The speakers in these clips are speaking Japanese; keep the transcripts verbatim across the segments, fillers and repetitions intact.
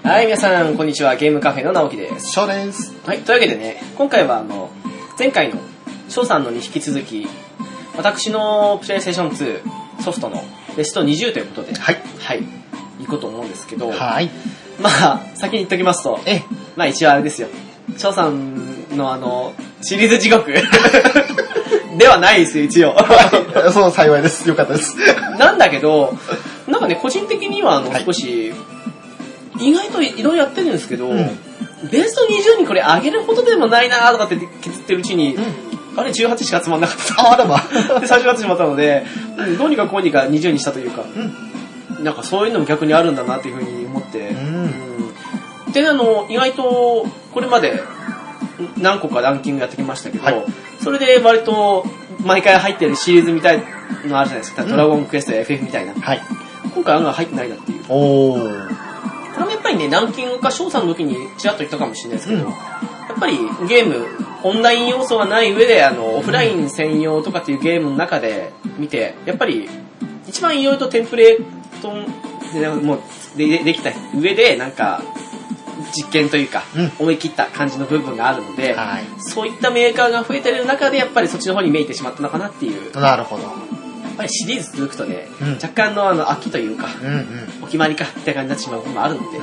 はい、皆さんこんにちは。ゲームカフェの直樹です。 翔です。 はい、というわけでね、今回はあの前回の翔さんのに引き続き、私のプレイステーションツーソフトのベストにじゅうということで、 はい、 はい、いこうと思うんですけど、 はい。 まあ先に言っときますと、 え、 まあ一応あれですよ。翔さんのあのシリーズ地獄ではないですよ一応。 そう幸いです。よかったです。 なんだけど、なんかね個人的にはあの、 はい、 少し意外といろいろやってるんですけど、うん、ベストにじゅうにこれ上げるほどでもないなーとかって削ってるうちに、うん、あれじゅうはちしか集まんなかった。 あらまあ。 で最初になってしまったので、どうにかこうにかにじゅうにしたというか、うん、なんかそういうのも逆にあるんだなっていうふうに思って、うんうん、であの意外とこれまで何個かランキングやってきましたけど、はい、それで割と毎回入ってるシリーズみたいのあるじゃないですか、うん、ドラゴンクエストや エフエフ みたいな、はい、今回案外入ってないなっていう。おー、これもやっぱりね、ランキングか翔さんの時にちらっと言ったかもしれないですけど、うん、やっぱりゲームオンライン要素がない上であのオフライン専用とかっていうゲームの中で見て、やっぱり一番いろいろとテンプレートでもう で, できた上でなんか実験というか、うん、思い切った感じの部分があるので、はい、そういったメーカーが増えてる中でやっぱりそっちの方にめいてしまったのかなっていう。 なるほど。 やっぱりシリーズ続くとね、うん、若干のあの飽きというか、うんうん、お決まりかみたいな感じになってしまう部分もあるので、うん、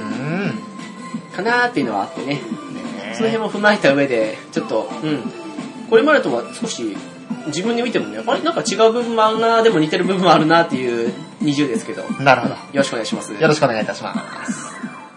かなーっていうのはあってね、ね、その辺も踏まえた上でちょっと、うん、これまでとは少し自分で見てもね、あれなんか違う部分もあるなー、でも似てる部分もあるなーっていうにじゅうですけど、 なるほど。よろしくお願いします。 よろしくお願いいたします。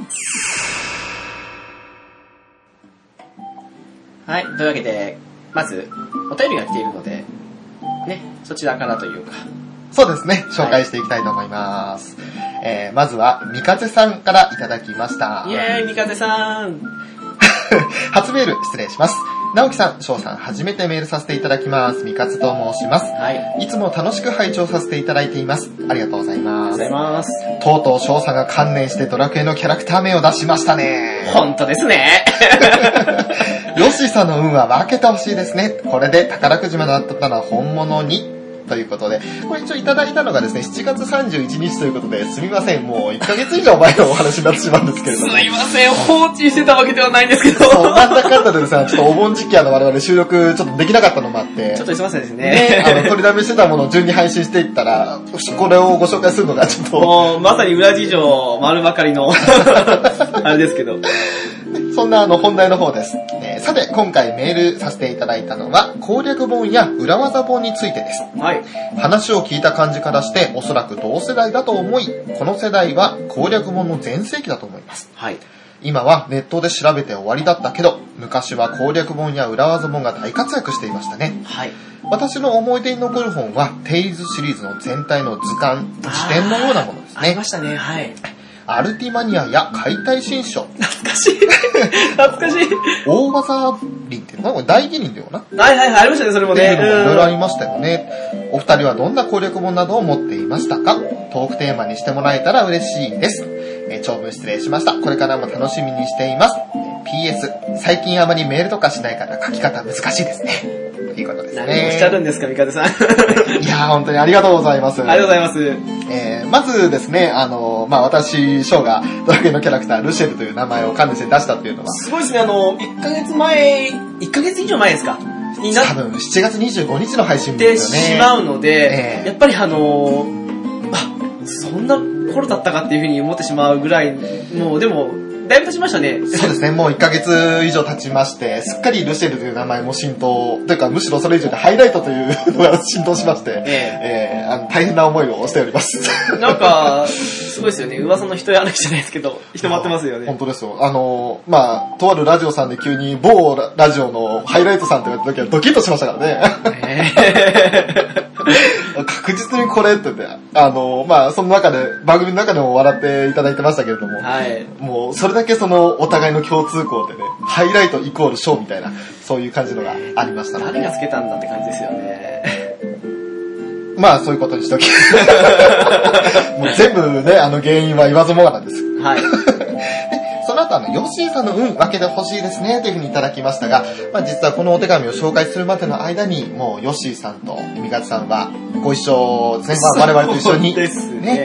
はい、というわけでまずお便りが来ているのでね、そちらからというか、 そうですね、紹介していきたいと思います。はい、えー、まずはみかぜさんからいただきました。 イエーイ、みかぜさん。 初メール失礼します。直樹さん、翔さん、初めてメールさせていただきます。みかぜと申します。はい。いつも楽しく拝聴させていただいています。ありがとうございます。 ありがとうございます。 とうとう翔さんが観念してドラクエのキャラクター名を出しましたね。 本当ですね。 ヨッシーさんの運は分けてほしいですね。これで宝くじまでだったら本物に。ということで、これ一応いただいたのがですね、しちがつさんじゅういちにちということで、すみません、もういっかげつ以上前のお話になってしまうんですけれども。 すいません、放置してたわけではないんですけど。 そう、なんだかんだでですね、ちょっとお盆時期あの我々収録ちょっとできなかったのもあって、 ちょっとすいませんですね。 ね、あの、取りだめしてたものを順に配信していったら、これをご紹介するのがちょっと。 もう、まさに裏事情、丸ばかりの、あれですけど。 そんなあの本題の方です。えー、さて今回メールさせていただいたのは攻略本や裏技本についてです。はい。話を聞いた感じからしておそらく同世代だと思い、この世代は攻略本の全盛期だと思います。はい。今はネットで調べて終わりだったけど、昔は攻略本や裏技本が大活躍していましたね。はい。私の思い出に残る本はテイルズシリーズの全体の図鑑、辞典のようなものですね。 ありましたね。はい。 アルティマニアや解体新書。 懐かしい。懐かしい。 大技輪っていうのは大義輪だよな。 はいはいはい、ありましたね、それもね。 いろいろありましたよね。お二人はどんな攻略本などを持っていましたか？トークテーマにしてもらえたら嬉しいです。えー、長文失礼しました。これからも楽しみにしています。ピーエス、最近あまりメールとかしないから書き方難しいですね。いいことですね。 何をおっしゃるんですか、みかぜさん。 いやー、本当にありがとうございます。 ありがとうございます。 えー、まずですね、あのー、まあ、私、ショーがドラクエのキャラクター、ルシェルという名前を関連して出したっていうのは。 すごいですね、あの、いっかげつまえ、いっかげつ以上前ですかにな多分、しちがつにじゅうごにちの配信ですよね。 しまうので、えー、やっぱりあのー、あ、そんな頃だったかっていうふうに思ってしまうぐらい、もう、でも、だいぶ経ちましたね。 そうですね、もういっかげつ以上経ちまして、すっかりルシェルという名前も浸透、というかむしろそれ以上でハイライトというのが浸透しまして、えええー、あの大変な思いをしております。 なんか、すごいですよね、噂の人や歩きじゃないですけど、人待ってますよね。 本当ですよ。あの、まあ、とあるラジオさんで急に某ラジオのハイライトさんと言われた時はドキッとしましたからね。えー確実にこれって言って、あの、まあ、その中で、番組の中でも笑っていただいてましたけれども、はい、もう、それだけその、お互いの共通項でね、ハイライトイコールショーみたいな、そういう感じのがありましたので。 誰がつけたんだって感じですよね。 まあ、そういうことにしとき。もう全部ね、あの原因は言わずもがなんです。はい。その後あの、ヨッシーさんの運分けてほしいですね、というふうにいただきましたが、まあ実はこのお手紙を紹介するまでの間に、もうヨッシーさんとみかぜさんはご一緒ですね、まあ我々と一緒に、 ですね。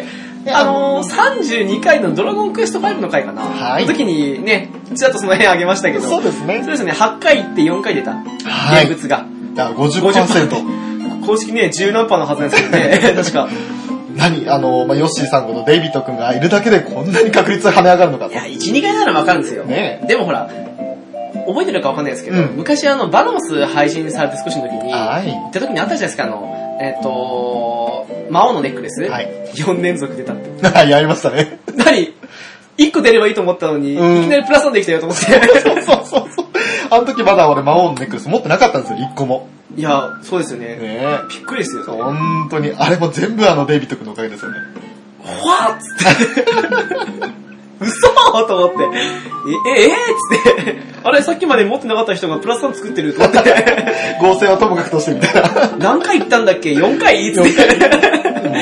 あのー、さんじゅうにかいのドラゴンクエストファイブの回かな。はい。の時にね、ちょっとその辺あげましたけど。 そうですね。 そうですね、はちかい行ってよんかい出た。はい。現物が。 だから ごじゅっパーセント。 公式ね、じゅうなんパーのはずなんですけどね。確か。 何あの、まあ、ヨッシーさんことデイビッド君がいるだけでこんなに確率が跳ね上がるのかと。 いや、いち、にかいならわかるんですよ。ね。でもほら、覚えてるかわかんないですけど、うん、昔あの、バロンス配信されて少しの時に、はい。って時にあったじゃないですか、あの、えっ、ー、と、魔王のネックレス、はい。よんれんぞく出たって。 はい、やりましたね。 何 ?いっ 個出ればいいと思ったのに、うん、いきなりプラスさんできたよと思って。 そうそうそう。あの時まだ俺魔王のネックレス持ってなかったんですよ、いっこも。 いや、そうですよね。ねびっくりですよね。 本当に、あれも全部あのデイビッド君のおかげですよね。 わっつって。嘘と思って。え、え、えー、つって。あれ、さっきまで持ってなかった人がプラスさん作ってると思って。 合成はともかくとしてみたいな。 何回行ったんだっけ ?よん 回つって。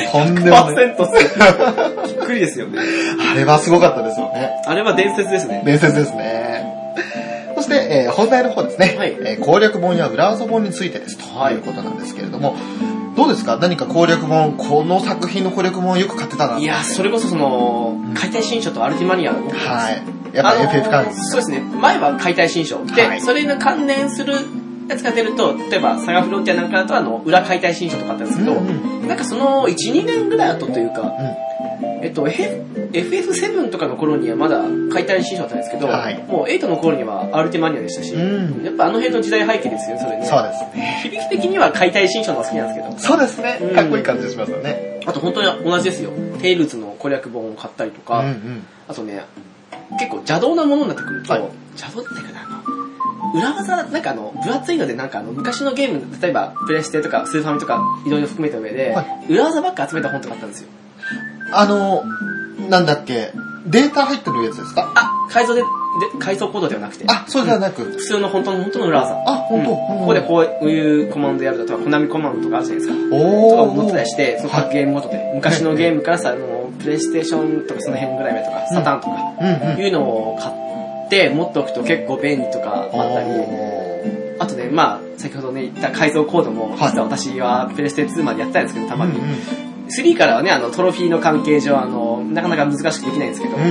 とんでもない。ひゃくパーセントっす。びっくりですよね。 あれはすごかったですよね。 あれは伝説ですね。 伝説ですね。そして、えー、本題の方ですね、はいえー。攻略本や裏技本についてですということなんですけれども、どうですか何か攻略本、この作品の攻略本をよく買ってたな。 いや、それこそその、うん、解体新書とアルティマニアの。 はい。やっぱ エフエフ 関連。 そうですね。前は解体新書。で、はい、それに関連するやつが出ると、例えばサガフロンティアなんかだとあの、裏解体新書とかあったんですけど、うんうん、なんかそのいち、にねんぐらい後というか、うん、えっと、エフエフセブン とかの頃にはまだ解体新書だったんですけど、はい、もうエイトの頃にはアルティマニアでしたし、うん、やっぱあの辺の時代背景ですよ、それね。 そうですね。 響き的には解体新書の方が好きなんですけど。 そうですね。かっこいい感じがしますよね。 あと本当に同じですよ。テイルズの攻略本を買ったりとか、うんうん、あとね、結構邪道なものになってくると、はい、邪道っていうかな、あの、裏技、なんかあの、分厚いのでなんかあの、昔のゲーム、例えばプレステとかスーファミとかいろいろ含めた上で、はい、裏技ばっか集めた本とかあったんですよ。 あの、なんだっけ、データ入ってるやつですか？ あ、改造で、で改造コードではなくて。 あ、そうではなく、 うん、普通の本当の本当の裏技。 あ、本当、うん、 ここでこういうコマンドやるだとか、コナミコマンドとかあるじゃないですか。おー。とかも載ってたりして、その各ゲームごとで、昔のゲームからさ、あの、プレイステーションとかその辺ぐらいまでとか、サターンとか、うん、いうのを買って持っておくと結構便利とかあったり、あとね、まあ、先ほどね、言った改造コードも、実は私はプレステツーまでやったんですけど、たまに。うんうん、スリーからはね、あの、トロフィーの関係上、あの、なかなか難しくできないんですけど、うんうん、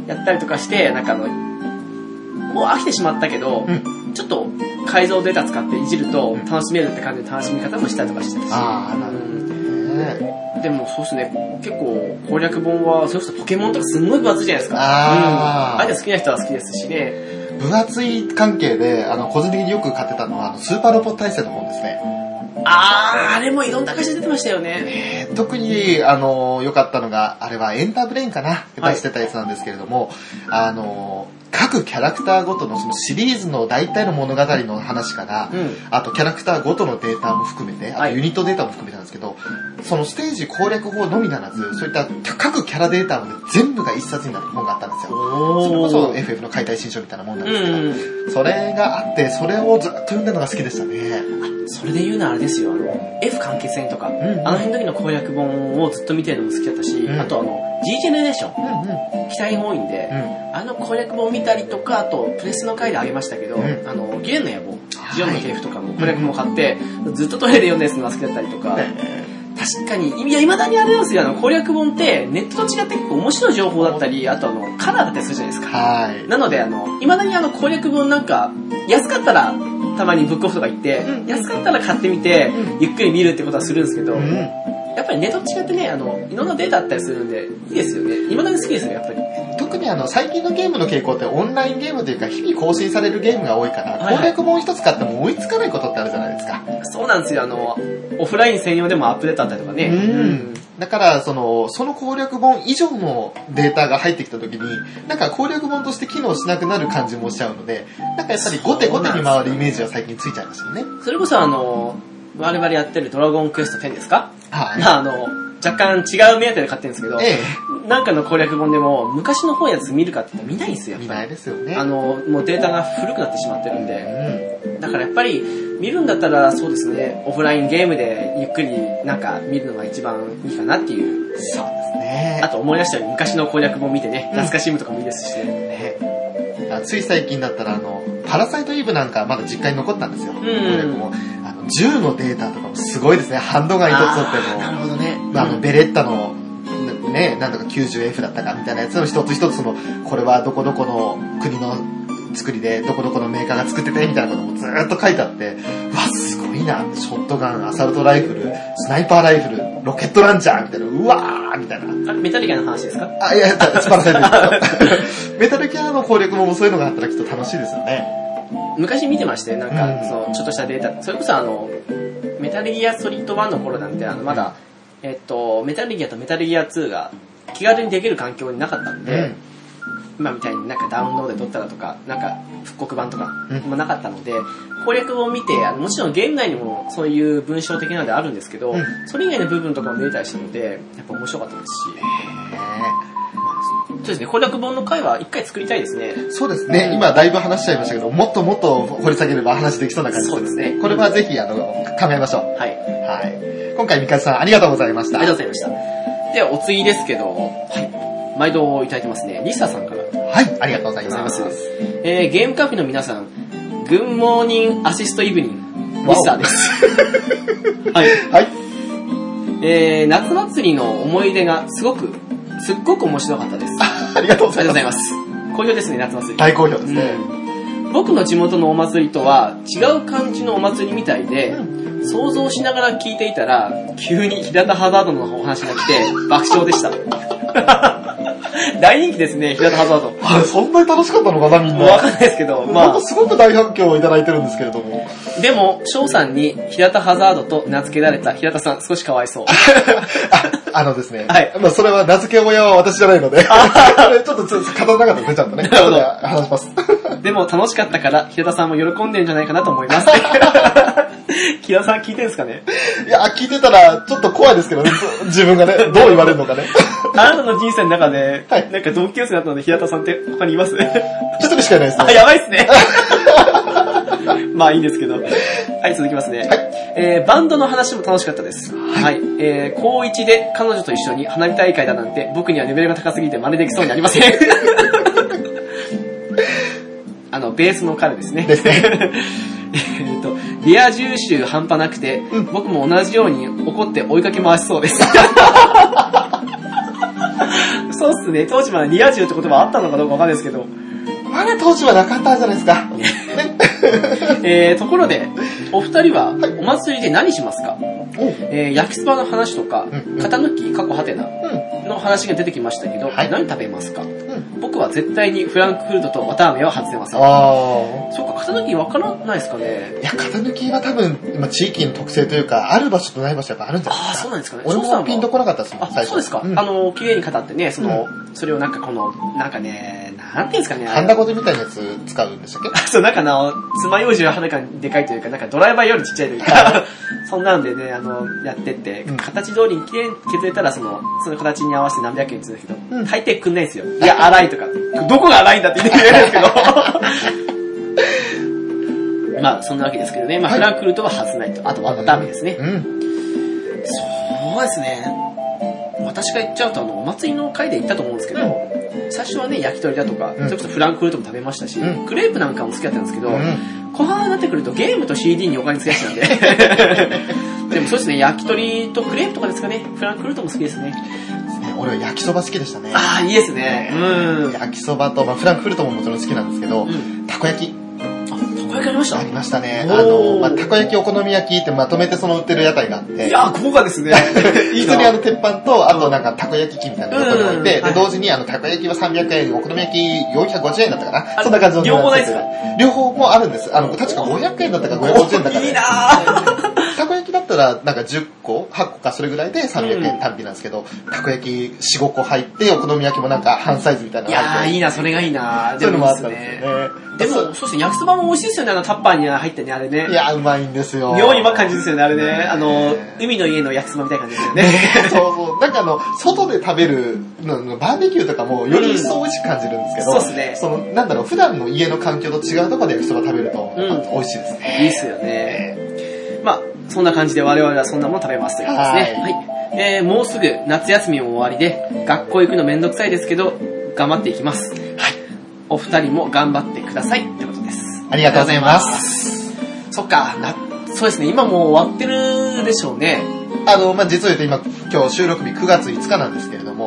やったりとかして、なんかあの、もう飽きてしまったけど、うん、ちょっと改造データ使っていじると楽しめるって感じで楽しみ方もしたりとかしてたし。 ああ、なるほどね。 でもそうですね、結構攻略本は、それこそポケモンとかすんごい分厚いじゃないですか。 ああ。 うん。あれ好きな人は好きですしね。 分厚い関係で、あの、個人的によく買ってたのは、あのスーパーロボット体制の本ですね。 あー、あれもいろんな会社出てましたよね。 えー、特に、あの、良かったのが、あれはエンターブレインかな出してたやつなんですけれども、はい、あの、各キャラクターごとのそのシリーズの大体の物語の話から、うん、あとキャラクターごとのデータも含めて、あとユニットデータも含めてなんですけど、はい、そのステージ攻略法のみならず、そういった各キャラデータまで全部が一冊になる本があったんですよ。それこそ エフエフ の解体新書みたいなもんなんですけど、うん、それがあって、それをずっと読んだのが好きでしたね。 それで言うのはあれですよ、あの、F 完結編とか、うん、あの辺の時の攻略本をずっと見てるのも好きだったし、うん、あとあの、G ジェネレーション、うんうん、期待多いんで、うん、あの攻略本を見たりとか、あとプレスの回であげましたけど、うん、あの、ギレンの野望、ジオンの系譜とかも攻略本を買って、うん、ずっとトイレで読んだやつのが好きだったりとか、確かに、いや、未だにあれなんですよ、あの、攻略本ってネットと違って結構面白い情報だったり、あとあの、カラーだったりするじゃないですか。はい。なので、あの、未だにあの、攻略本なんか、安かったら、たまにブックオフとか行って、うん、安かったら買ってみて、うん、ゆっくり見るってことはするんですけど、うん、やっぱりネットと違ってね、あの、いろんなデータあったりするんで、いいですよね。未だに好きですよ、やっぱり。 特にあの、最近のゲームの傾向ってオンラインゲームというか、日々更新されるゲームが多いから、はいはい、攻略本一つ買っても追いつかないことってあるじゃないですか。 そうなんですよ、あの、オフライン専用でもアップデートあったりとかね。 うんうんだから、その、その攻略本以上のデータが入ってきたときに、なんか攻略本として機能しなくなる感じもしちゃうので、なんかやっぱり後手後手に回るイメージは最近ついちゃいましたよね。 それこそあの、我々やってるドラゴンクエストテンですか？はい。まああの、若干違う目当てで買ってるんですけど、ええ、なんかの攻略本でも昔の本やつ見るかって言ったら見ないんですよ。 見ないですよね。 あの、もうデータが古くなってしまってるんで、うん、だからやっぱり見るんだったらそうですね、オフラインゲームでゆっくりなんか見るのが一番いいかなっていう。 そうですね。 あと思い出したように昔の攻略本見てね、懐かしむとかもいいですしね。 ねあつい最近だったらあの、パラサイトイーブなんかまだ実家に残ったんですよ。うん、攻略もあの銃のデータとかもすごいですね。ハンドガン一つとっても。 なるほどね。 あのベレッタのね、なんとか きゅうじゅうエフ だったかみたいなやつを一つ一つその、これはどこどこの国の作りで、どこどこのメーカーが作ってて、みたいなこともずーっと書いてあって、うわ、すごいな、ショットガン、アサルトライフル、スナイパーライフル、ロケットランチャーみたいな、うわーみたいな。 あ、メタルギアの話ですか？ あ、いや、スパラサイトですけど。メタルギアの攻略もそういうのがあったらきっと楽しいですよね。 昔見てまして、なんか、うん、そのちょっとしたデータ、それこそあの、メタルギアソリッドワンの頃なんて、あの、まだ、えっと、メタルギアとメタルギアツーが気軽にできる環境になかったんで、うん、今みたいになんかダウンロードで撮ったらとか、なんか復刻版とかもなかったので、うん、攻略を見て、あのもちろんゲーム内にもそういう文章的なのであるんですけど、うん、それ以外の部分とかも見れたりしたので、やっぱ面白かったですし、そうですね、攻略本の回は一回作りたいですね。 そうですね、うん、今だいぶ話しちゃいましたけど、もっともっと掘り下げれば話できそうな感じです。 そうですね。 これはぜひ、あの、考えましょう。 はい。 はい。今回、みかじさん、ありがとうございました。 ありがとうございました。では、お次ですけど、はい。毎度いただいてますね。リサさんから。 はい、ありがとうございます。 えー、ゲームカフェの皆さん、グッモーニングアシストイブニング、リサです。はい。はい。えー、夏祭りの思い出がすごく、すっごく面白かったです。 ありがとうございます。 ありがとうございます。好評ですね、夏祭り。 大好評ですね、 うん。僕の地元のお祭りとは違う感じのお祭りみたいで、うん、想像しながら聞いていたら、急に平田ハザードのお話が来て爆笑でした。大人気ですね、平田ハザード。 あれ、そんなに楽しかったのかな、みんな。 わかんないですけど、 まあ。なんかすごく大反響をいただいてるんですけれども。 でも、翔さんに平田ハザードと名付けられた平田さん、少しかわいそう。 あ、あのですね。 はい。 まあ、それは名付け親は私じゃないので。ちょっと、ちょっと、語らなかったですね、ちゃんとね。なるほど。話します。 でも、楽しかったから、平田さんも喜んでるんじゃないかなと思います。平田さん聞いてるんですかね？ いや、聞いてたら、ちょっと怖いですけどね、自分がね、どう言われるのかね。 あなたの人生の中で、はい、なんか同級生だったので、平田さんって他にいます？ 一人しかいないですね。 あ、やばいっすね。まあいいんですけど。はい、続きますね。はい。えー、バンドの話も楽しかったです。はい。はい、えー、高いちで彼女と一緒に花火大会だなんて、僕にはレベルが高すぎて真似できそうにありません。あの、ベースの彼ですね。 ですね。 えっと、リア充集半端なくて、うん、僕も同じように怒って追いかけ回しそうです。そうっすね。当時はリア充って言葉あったのかどうかわかんないですけど。 まだ当時はなかったんじゃないですか。 えー、ところで、お二人はお祭りで何しますか？えー、焼きそばの話とか、うんうん、型抜き、過去ハテナの話が出てきましたけど、はい、何食べますか？うん、僕は絶対にフランクフルトと綿あめは外せません。あー。そうか、型抜き分からないですかね？ いや、型抜きは多分、まあ、地域の特性というか、ある場所とない場所やっぱあるんじゃないですか。 あー、そうなんですかね。 俺もピンとこなかったですもん、 最初。あ、そうですか。うん、あの、綺麗に型ってね、その、うん、それをなんかこの、なんかね、なんていうんですかね。 ハンダゴテみたいなやつ使うんでしたっけ？ そう、なんかあの、爪楊枝ははるかにでかいというか、なんかドライバーよりちっちゃいというか、そんなんでね、あの、やってって、うん、形通りに綺麗に削れたら、その、その形に合わせて何百円するんですけど、うん、大抵くんないんですよ。いや、粗いとか。どこが粗いんだって言ってくれるんですけど。まあ、そんなわけですけどね。まあ、はい、フランクフルトは外せないと。あとは綿あめですね。うん。そうですね。私が言っちゃうと、あの、お祭りの会で行ったと思うんですけど、うん、最初はね、焼き鳥だとか、うん、それこそフランクフルトも食べましたし、うん、クレープなんかも好きだったんですけど、うん、後半になってくるとゲームと シーディー にお金使いちゃうんで。でもそうですね、焼き鳥とクレープとかですかね。フランクフルトも好きですね。 俺は焼きそば好きでしたね。 ああ、いいですね。 うん。焼きそばと、まあ、フランクフルトももちろん好きなんですけど、うん、たこ焼き。 あ、たこ焼きありました？ ありましたね。あの、まあ、たこ焼きお好み焼きってまとめてその売ってる屋台があって。 いやー、豪華ですね。 普通にあの、鉄板と、あとなんかたこ焼き器みたいなのが置いて、で、同時にあの、たこ焼きはさんびゃくえん、お好み焼きよんひゃくごじゅうえんだったかな。そんな感じの。 両方ないですか？ 両方もあるんです。あの、確かごひゃくえんだったかごひゃくごじゅうえんだったか。 いいなー。 たこ焼きだったら、なんかじゅっこ、はっこかそれぐらいでさんびゃくえん単品なんですけど、うん、たこ焼きよん、ごこ入って、お好み焼きもなんか半サイズみたいなのが入って。 いやー、いいな、それがいいな。 そういうのもあったんですよね。 でも、そうですね、焼きそばも美味しいですよね、あのタッパーに入ってね、あれね。 いや、うまいんですよ。 妙にうまい感じですよね、あれね。あの、海の家の焼きそばみたいな感じですよね。 そうそう。なんかあの、外で食べるの、バーベキューとかもより一層美味しく感じるんですけど、 うん、そうですね。 その、なんだろう、普段の家の環境と違うところで焼きそば食べると、うん、美味しいですね。 いいっすよね。まあ、そんな感じで我々はそんなもの食べますということですね。はい。はい、えー、もうすぐ夏休みも終わりで、学校行くのめんどくさいですけど、頑張っていきます。はい。お二人も頑張ってくださいってことです。 ありがとうございます。 そっか、な、そうですね、今もう終わってるでしょうね。 あの、まあ、実を言うと今、今日収録日くがついつかなんですけれども、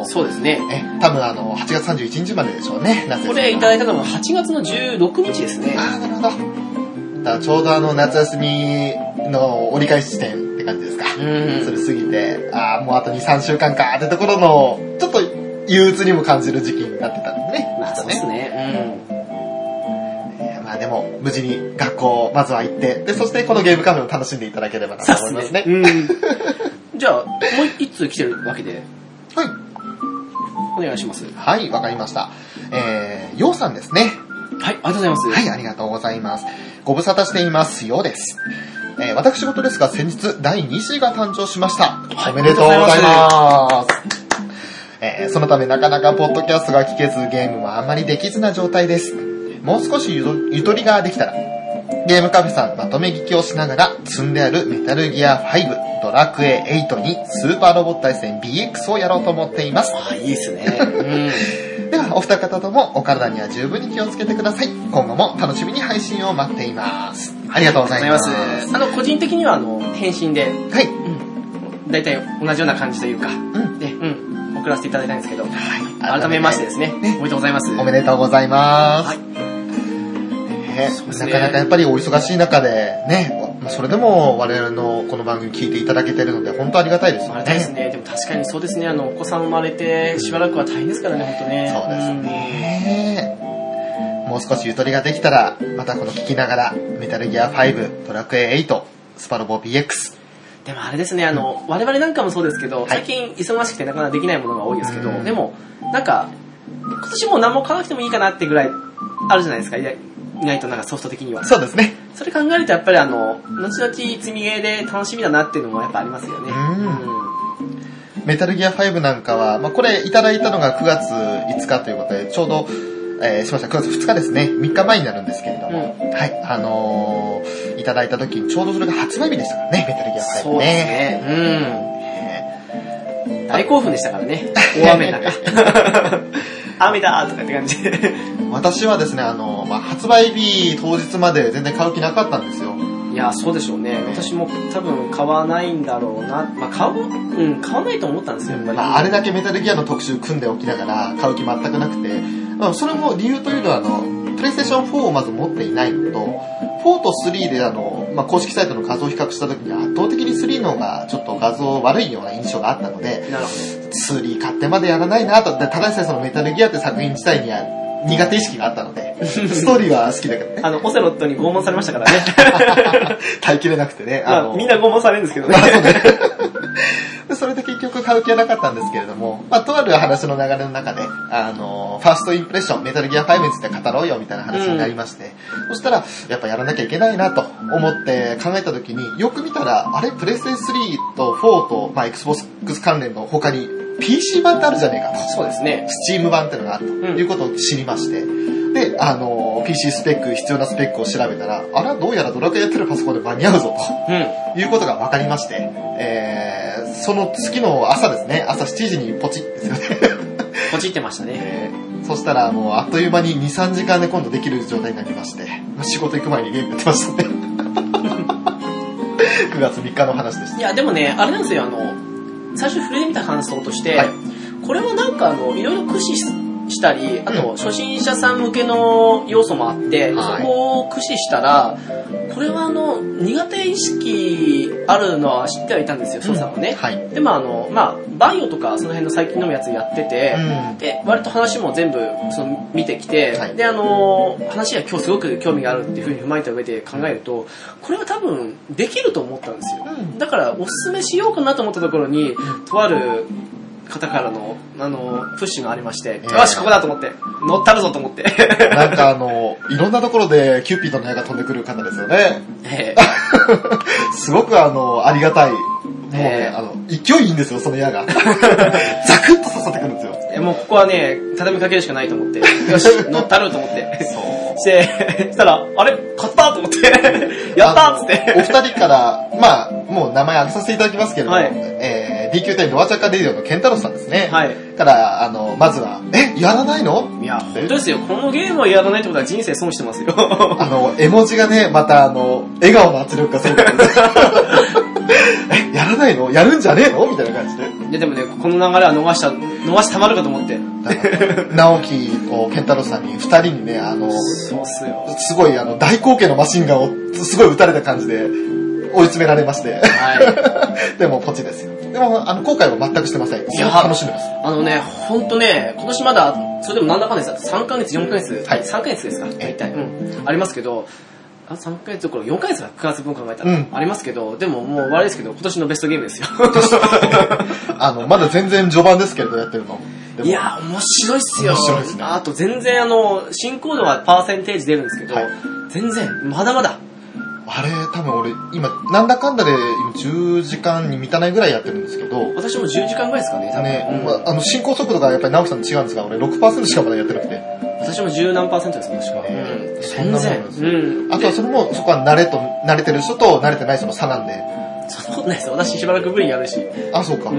そうですね。 え、多分あの、はちがつさんじゅういちにちまででしょうね、 夏休み。これいただいたのがはちがつのじゅうろくにちですね。 ああ、なるほど。だからちょうどあの、夏休みの折り返し地点って感じですか。うん。それ過ぎて、ああ、もうあとに、さんしゅうかんかってところの、ちょっと憂鬱にも感じる時期になってたんでね。 まあ、そうですね。うん。 まあでも、無事に学校、まずは行って、で、そしてこのゲームカフェを楽しんでいただければなと思いますね。 うん。じゃあ、もう一通来てるわけで。 はい。 お願いします。 はい、わかりました。えー、ようさんですね。 はい、ありがとうございます。 はい、ありがとうございます。ご無沙汰しています、ようです。えー、私事ですが、先日、だいに子が誕生しました。はい、おめでとうございます。えー、そのためなかなかポッドキャストが聞けず、ゲームもあんまりできずな状態です。もう少しゆとりができたら、ゲームカフェさんまとめ聞きをしながら積んであるメタルギアファイブ、ドラクエエイトにスーパーロボット対戦 ビーエックス をやろうと思っています。 あ、いいですね。うん、 では、お二方ともお体には十分に気をつけてください。今後も楽しみに配信を待っています。ありがとうございます。 あの、個人的にはあの、返信で、 はい。うん。 だいたい同じような感じというか、うん。で、うん。送らせていただいたんですけど、はい。改めましてですね、ね、おめでとうございます。 おめでとうございます。はい。ね、なかなかやっぱりお忙しい中でね、それでも我々のこの番組聞いていただけてるので本当ありがたいですよね。 ありがたいですね。でも確かにそうですね。あのお子さん生まれてしばらくは大変ですからね、本当ね。 そうですね。うん、もう少しゆとりができたらまたこの聞きながらメタルギアファイブ、ドラクエエイト、スパロボ ビーエックス。 でもあれですね、あの、うん、我々なんかもそうですけど、はい、最近忙しくてなかなかできないものが多いですけど、うん、でもなんか今年も何も買わなくてもいいかなってぐらいあるじゃないですか。意外となんかソフト的には。 そうですね。 それ考えるとやっぱりあの、後々積みゲーで楽しみだなっていうのもやっぱありますよね。うん。うん、 メタルギアファイブなんかは、まあこれいただいたのがくがついつかということで、ちょうど、えー、しましたくがつふつかですね。みっかまえになるんですけれども、うん、はい、あのー、いただいた時にちょうどそれが発売日でしたからね、メタルギアファイブね。 そうですね。うん。大興奮でしたからね。大雨の中。雨だーとかって感じで。 私はですね、あの、まあ、発売日当日まで全然買う気なかったんですよ。 いや、そうでしょうね。私も多分買わないんだろうな。まあ、買う、うん、買わないと思ったんですよ、やっぱり。 まあ、あれだけメタルギアの特集組んでおきながら買う気全くなくて、まあ、それも理由というのは、あの、プレイステーションフォーをまず持っていないのと、フォーとスリーであの、まあ、公式サイトの画像を比較した時に圧倒的にスリーの方がちょっと画像悪いような印象があったので、 なるほど。 スリー買ってまでやらないなと。ただでさえそのメタルギアって作品自体には苦手意識があったので、ストーリーは好きだけどね。 あの、オセロットに拷問されましたからね。 耐えきれなくてね。 あの、まあ、みんな拷問されるんですけどね。 まあ、そうね。それで結局買う気はなかったんですけれども、まあ、とある話の流れの中で、あの、ファーストインプレッション、メタルギアファイブについて語ろうよみたいな話になりまして、うん、そしたら、やっぱやらなきゃいけないなと思って考えた時に、よく見たら、あれ、プレイステスリーとフォーと、まあ、Xbox 関連の他に、ピーシー 版ってあるじゃねえかと。 そうですね。 スチーム版ってのがあるということを知りまして、うん、で、あの、ピーシー スペック、必要なスペックを調べたら、あら、どうやらドラクエやってるパソコンで間に合うぞと、うん、いうことが分かりまして、えー、その次の朝ですね、朝しちじにポチッですよね。 ポチってましたね。 えー、そしたらもうあっという間にに、さんじかんで今度できる状態になりまして、仕事行く前にゲームやってましたね。くがつみっかの話でした。 いや、でもね、あれなんですよ、あの、最初触れてみた感想として、はい、これはなんかあのいろいろ駆使したり、あと初心者さん向けの要素もあって、うん、そこを駆使したら、これはあの苦手意識あるのは知ってはいたんですよ、翔さんはね。うん、はい、でまああのまあバイオとかその辺の最近のやつやってて、うん、で割と話も全部その見てきて、はい、であの話は今日すごく興味があるっていうふうに踏まえた上で考えると、これは多分できると思ったんですよ。うん、だからおすすめしようかなと思ったところに、うん、とある方からのあのプッシュがありまして、えー、よしここだと思って乗ったるぞと思ってなんかあのいろんなところでキューピッドの矢が飛んでくる方ですよね。えー、すごくあのありがたい。もうね、あの勢いいいんですよ、その矢が。ザクッと刺さってくるんですよ。 えもうここはね畳みかけるしかないと思って、よし乗ったると思って。そうしてしたらあれ買ったと思ってやったっつって。 お二人からまあもう名前挙げさせていただきますけれども、はい、えー、ディーキューテン ドアチャカレディオのケンタロスさんですね。はい。からあのまずはえやらないの？ いや本当ですよ。このゲームをやらないってことは人生損してますよ。 あの絵文字がねまたあの笑顔の圧力がすごくて。えやらないの？やるんじゃねえの？みたいな感じで。 ででもねこの流れは逃しちゃ飲ましてたまるかと思って。 直樹と健太郎さんに二人にね、あの、 そうっすよ。 すごいあの、大口径のマシンガンをすごい撃たれた感じで追い詰められまして。はい。でもこっちですよ。でも、あの、後悔は全くしてません。いや、楽しんでます。 あのね、ほんとね、今年まだ、それでもなんだかんだですさんかげつ、よんかげつ、はい、さんかげつですか大体。うん。ありますけど、あさんかげつどころよんかげつがくがつぶん考えたら、うん、ありますけど、でももうあれですけど、今年のベストゲームですよ。 あの、まだ全然序盤ですけど、やってるの。 いや、面白いっすよ。 面白いですね。 あと全然あの、進行度はパーセンテージ出るんですけど、はい、全然、まだまだ。 あれ、多分俺、今、なんだかんだでじゅうじかんに満たないぐらいやってるんですけど。 私もじゅうじかんぐらいですかね、多分。 ね、うん、あの、進行速度がやっぱり直樹さんと違うんですが、俺ろくパーセントしかまだやってなくて。 私もじゅう何パーセントですね、確か。 えー、そんなもんです。うん。あとはそれも、そこは慣れと、慣れてる人と慣れてない人の差なんで。 そんなことないですよ。私しばらくぶりにやるし。 あ、そうか。 うん。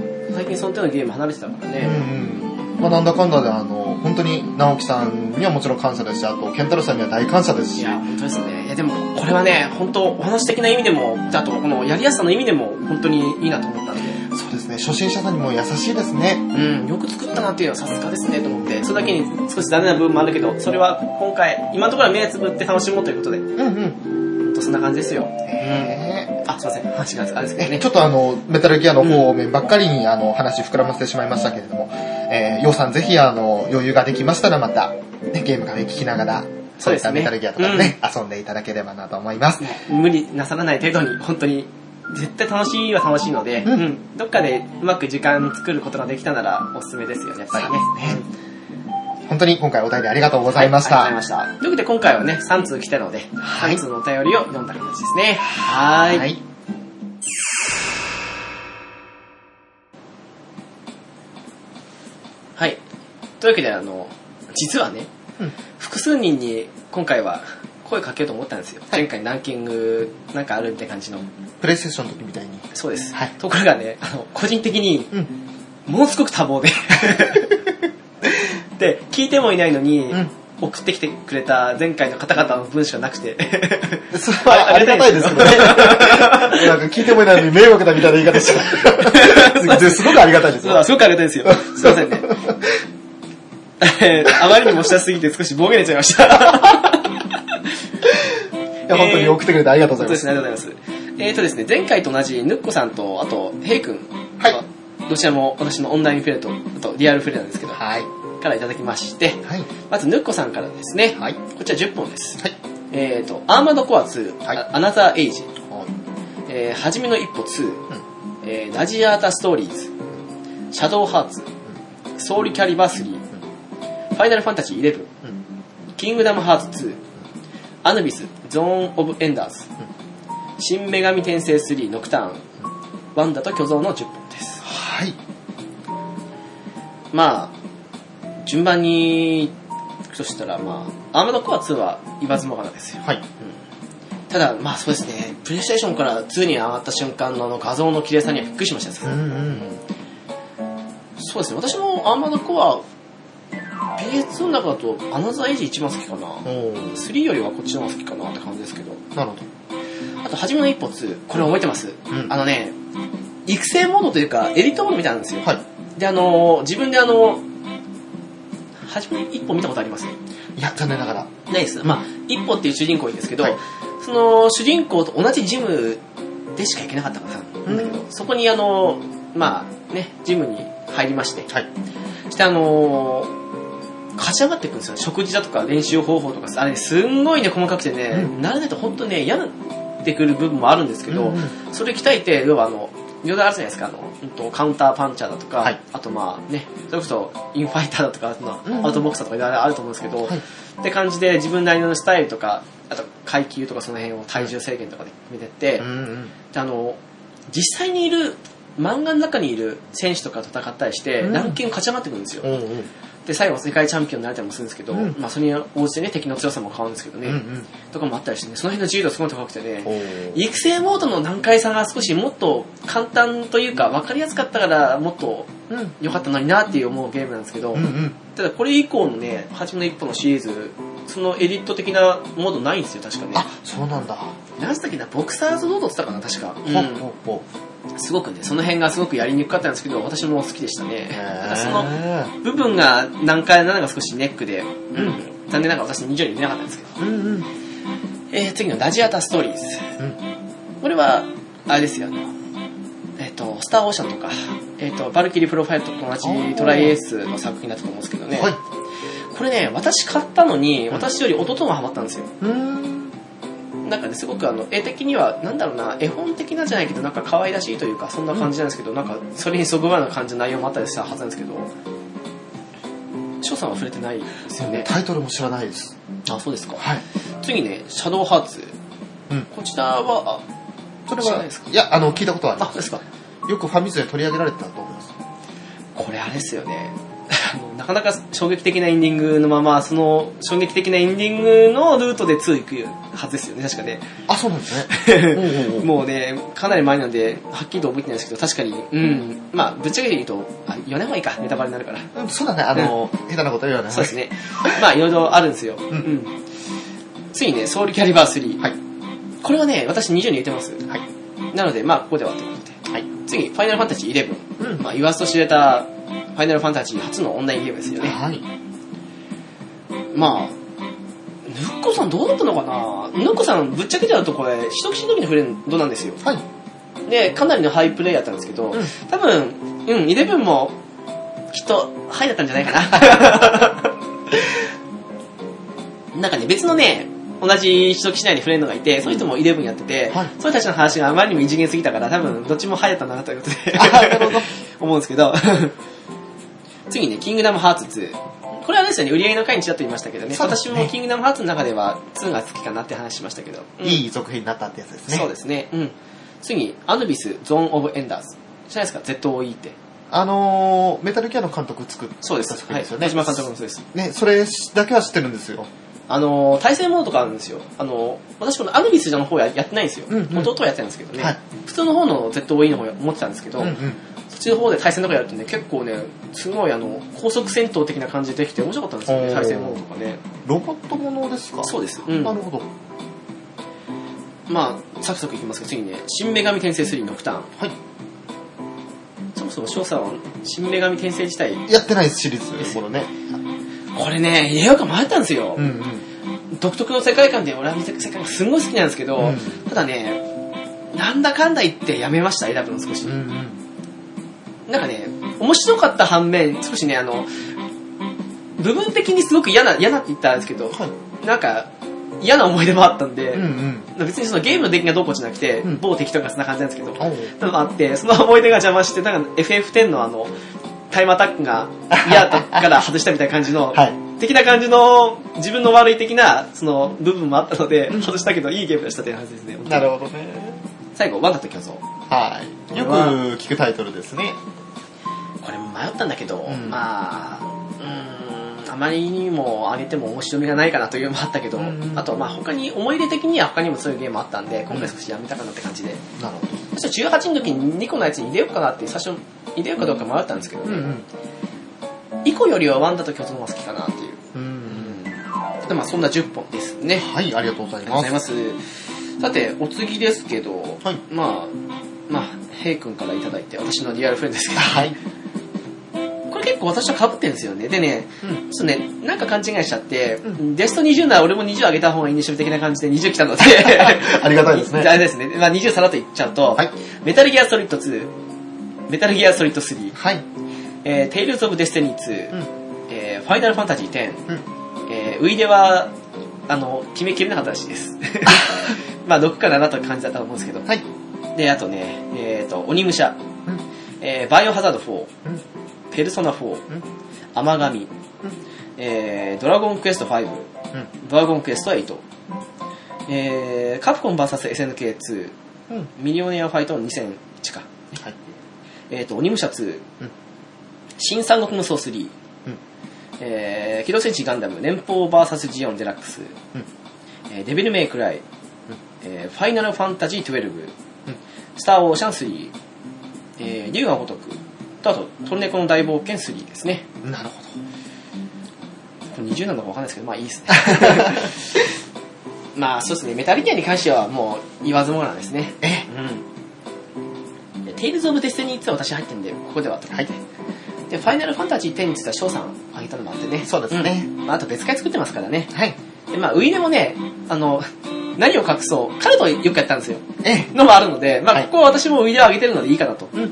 最近その手のゲーム離れてたからね。 うんうん。まあなんだかんだで、あの、本当に直樹さんにはもちろん感謝ですし、あと、健太郎さんには大感謝ですし。 いや、本当ですね。いや、でも、これはね、本当お話的な意味でも、あと、このやりやすさの意味でも、本当にいいなと思ったんで。 そうですね。初心者さんにも優しいですね。 うん。よく作ったなっていうのはさすがですね、と思って。それだけに少しダメな部分もあるけど、それは今回、今のところは目つぶって楽しもうということで。うんうん。ほんとそんな感じですよ。へー。あ、すいません。話があれですけどね。 ちょっとあの、メタルギアの方面ばっかりに、あの、話膨らませてしまいましたけれども、えー、ようさんぜひ、あの、余裕ができましたらまた、ね、ゲームから聞きながら、そういったメタルギアとかね、うん、遊んでいただければなと思います。 無理なさらない程度に、本当に、絶対楽しいは楽しいので、うんうん、どっかでうまく時間作ることができたならおすすめですよね、やっぱりね。 本当に今回お便りありがとうございました。 はい、ありがとうございました。というわけで今回はね、さん通来たので、はい、さん通のお便りを読んだ形ですね。はい。はい。はい。というわけで、あの、実はね、うん、複数人に今回は声かけようと思ったんですよ。はい、前回ランキングなんかあるって感じの。 プレイステーションの時みたいに。 そうです。はい、ところがね、あの、個人的に、ものすごく多忙で。で、聞いてもいないのに、うん、送ってきてくれた前回の方々の分しかなくて。 それはありがたいですけどね。なんか聞いてもいないのに迷惑だみたいな言い方してた。すごくありがたいですよ。 すごくありがたいですよ。すいませんね。あまりにもしたすぎて少し暴言出ちゃいました。いや、本当に送ってくれてありがとうございます。 そうですね、ありがとうございます。えーとですね、前回と同じぬっこさんと、あと、ヘイ君。はい。どちらも私のオンラインフレと、あとリアルフレなんですけど。はい。からいただきまして、はい、まずぬっこさんからですね、はい、こちらじゅっぽんです。はい、えーと、アーマードコアツー、はい、アナザーエイジ、はい、えー、はじめの一歩ツー、うん、えー、ラジアータストーリーズ、シャドウハーツ、うん、ソウルキャリバースリー、うん、ファイナルファンタジーイレブン、うん、キングダムハーツツー、アヌビス、ゾーンオブエンダーズ、うん、新女神転生スリー、ノクターン、うん、ワンダと巨像のじゅっぽんです。はい。まあ、順番に行くとしたら、まあ、アーマードコアツーは言わずもがなですよ。はい。うん、ただ、まあそうですね、プレイステーションからツーに上がった瞬間のあの画像の綺麗さにはびっくりしました。うんうんうん、そうですね、私もアーマードコア、ピーエスツー の中だとアナザーエイジ一番好きかな。スリーよりはこっちの方が好きかなって感じですけど。なるほど。あと、はじめの一歩ツー、これ覚えてます、うん、あのね、育成モードというか、エリートモードみたいなんですよ。はい。で、あの、自分であの、はじめ一歩見たことあります？ いや、残念ながら。 ないです。まあ、一歩っていう主人公いいんですけど、はい、その主人公と同じジムでしか行けなかったかな。だけど、そこにあの、まあね、ジムに入りまして、はい、そしてあのー、勝ち上がっていくんですよ。食事だとか練習方法とか、あれすんごいね、細かくてね、うん、慣れないと本当ね、嫌になってくる部分もあるんですけど、うんうん、それ鍛えて、要はあの、いろいろあるじゃないですか、あの、カウンターパンチャーだとか、はい、あとまあね、それこそインファイターだとか、アウトボクサーとかいろいろあると思うんですけど、はい、って感じで自分なりのスタイルとか、あと階級とかその辺を体重制限とかで決めてって、うんうん、であの、実際にいる、漫画の中にいる選手とか戦ったりして、ランキング勝ち上がってくるんですよ。うんうん、で、最後世界チャンピオンになれたりもするんですけど、うん、まあそれに応じてね、敵の強さも変わるんですけどね、うんうん、とかもあったりしてね、その辺の自由度すごい高くてね、育成モードの難解さが少しもっと簡単というか分かりやすかったからもっと良かったのになっていう思うゲームなんですけど、うんうん、ただこれ以降のね、はじめの一歩のシリーズ、そのエリット的なモードないんですよ、確かね。 あ、そうなんだ。 何だっけな、ボクサーズロードって言ったかな、確か。うん、ほうほうほう。 すごくね、その辺がすごくやりにくかったんですけど、私も好きでしたね。その部分が難解なのが少しネックで、うん、残念ながら私にじゅうに入れなかったんですけど。うんうん、えー、次のラジアタストーリーズ。うん、これは、あれですよ、えっ、ー、と、スターオーシャンとか、えっ、ー、と、バルキリープロファイルと同じトライエースの作品だったと思うんですけどね。はい、これね、私買ったのに、私より弟がハマったんですよ。うんなんかね、すごくあの、絵的には、なんだろうな、絵本的なんじゃないけど、なんか可愛らしいというか、そんな感じなんですけど、うん、なんか、それにそぐわぬ感じの内容もあったりしたはずなんですけど、翔さんは触れてないですよね。 タイトルも知らないです。 あ、そうですか。 はい。 次ね、シャドウハーツ。うん。こちらは、あ、 それは、知らないですか？いや、あの、聞いたことはあります。 あ、ですか。 よくファミ通で取り上げられてたと思います。 これあれですよね。なかなか衝撃的なエンディングのまま、その衝撃的なエンディングのルートでツー行くはずですよね、確かね。 あ、そうなんですね。もうね、かなり前なんで、はっきりと覚えてないですけど、確かに、うん、まあ、ぶっちゃけて言うと、あ、よねんまえいいか、ネタバレになるから。 うん、そうだね、あの、うん、下手なこと言わない。 そうですね。まあ、いろいろあるんですよ。うん。うん、次ね、ソウルキャリバースリー。はい。これはね、私にじゅうに入れてます。はい。なので、まあ、ここではということで。はい。次、ファイナルファンタジーイレブン。うん。まあ、言わずと知れた、ファイナルファンタジー初のオンラインゲームですよね。はい。まあ、ぬっこさんどうだったのかな？ぬっこさん、ぶっちゃけちゃうとこれ、一口の時にフレンドなんですよ。はい。で、かなりのハイプレイやったんですけど、うん、多分、うん、イレブンも、きっと、ハイだったんじゃないかな。なんかね、別のね、同じ一口内にフレンドがいて、その人もイレブンやってて、はい、その人たちの話があまりにも異次元すぎたから、多分、どっちもハイだったんだなということで、なるほど思うんですけど、次ね、キングダムハーツツー。これはですよね、売り上げの回にちらっと言いましたけどね、私もキングダムハーツの中ではツーが好きかなって話しましたけど。 うん、いい続編になったってやつですね。 そうですね。うん。次、アヌビス、ゾーン・オブ・エンダーズ。知らないですか？ ゼットオーイー って。 あのー、メタルギアの監督作ったそうです。 作品ですよね。 はい、小島監督もそうです。 ね、それだけは知ってるんですよ。 あのー、対戦モードとかあるんですよ。あのー、私このアヌビスの方ややってないんですよ。うんうん、弟はやってたんですけどね。はい、普通の方の ゼットオーイー の方持ってたんですけど、うんうん、そっちの方で対戦とかやるとね、結構ね、すごいあの、高速戦闘的な感じでできて面白かったんですよね、対戦モードとかね。 ロボットものですか？ そうです。うん、 なるほど。 まあ、サクサクいきますけど、次にね、新女神転生スリーノクターン。はい。そもそも翔さんは、新女神転生自体やってないシリーズものね。 これね、入れようか迷ったんですよ。うんうん、独特の世界観で、俺は世界観すんごい好きなんですけど、うん、ただね、なんだかんだ言ってやめました、選ぶの少し。うんうん、なんかね、面白かった反面、少しね、あの、部分的にすごく嫌な、嫌なって言ったんですけど、はい、なんか、嫌な思い出もあったんで、うんうん、別にそのゲームの出来がどうこうじゃなくて、うん、某敵とかそんな感じなんですけど、ただあって、その思い出が邪魔して、なんか エフエフテン のあの、タイムアタックが嫌だったから外したみたいな感じの、はい、的な感じの、自分の悪い的な、その部分もあったので、外したけど、いいゲームでしたっていう話ですね。 なるほどね。 最後、ワンダと競争。 はい。よく聞くタイトルですね。 これも迷ったんだけど、うん、まあ、あまりにも上げても面白みがないかなというのもあったけど、うんうん、あとまあ他に思い入れ的には他にもそういうゲームあったんで、今回少しやめたかなって感じで、うん、なるほど。そしたらじゅうはちの時ににこのやつに入れようかなって最初入れようかどうか迷ったんですけどね、うんうん、いっこよりはワンダと巨像の方が好きかなっていう、うんうん、でまあそんなじゅっぽんですね。 はい、ありがとうございます。ありがとうございます。 さてお次ですけど、はい、まあまあヘイ君からいただいて、私のリアルフレンドですけど、はい、結構私は被ってるんですよね。でね、うん、ちょっとね、なんか勘違いしちゃって、うん、デストにじゅうなら俺もにじゅう上げた方がいいんでしょ的な感じでにじゅう来たのでありがたいですね。 あれですね。まあにじゅうさらっといっちゃうと、はい、メタルギアソリッドツー、メタルギアソリッドスリー、はい、えー、テイルズオブデスティニーツー、うん、えー、ファイナルファンタジーテン、うん、えー、ウイレは、あの、決めきれなかったらしいです。まあろくかななという感じだったと思うんですけど。はい、で、あとね、えっ、ー、と、鬼武者、うん、えー、バイオハザードフォー、うん、ペルソナフォー、うん、甘神、うん、えー、ドラゴンクエストファイブ、うん、ドラゴンクエストエイト、うん、えー、カプコン ブイエスエスエヌケーツー、うん、ミリオネアファイトにせんいちか、はい、えーと、鬼武者ツー、うん、新三国無双スリー、うん、えー、機動戦士ガンダム年俸 ブイエス ジオンデラックス、うん、えー、デビルメイクライ、うん、えー、ファイナルファンタジーじゅうに、うん、スターオーシャンスリー、えー、竜が如くと、あと、トルネコの大冒険スリーですね。 なるほど。 これにじゅうなのかわかんないですけど、まあいいですね。まあそうですね、メタルギアに関してはもう言わずもがなですね。えうん。 テイルズ・オブ・デスティニーツは私入ってるんで、ここではとか。はい。で、ファイナルファンタジーテンについては翔さん挙げたのもあってね。 そうですね。 うん、まあ、あと別会作ってますからね。 はい。 で、まあ、ウイネもね、あの、何を隠そう、彼とよくやったんですよ。ええ。のもあるので、まあ、ここは私もウイネを上げてるのでいいかなと。うん。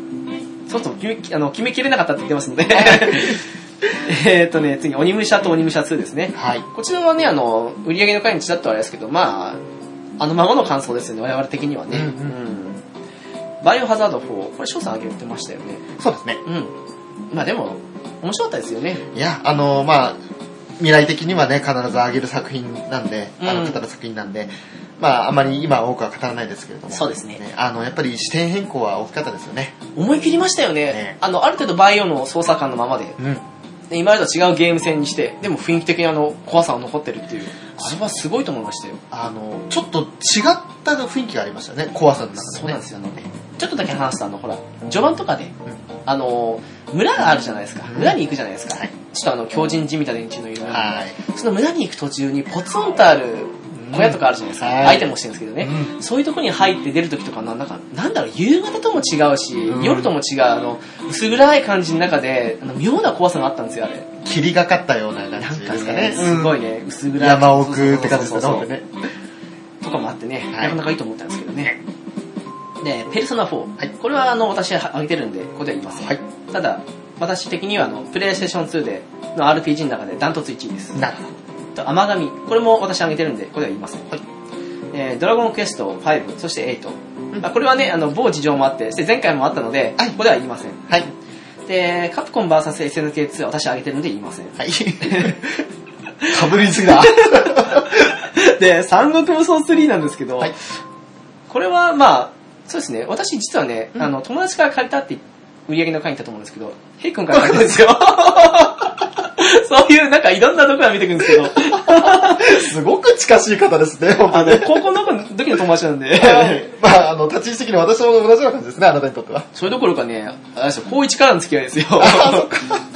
そうそう、決め、あの、決めきれなかったって言ってますので。えっとね、次、鬼武者と鬼武者ツーですね。はい。こちらはね、あの、売り上げの回にちらっとあれですけど、まあ、あのままの感想ですよね、我々的にはね。うん、うん。バイオハザードフォー、これ翔さん挙げてましたよね。 そうですね。 うん。まあでも、面白かったですよね。 いや、あの、まあ、未来的にはね、必ず上げる作品なんで、あの、語る作品なんで、まあ、あまり今多くは語らないですけれども。 そうですね。 ね、あの、やっぱり視点変更は大きかったですよね。 思い切りましたよね。ね、あの、ある程度バイオの操作感のままで。うん。今までと違うゲーム性にして、でも雰囲気的にあの、怖さが残ってるっていう。あれはすごいと思いましたよ。 あの、ちょっと違った雰囲気がありましたね、怖さの中で、ね。 そうなんですよ。あのね、ちょっとだけ話すと、あの、ほら、序盤とかで、うん、あの、村があるじゃないですか。村に行くじゃないですか。はい、ちょっとあの、狂人じみた連中のいる村。はい。その村に行く途中にポツンとある小屋とかあるじゃないですか。うん、アイテムもしてるんですけどね、うん。そういうとこに入って出るときとか、なんか、なんだろう、夕方とも違うし、うん、夜とも違う、あの、薄暗い感じの中で、あの妙な怖さがあったんですよ、あれ。 霧がかったような感じですかね。 すごいね、薄暗い。 山奥って感じですね。 とかもあってね、はい、なかなかいいと思ったんですけどね。で、ペルソナフォー。はい、これはあの、私は挙げてるんで、ここでは言いません。はい、ただ、私的にはあの、プレイステーションツーでの アールピージー の中でダントツいちいです。なるほど。と、甘神。これも私挙げてるんで、ここでは言いません。はい。えー、ドラゴンクエストファイブ、そしてエイト。うん、あこれはね、あの、某事情もあって、前回もあったので、はい、ここでは言いません。はい。で、カプコン ブイエスエスエヌケーツー は私挙げてるんで言いません。はい。 かぶりすぎだ。 で、三国無双スリーなんですけど、はい、これはまあ、そうですね、私実はね、うん、あの、友達から借りたって売り上げの会に行ったと思うんですけど、ヘイ君から借りたんですよ。そういう、なんかいろんなところを見てくるんですけど。 すごく近しい方ですね、 あの、高校の時の友達なんで。 まあ、あの、立ち位置的に私も同じような感じですね、あなたにとっては。 それどころかね、あれですよ、高一からの付き合いですよ。 あ、そっか。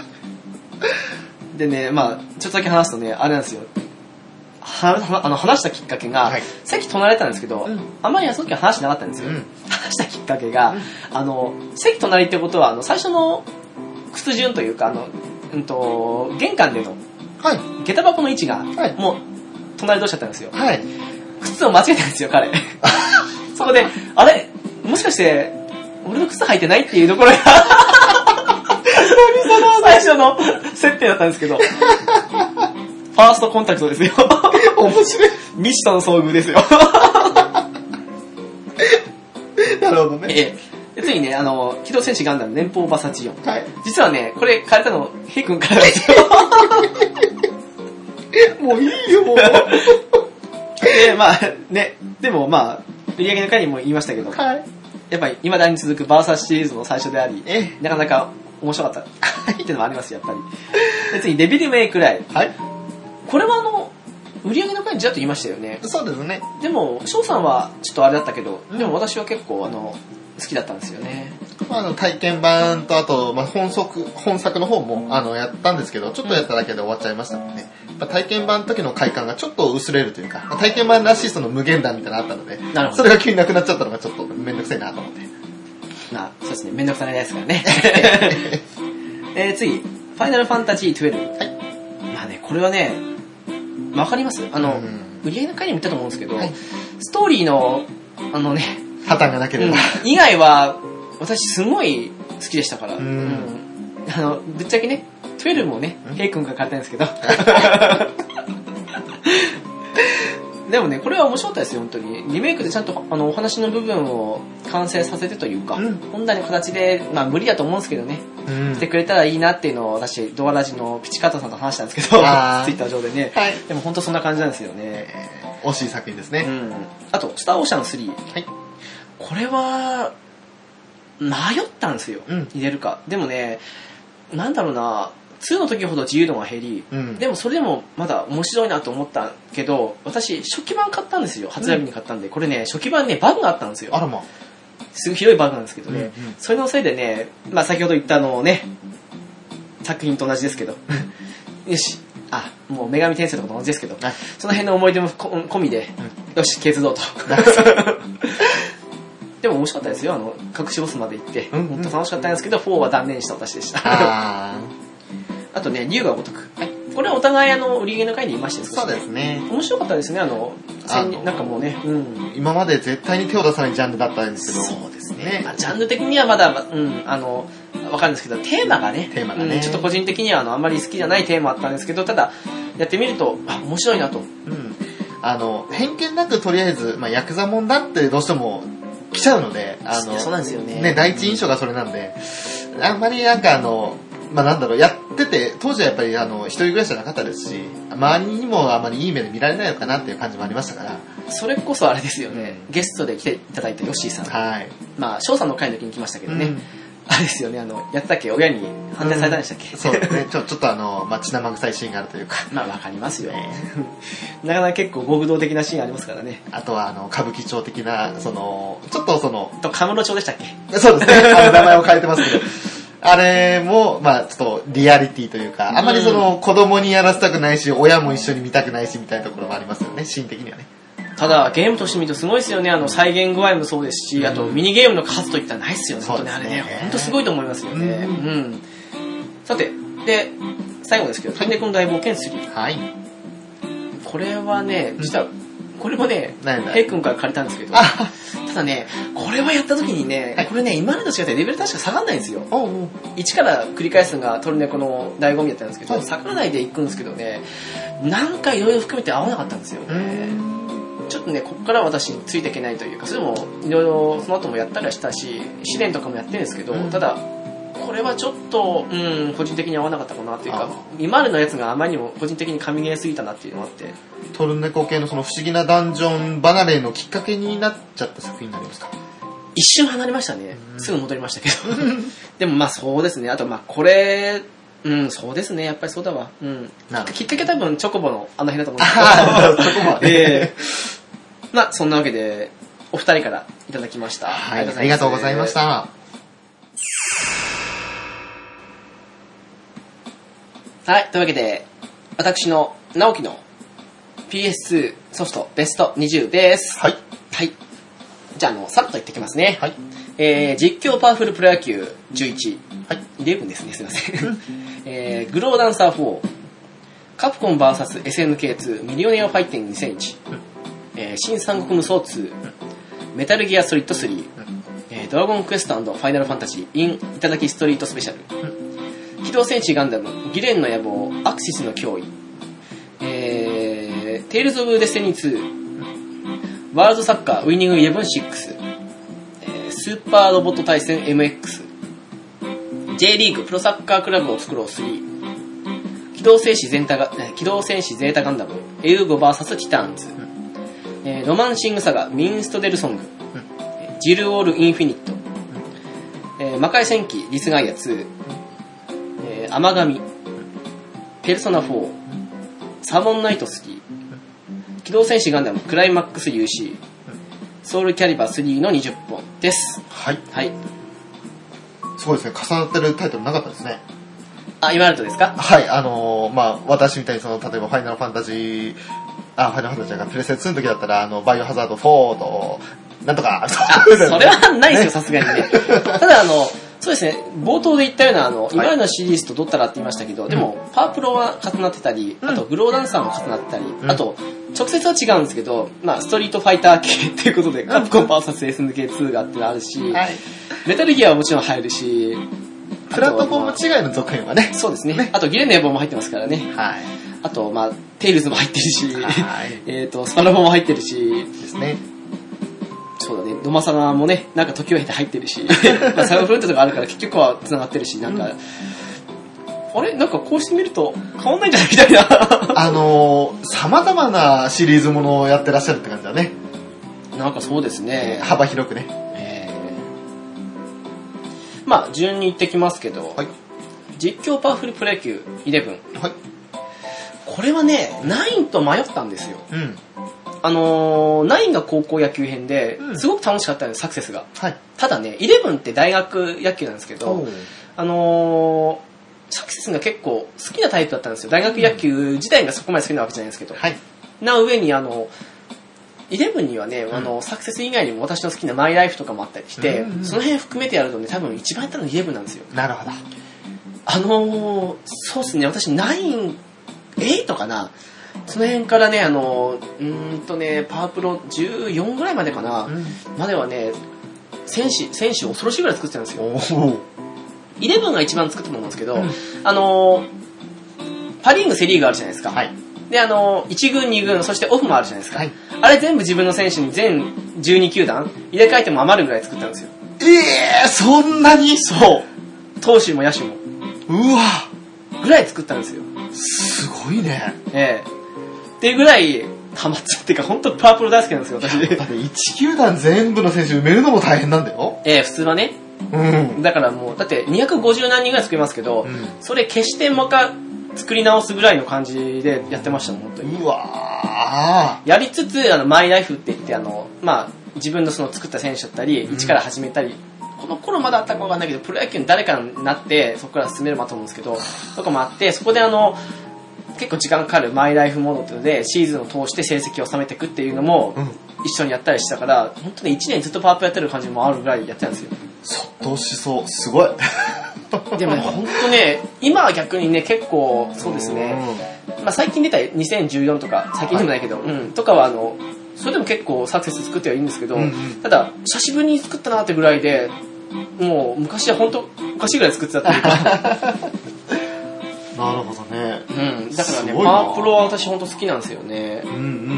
でね、まあ、ちょっとだけ話すとね、あれなんですよ。は、あの、話したきっかけが、はい、席隣だったんですけど、うん、あんまりその時は話してなかったんですよ。うん、話したきっかけが、うん、あの、席隣ってことは、あの、最初の靴順というか、あの、うんと、玄関での、はい、下駄箱の位置が、はい、もう、隣同士だったんですよ。はい、靴を間違えたんですよ、彼。そこで、あれもしかして、俺の靴履いてないっていうところが、最初の設定だったんですけど、ファーストコンタクトですよ。 面白い。 未知との遭遇ですよ。 なるほどね。 ええ。で次にね、あの、機動戦士ガンダム年俸バサチオン。はい。実はね、これ借りたの、ヘイ君からなんですよ。 もういいよ、もう。 で、まあ、ね、でもまあ、売り上げの回にも言いましたけど、はい。やっぱり未だに続くバーサスシリーズの最初であり、えなかなか面白かったっていうのもありますよ、やっぱり。で次、デビルメイクライ。はい。これはあの、売り上げの回にちらっと言いましたよね。 そうですね。 でも、翔さんはちょっとあれだったけど、うん、でも私は結構あの、好きだったんですよね。 まあ、あの体験版とあと、まあ、本作、本作の方もあのやったんですけど、ちょっとやっただけで終わっちゃいましたもんね。やっぱ体験版の時の快感がちょっと薄れるというか、体験版らしいその無限弾みたいなのあったので、なるほど、それが急になくなっちゃったのがちょっとめんどくさいなと思って。 まあ、そうですね、めんどくさいですからね。えー、次、ファイナルファンタジーじゅうに。はい。まあね、これはね、わかりますあの、うん、売り上げの回にも言ったと思うんですけど、はい、ストーリーの、あのね、 破綻がなければ、 うん、以外は、私すごい好きでしたから、うんうん、あの、ぶっちゃけね、じゅうにもね、ヘイ君が借りたんですけど、でもね、これは面白かったですよ、本当に。リメイクでちゃんとあのお話の部分を完成させてというか、うん、本来の形で、まあ無理だと思うんですけどね、うん、してくれたらいいなっていうのを私、ドアラジのピチカートさんと話したんですけど、ツイッター上でね、はい、でも本当そんな感じなんですよね。 惜しい作品ですね。うん、 あと、スターオーシャンスリー。はい、これは、迷ったんですよ、うん、入れるか。でもね、なんだろうな、にの時ほど自由度が減り、うん、でもそれでもまだ面白いなと思ったけど、私初期版買ったんですよ、発売日に買ったんで、うん、これね、初期版ね、バグがあったんですよ。 あらまあ。 すごいひどいバグなんですけどね、うんうん、それのせいでね、まあ先ほど言ったのをね、作品と同じですけど、よし、あ、もう女神転生とかと同じですけど、その辺の思い出も込みで、うん、よし、決動と。 でも面白かったですよ。あの隠しボスまで行って、うんうん、本当楽しかったんですけど、フォーは断念した私でした。あ, あとね、竜が如く。はい、これはお互いあの売り上げの回にいましたよ、ね。 そうですね。 面白かったですね。あのあのなんかもうね、うん、 今まで絶対に手を出さないジャンルだったんですけど。 そうですね。ね、まあ、ジャンル的にはまだ、うん、あのわかるんですけど、テーマがね、 テーマがね、 うん、ちょっと個人的にはあのあんまり好きじゃないテーマあったんですけど、ただやってみるとあ面白いなと。うん、 あの偏見なくとりあえず、まあ、ヤクザもんだってどうしても来ちゃうので、あのそうなんですよね。 ね、第一印象がそれなんで、あんまりなんかあの。まあなんだろう、やってて、当時はやっぱりあの、一人暮らしじゃなかったですし、周りにもあまりいい目で見られないのかなっていう感じもありましたから。 それこそあれですよね、ゲストで来ていただいたヨッシーさん。 はい。 まあ、翔さんの回の時に来ましたけどね、うん、あれですよね、あの、やったっけ、親に反対されたんでしたっけ、うん、 そうですね、ちょ、ちょっとあの、まあ、血生臭いシーンがあるというか。 まあ、わかりますよ。なかなか結構極道的なシーンありますからね。 あとは、あの、歌舞伎町的な、その、ちょっとその、 と、カムロ町でしたっけ。 そうですね、あの、名前を変えてますけど。あれも、まあちょっとリアリティというか、あまりその子供にやらせたくないし、親も一緒に見たくないしみたいなところもありますよね、シーン的にはね。 ただ、ゲームとして見るとすごいですよね、あの、再現具合もそうですし、うん、あとミニゲームの数といったらないですよね、本当にあれね、本当すごいと思いますよね。うん。うん、さて、で、最後ですけど、トリネコの大冒険スリー。はい。これはね、実は、これもね、ヘイ君から借りたんですけど、ただね、これはやった時にね、これね、今までと違ってレベル確か下がんないんですよ。いちから繰り返すのがトルネコの醍醐味だったんですけど、下がらないでいくんですけどね、なんかいろいろ含めて合わなかったんですよね。ちょっとね、ここから私についていけないというか、それもいろいろその後もやったりはしたし、試練とかもやってるんですけど、ただ、これはちょっと、うん、個人的に合わなかったかなっていうか、今までのやつがあまりにも個人的に神ゲーすぎたなっていうのがあって。 トルネコ系のその不思議なダンジョン離れのきっかけになっちゃった作品になりますか？ 一瞬離れましたね。すぐ戻りましたけど。でもまあそうですね。あとまあこれ、うん、そうですね。やっぱりそうだわ。うん。きっかけ多分チョコボのあの辺だと思うんですけど。チョコボはね。えー、まあそんなわけで、お二人からいただきました。 はい、ありがとうございました。 はい、というわけで、私の直樹の ピーエスツー ソフトベストにじゅうです。 はい。 はい。じゃあ、あの、さっと言ってきますね。 はい。 えー、実況パワフルプロ野球じゅういち。はい。じゅういちですね、すいません。えー、グローダンサーフォー。カプコン ブイエスエスエヌケーツー ミリオネアファイティングにせんいち。えー、新三国無双ツー。メタルギアソリッドスリー。えー、ドラゴンクエスト&ファイナルファンタジー in いただきストリートスペシャル。機動戦士ガンダム、ギレンの野望、アクシスの脅威、えー、テイルズ・オブ・デスティニーツー、ワールドサッカー、ウィニングイレブンシックス、えー、スーパーロボット対戦 エムエックス、J リーグ、プロサッカークラブを作ろうスリー、機動戦士ゼータガ、機動戦士ゼータガンダム、エウーゴ ブイエス ティターンズ、えー、ロマンシングサガ、ミンストデルソング、ジル・オール・インフィニット、えー、魔界戦記、リスガイアツー、甘神、ペルソナフォー、サモンナイトスリー、機動戦士ガンダムクライマックス ユーシー、ソウルキャリバースリーのにじゅっぽんです。 はい。 はい。 すごいですね。重なってるタイトルなかったですね。 あ、今あるとですか？ はい。あのー、まあ、私みたいにその、例えばファイナルファンタジー、あ、ファイナルファンタジーがプレステツーの時だったら、あの、バイオハザードフォーと、なんとか、 あ、それはないですよ、さすがにね。ただ、あの、そうですね、冒頭で言ったような、あの、今までのシリーズとどったらって言いましたけど、でも、パワープロは重なってたり、あと、グローダンサーも重なってたり、あと、直接は違うんですけど、まあ、ストリートファイター系っていうことで、カプコン ブイエスエスエヌケーツー があってのあるし、メタルギアはもちろん入るし、 プラットフォーム違いの続編はね。 そうですね。あと、ギレンの野望も入ってますからね。 はい。 あと、まあ、テイルズも入ってるし、えっと、スパラボも入ってるし、 ですね。 そうだね、ドマサガもね、なんか時を経て入ってるし、まあサガフロントとかあるから結局は繋がってるし、なんか、うん、あれなんかこうしてみると変わんないんじゃないみたいな。 あのー、様々なシリーズものをやってらっしゃるって感じだね。 なんかそうですね。 幅広くね。 えー、まあ、順に言ってきますけど、はい、実況パワフルプロ野球じゅういち。はい。これはね、ナインと迷ったんですよ。うん。あのー、ナインが高校野球編で、うん、すごく楽しかったんです、サクセスが。はい、ただね、じゅういちって大学野球なんですけど、あのー、サクセスが結構好きなタイプだったんですよ。大学野球自体がそこまで好きなわけじゃないんですけど。はい、な上に、あの、 イレブンにはね、あの、サクセス以外にも私の好きなマイライフとかもあったりして、うんうん、その辺含めてやるとね、多分一番やったのイレブンなんですよ。 なるほど。 あのー、そうですね、私ナイン、エイトかな、その辺からね、あのー、うーんとね、パワープロじゅうよんぐらいまでかな、うん、まではね、戦士、戦士恐ろしいぐらい作ってたんですよ。イレブンが一番作ったと思うんですけど、うん、あのー、パ・リーグ、セ・リーグあるじゃないですか。はい、で、あのー、いち軍、に軍、そしてオフもあるじゃないですか。はい、あれ全部自分の選手に全じゅうに球団入れ替えても余るぐらい作ったんですよ。 ええー、そんなに？ そう。投手も野手も。 うわぐらい作ったんですよ。 すごいね。 ええ。っていうぐらいハマっちゃってか、本当パワープロ大好きなんですよ、私。 だっていち球団全部の選手埋めるのも大変なんだよ。 ええ、普通はね。うん。だからもう、だってにひゃくごじゅう何人ぐらい作りますけど、うん、それ消してまた作り直すぐらいの感じでやってましたもん、本当に。 うわー。やりつつ、あの、マイライフって言って、あの、まあ、自分のその作った選手だったり、一から始めたり、うんこの頃まだあったかわかんないけど、プロ野球の誰かになって、そこから進めるもあったと思うんですけど、とかもあって、そこであの、結構時間かかるマイライフモードっていうので、シーズンを通して成績を収めていくっていうのも、一緒にやったりしたから、本当にいちねんずっとパワープやってる感じもあるぐらいやってたんですよ。 そっとしそう。すごい。 でもね、本当ね、今は逆にね、結構、そうですね、まあ最近出たにせんじゅうよんとか、最近でもないけど、はい、うん、とかはあの、それでも結構サクセス作ってはいいんですけど、うんうん、ただ、久しぶりに作ったなってぐらいで、もう昔は本当おかしいぐらい作ってたっていうかなるほどね、 うん、だからねパワープロは私本当好きなんですよね、うんうん、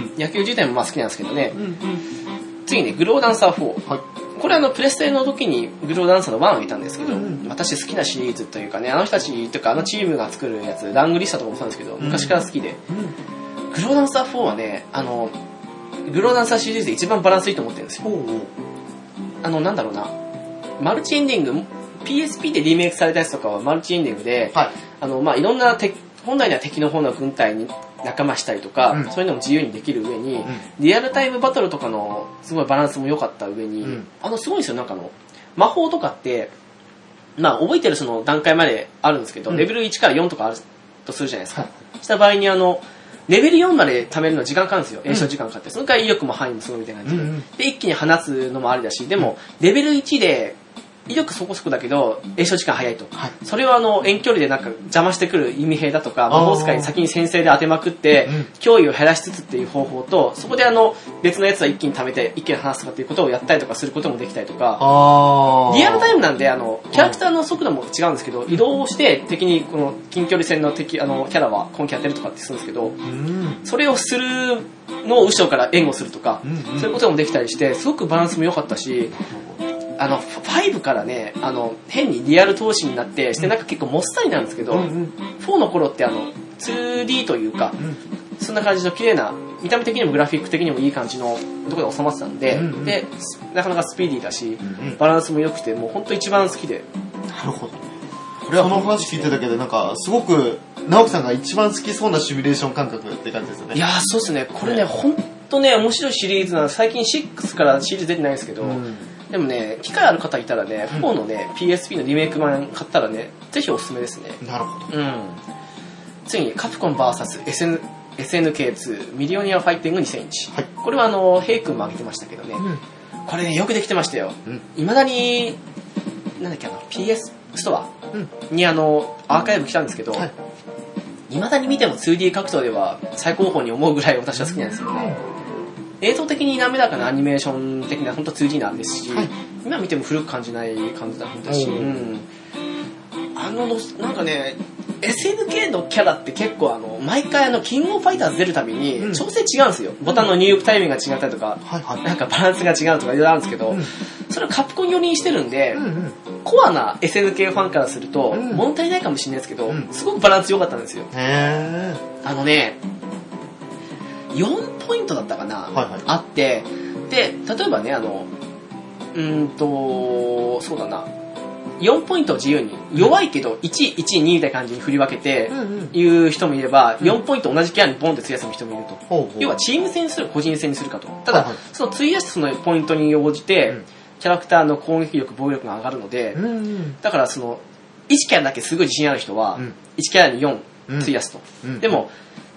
野球自体もまあ好きなんですけどね、うんうん、次ねグローダンサーフォー、はい、これあのプレステの時にグローダンサーのワンを見たんですけど、うんうん、私好きなシリーズというかねあの人たちとかあのチームが作るやつラングリスタとかもそうなんですけど、うん、昔から好きで、うん、グローダンサーフォーはねあのグローダンサーシリーズで一番バランスいいと思ってるんですよ、うん、あのなんだろうなマルチエンディング ピーエスピー でリメイクされたやつとかはマルチエンディングで、はい、あのまあいろんな敵本来には敵の方の軍隊に仲間したりとか、うん、そういうのも自由にできる上に、うん、リアルタイムバトルとかのすごいバランスも良かった上に、うん、あのすごいんですよなんかの魔法とかってまあ覚えてるその段階まであるんですけど、うん、レベルいちからよんとかあるとするじゃないですか、はい、した場合にあのレベルよんまで貯めるの時間かかるんですよ。炎症時間かかって。そのくらい威力も範囲もすごいみたいな感じで。うんうん、で、一気に放つのもありだし、でも、レベルいちで、威力そこそこだけど、炎症時間早いと。はい、それはあの、遠距離でなんか邪魔してくる弓兵だとか、魔法使いに先に先制で当てまくって、脅威を減らしつつっていう方法と、そこであの、別のやつは一気に貯めて、一気に放すとかっていうことをやったりとかすることもできたりとか、リアルタイムなんで、あの、キャラクターの速度も違うんですけど、移動して敵にこの近距離戦の敵、あの、キャラは今季やってるとかってするんですけど、それをするのを後ろから援護するとか、そういうこともできたりして、すごくバランスも良かったし、あの、ごからね、あの、変にリアル投資になって、してなんか結構もっさりなんですけど、うんうん、フォーの頃ってあの、ツーディー というか、うん、そんな感じの綺麗な、見た目的にもグラフィック的にもいい感じのところで収まってたんで、うんうん、で、なかなかスピーディーだし、うんうん、バランスも良くて、もうほんと一番好きで。 なるほど。これはその話聞いてたけど、なんか、すごく、直樹さんが一番好きそうなシミュレーション感覚って感じですよね。 いやー、そうですね。これね、ほんとね、面白いシリーズなの。最近ろくからシリーズ出てないんですけど、うんでもね、機会ある方いたらね、フォーのね、ピーエスピー のリメイク版買ったらね、ぜひおすすめですね。 なるほど。うん。 次に、カプコン ブイエス エスエヌ、エスエヌケーツー ミリオニアファイティングにせんいち。はい。これはあの、ヘイ君も上げてましたけどね。うん、これね、よくできてましたよ。うん。未だに、なんだっけあの、ピーエス ストアにあの、アーカイブ来たんですけど、はい。未だに見ても ツーディー 格闘では最高峰に思うぐらい私は好きなんですよね。うん映像的に滑らかなアニメーション的な本当 ツーディー なんですし、はい、今見ても古く感じない感じだったし、うん、あのなんかね エスエヌケー のキャラって結構あの毎回あのキングオブファイターズ出るたびに調整違うんですよ、うん、ボタンの入力タイミングが違ったりとか、うん、なんかバランスが違うとかいろいろあるんですけど、うん、それをカプコン寄りにしてるんで、うんうん、コアな エスエヌケー ファンからすると、うん、物足りないかもしれないですけど、うん、すごくバランス良かったんですよ。へーあのねよんポイントだったかな、はいはい、あってで例えばねあのうーんとそうだなよんポイントを自由に弱いけどいち、いち、にみたいな感じに振り分けて言う人もいれば、うん、よんポイント同じキャラにボンって費やす人もいると、うん、要はチーム戦にする個人戦にするかとただ、はいはい、その費やすそのポイントに応じて、うん、キャラクターの攻撃力防御力が上がるので、うんうん、だからそのいちキャラだけすごい自信ある人は、うん、いちキャラによん費やすと、うん、でも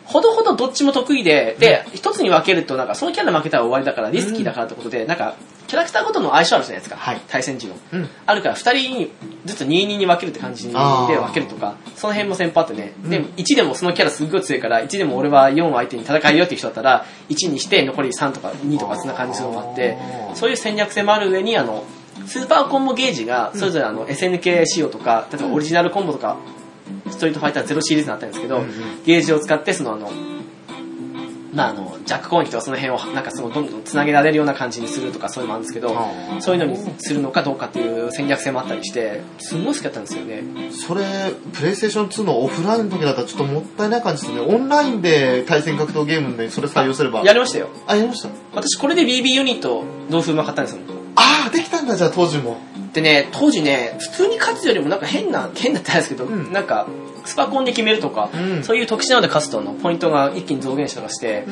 ほどほどどっちも得意で、で、一、うん、つに分けると、なんか、そのキャラ負けたら終わりだから、リスキーだからってことで、うん、なんか、キャラクターごとの相性あるじゃないですか。はい、対戦時の、うん。あるから、二人ずつに、にに分けるって感じで分けるとか、その辺も戦法あってね。うん、で、いちでもそのキャラすごい強いから、いちでも俺はよん相手に戦えよっていう人だったら、いちにして残りさんとかにとかそんな感じするのがあって、そういう戦略性もある上に、あの、スーパーコンボゲージが、それぞれあの、エスエヌケー 仕様とか、例えばオリジナルコンボとか、ストリートファイターゼロシリーズになったんですけど、うんうん、ゲージを使って、そのあの、まああの、ジャック攻撃とかその辺をなんかそのどんどん繋げられるような感じにするとかそういうのもあるんですけど、そういうのにするのかどうかっていう戦略性もあったりして、すごい好きだったんですよね。 それ、プレイステーションツーのオフラインの時だったらちょっともったいない感じですね。オンラインで対戦格闘ゲームでそれ採用すれば。 やりましたよ。 あ、やりました。 私これで ビービー ユニット同封も買ったんですよ。 ああ、できたんだ、じゃあ当時も。 でね、当時ね、普通に勝つよりもなんか変な、変だったんですけど、うん、なんか、スパコンで決めるとか、うん、そういう特殊なので勝つとのポイントが一気に増減したりとかして、うん、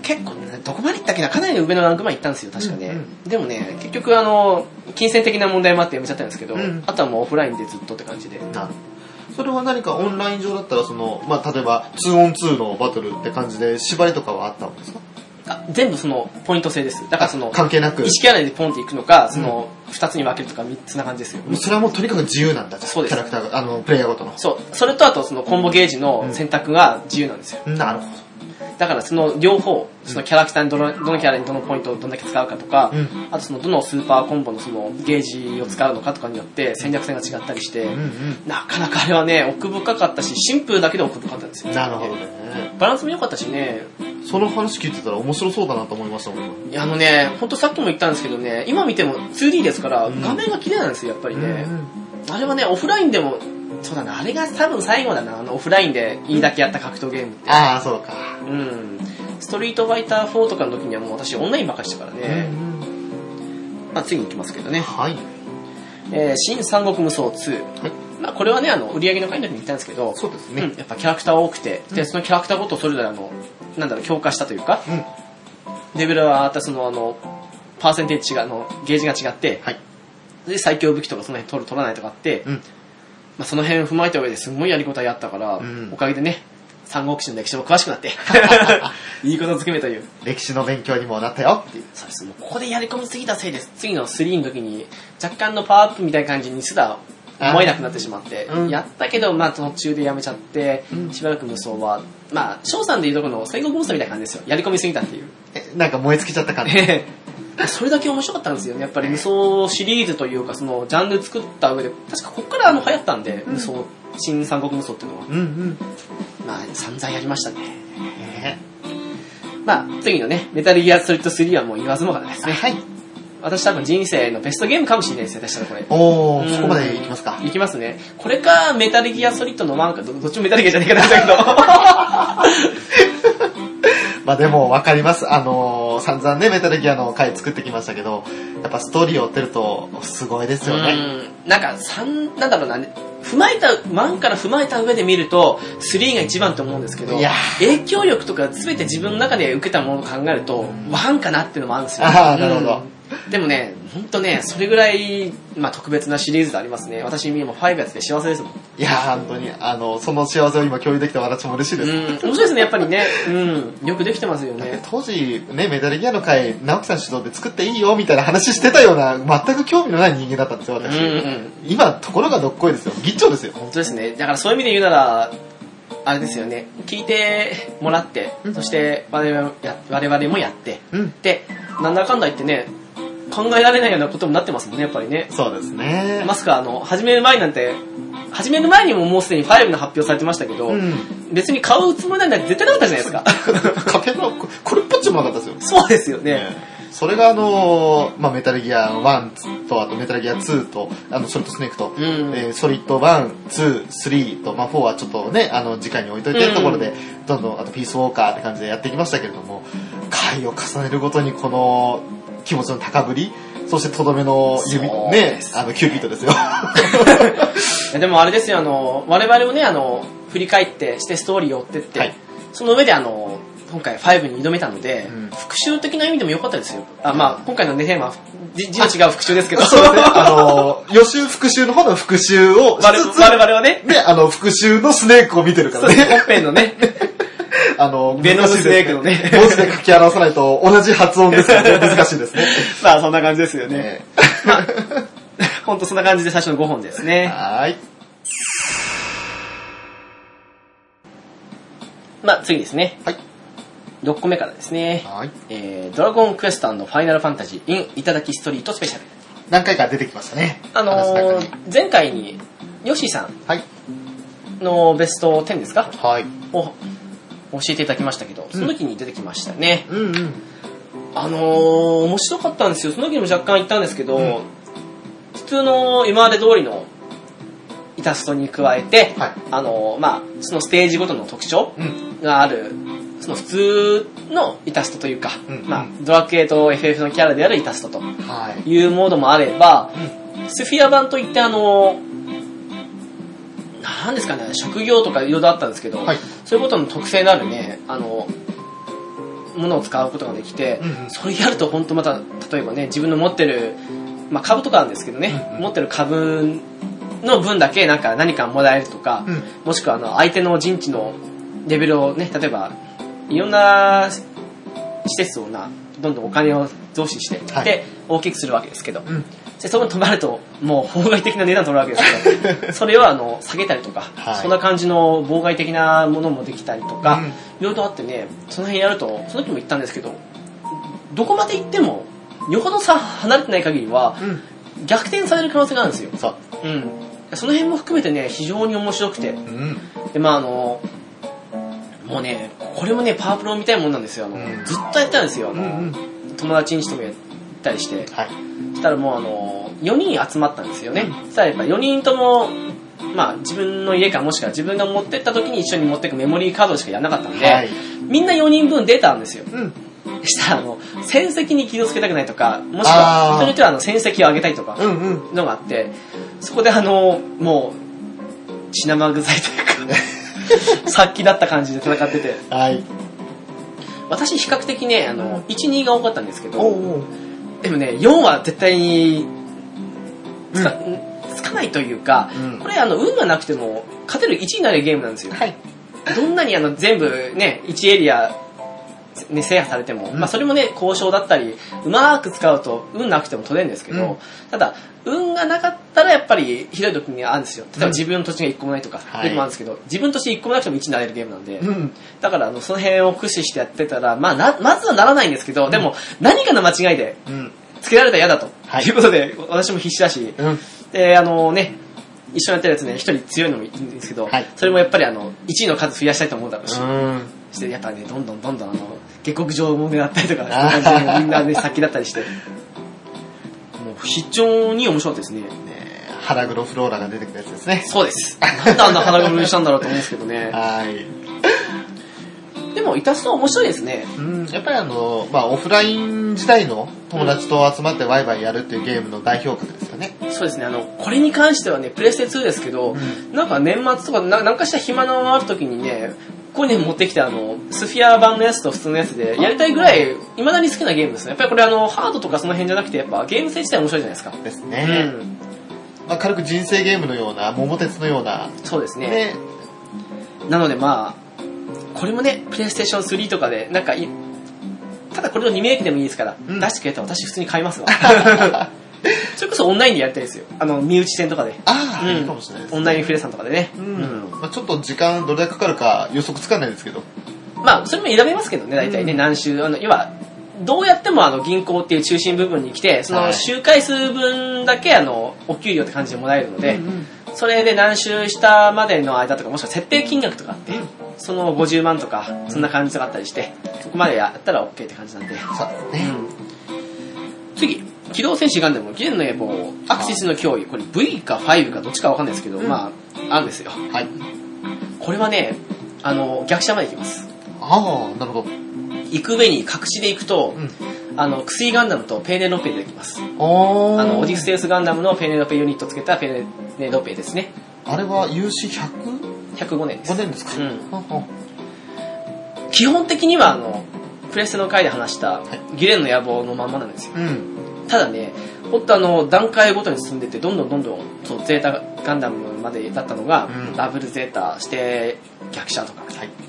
結構ね、どこまで行ったっけな、かなり上のランクまで行ったんですよ、確かね。うんうん、でもね、結局あの、金銭的な問題もあってやめちゃったんですけど、うん、あとはもうオフラインでずっとって感じで。なるそれは何かオンライン上だったら、その、まあ、例えば、ツーオンツーのバトルって感じで縛りとかはあったんですか？ あ全部そのポイント制です。だからその関係なく意識洗いでポンっていくのか、その二つに分けるとか三つな感じですよ。 それはもうとにかく自由なんだ。 そうです。 キャラクターがあのプレイヤーごとの。 そう。それとあとそのコンボゲージの選択が自由なんですよ。 うん、なるほど。 だからその両方、そのキャラクターにどのどのキャラにどのポイントをどんだけ使うかとか、うん、あとそのどのスーパーコンボのそのゲージを使うのかとかによって戦略性が違ったりして、うんうん、なかなかあれはね奥深かったしシンプルだけで奥深かったんですよ。 なるほどね。 バランスも良かったしね。 その話聞いてたら面白そうだなと思いましたもん。 いやあのね、ほんとさっきも言ったんですけどね、今見ても ツーディー ですから画面が綺麗なんですよやっぱりね。うんうん、あれはねオフラインでもそうだな、あれが多分最後だな、あのオフラインでいいだけやった格闘ゲームって。 ああそうか。 うん。ストリートファイターフォーとかの時にはもう私オンラインばっかりしたからね。うん、まあ次に行きますけどね。 はい。 えー、新三国無双ツー。はい。まあこれはねあの売り上げの回の時に言ったんですけど、 そうですね。 うん、やっぱキャラクター多くて、でそのキャラクターごとそれぞれあのなんだろう強化したというか、うん、レベルはまたそのあのパーセンテージがあのゲージが違って、はい。で最強武器とかその辺取る取らないとかあって、うん、まあその辺を踏まえた上ですごいやりごたえあったから、うん、おかげでね。三国志の歴史も詳しくなっていいことずくめという歴史の勉強にもなったよっていう。 そうです。もうここでやり込みすぎたせいです。次のスリーの時に若干のパワーアップみたいな感じにすら思えなくなってしまって、うん、やったけどまあ途中でやめちゃって、うん、しばらく無双はまあ翔さんでいうとこの戦国無双みたいな感じですよ。やり込みすぎたっていう。 えなんか燃え尽きちゃった感じそれだけ面白かったんですよね。やっぱり無双シリーズというかそのジャンル作った上で確かここからあの流行ったんで、うん、無双新三国無双っていうのは、うんうん、まあ散々やりましたね。まあ次のねメタルギアソリッドスリーはもう言わずもがなですね。はい。私多分人生のベストゲームかもしれないですよ。私はこれ。 おー、そこまでいきますか。 いきますね。これかメタルギアソリッドのワンか ど, どっちもメタルギアじゃねえかなんだけど。 まあでも分かります。あのー、散々ねメタルギアの回作ってきましたけど、やっぱストーリーを追ってるとすごいですよね。 うん。なんか三なんだろうな、踏まえたワンから踏まえた上で見るとスリーが一番と思うんですけど、いや影響力とか全て自分の中で受けたものを考えるとワンかなっていうのもあるんですよ。 ああなるほど。 うん、でもね本当ねそれぐらいまあ特別なシリーズでありますね。私今ファイブやって幸せですもん。 いや本当にあのその幸せを今共有できた私も嬉しいです。 うん面白いですねやっぱりね。うんよくできてますよね。 当時ねメタルギアの回直樹さん主導で作っていいよみたいな話してたような全く興味のない人間だったんですよ私。うんうん、今ところがどっこいですよ。ギッチョですよ。 本当ですね。だからそういう意味で言うならあれですよね。聞いてもらって、うん、そして我々や我々もやって、うん、でなんだかんだ言ってね。考えられないようなことになってますもんね、やっぱりね。 そうですね。 まさか、あの、始める前なんて、始める前にももうすでにファイブの発表されてましたけど、うん、別に買うつもりなんて絶対なかったじゃないですか。 かけの、これっぽっちもなかったですよ。 そうですよね。ねそれがあのー、まあ、メタルギアワンと、あとメタルギアツーと、あの、ソリッドスネークと、うんえー、ソリッドワン、ツー、スリーと、まあ、フォーはちょっとね、あの、次回に置いといてるところで、うん、どんどん、あとピースウォーカーって感じでやっていきましたけれども、回を重ねるごとにこの気持ちの高ぶり、そしてとどめの指、ね、あの、キューピッドですよ。 でもあれですよ、あの、我々をね、あの、振り返ってしてストーリーを追ってって、はい、その上であの、今回ファイブに挑めたので、うん、復習的な意味でも良かったですよ。あ、まあ今回のね、テーマは、字の違う復習ですけど。 そうですね。あの、予習復習の方の復習を我々はね。 ね、あの、復習のスネークを見てるからね。 本編のね。 あの、 ベノムスネークのね。 文字で書き表さないと同じ発音ですよね。難しいですね。 まあそんな感じですよね。まあ、ほんとそんな感じで最初のごほんですね。 はい。 まあ次ですね。 はい。 ろっこめからですね。 はい。 えー、ドラゴンクエスト&ファイナルファンタジー in いただきストリートスペシャル。 何回か出てきましたね。 あのー、前回に、ヨッシーさんのベストじゅうですか、 はい。 を教えていただきましたけど、その時に出てきましたね。 うんうん。 あのー、面白かったんですよ。その時も若干言ったんですけど、うん、普通の今まで通りのイラストに加えて、はい、あのー、まあ、そのステージごとの特徴がある、うんその普通のイラストというか、うん、まあ、ドラクエと エフエフ のキャラであるイラストというモードもあれば、うん、スフィア版といってあの、なんですかね、職業とかいろいろあったんですけど、はい、そういうことの特性のあるね、あの、ものを使うことができて、うんうん、それやると本当また、例えばね、自分の持ってる、まあ株とかなんですけどね、うんうん、持ってる株の分だけなんか何かもらえるとか、うん、もしくはあの相手の陣地のレベルをね、例えば、いろんな施設をなどんどんお金を増資して、はい、で大きくするわけですけど、うん、でそこに止まるともう法外的な値段取るわけですけどそれをあの下げたりとか、はい、そんな感じの妨害的なものもできたりとか、うん、いろいろとあってねその辺やるとその時も言ったんですけどどこまで行ってもよほどさ離れてない限りは、うん、逆転される可能性があるんですよ。そう、うん、その辺も含めてね非常に面白くて、うん、でまああのもうね、これもね、パワープロみたいなもんなんですよ。あの、うん、ずっとやってたんですよ。あの、うんうん、友達んちともやったりして。はい。そしたらもうあの、よにん集まったんですよね。そしたらやっぱよにんとも、まあ自分の家かもしくは自分が持ってった時に一緒に持ってくメモリーカードしかやらなかったんで、はい、みんなよにんぶん出たんですよ。うん。そしたらあの、戦績に気をつけたくないとか、もしくは人によってはあの戦績を上げたいとか、のがあって、うんうん、そこであの、もう、血生臭いというか、殺気だった感じで戦ってて、はい、私比較的ねあのいち、にが多かったんですけどおうおうでもねよんは絶対につか、うん、つかないというか、うん、これあの運がなくても勝てるいちになるゲームなんですよ、はい、どんなにあの全部ねいちエリア、ね、制覇されても、うんまあ、それもね交渉だったりうまく使うと運なくても取れるんですけど、うん、ただ運がなかったらやっぱりひどい時にあるんですよ。例えば自分の土地がいっこもないとか、うん、時もあるんですけど、自分の土地いっこもなくてもいちになれるゲームなんで、うん、だからあのその辺を駆使してやってたら、まあな、まずはならないんですけど、うん、でも何かの間違いで、つけられたら嫌だと、はい、いうことで、私も必死だし、うん、で、あのね、一緒にやってるやつね、一人強いのもいいんですけど、はい、それもやっぱりあの、いちいの数増やしたいと思うだろうし、うんして、やっぱね、どんどんどんどんあの、下克上も狙ったりとか、そういう感じでみんなね、先だったりして、もう非常に面白かったですね。 腹黒フローラが出てくるやつですね。 そうです。なんであんな腹黒にしたんだろうと思うんですけどね。 はい。 でも、イタスト面白いですね。 うん、やっぱりあの、まあ、オフライン時代の友達と集まってワイワイやるっていうゲームの代表格ですよね。 そうですね。あの、これに関してはね、プレステツーですけど、うん、なんか年末とかな、なんかした暇のある時にね、ここに持ってきたあの、スフィア版のやつと普通のやつで、やりたいぐらい、未だに好きなゲームですね。やっぱりこれあの、ハードとかその辺じゃなくて、やっぱゲーム性自体面白いじゃないですか。 ですね。うんまあ、軽く人生ゲームのような、桃鉄のような。 そうですね。ねなのでまあ、これもね、プレイステーションスリーとかで、なんかい、ただこれのリメイクでもいいですから、うん、出してくれたら私普通に買いますわ。それこそオンラインでやりたいですよ。あの、身内戦とかで。 ああ、 うん、 いいかもしれないです、ね。 オンラインフレさんとかでね。 うん。うんまあ、ちょっと時間どれだけかかるか予測つかないですけど。 まあ、それも選べますけどね、大体ね、うん、何週、あの、要は、どうやってもあの銀行っていう中心部分に来て、その周回数分だけあのお給料って感じでもらえるので、うんうん、それで何周したまでの間とか、もしくは設定金額とかあって、うん、そのごじゅうまんとか、そんな感じとかあったりして、そこまでやったら OK って感じなんで。そうね。うん、次、機動戦士ガンダム、ギレンの野望、アクシスの脅威、これ V かファイブかどっちかわかんないですけど、うん、まあ、あるんですよ。はい。これはね、あの、逆車まで行きます。 ああ、なるほど。 行く上に隠しで行くと、うん、あの薬ガンダムとペーネロペ出てきます。あのオディセウスガンダムのペーネロペユニットつけたペーネロペですね。 あれは有志 ひゃく? ひゃくごねんです。 ごねんですか。うん、 基本的にはあのプレステの回で話したギレンの野望のまんまなんですよ。うん、ただね、ほんとあの段階ごとに進んでてどんどんどんどんそうゼータガンダムまでだったのが、うん、ダブルゼータして逆車とか。はい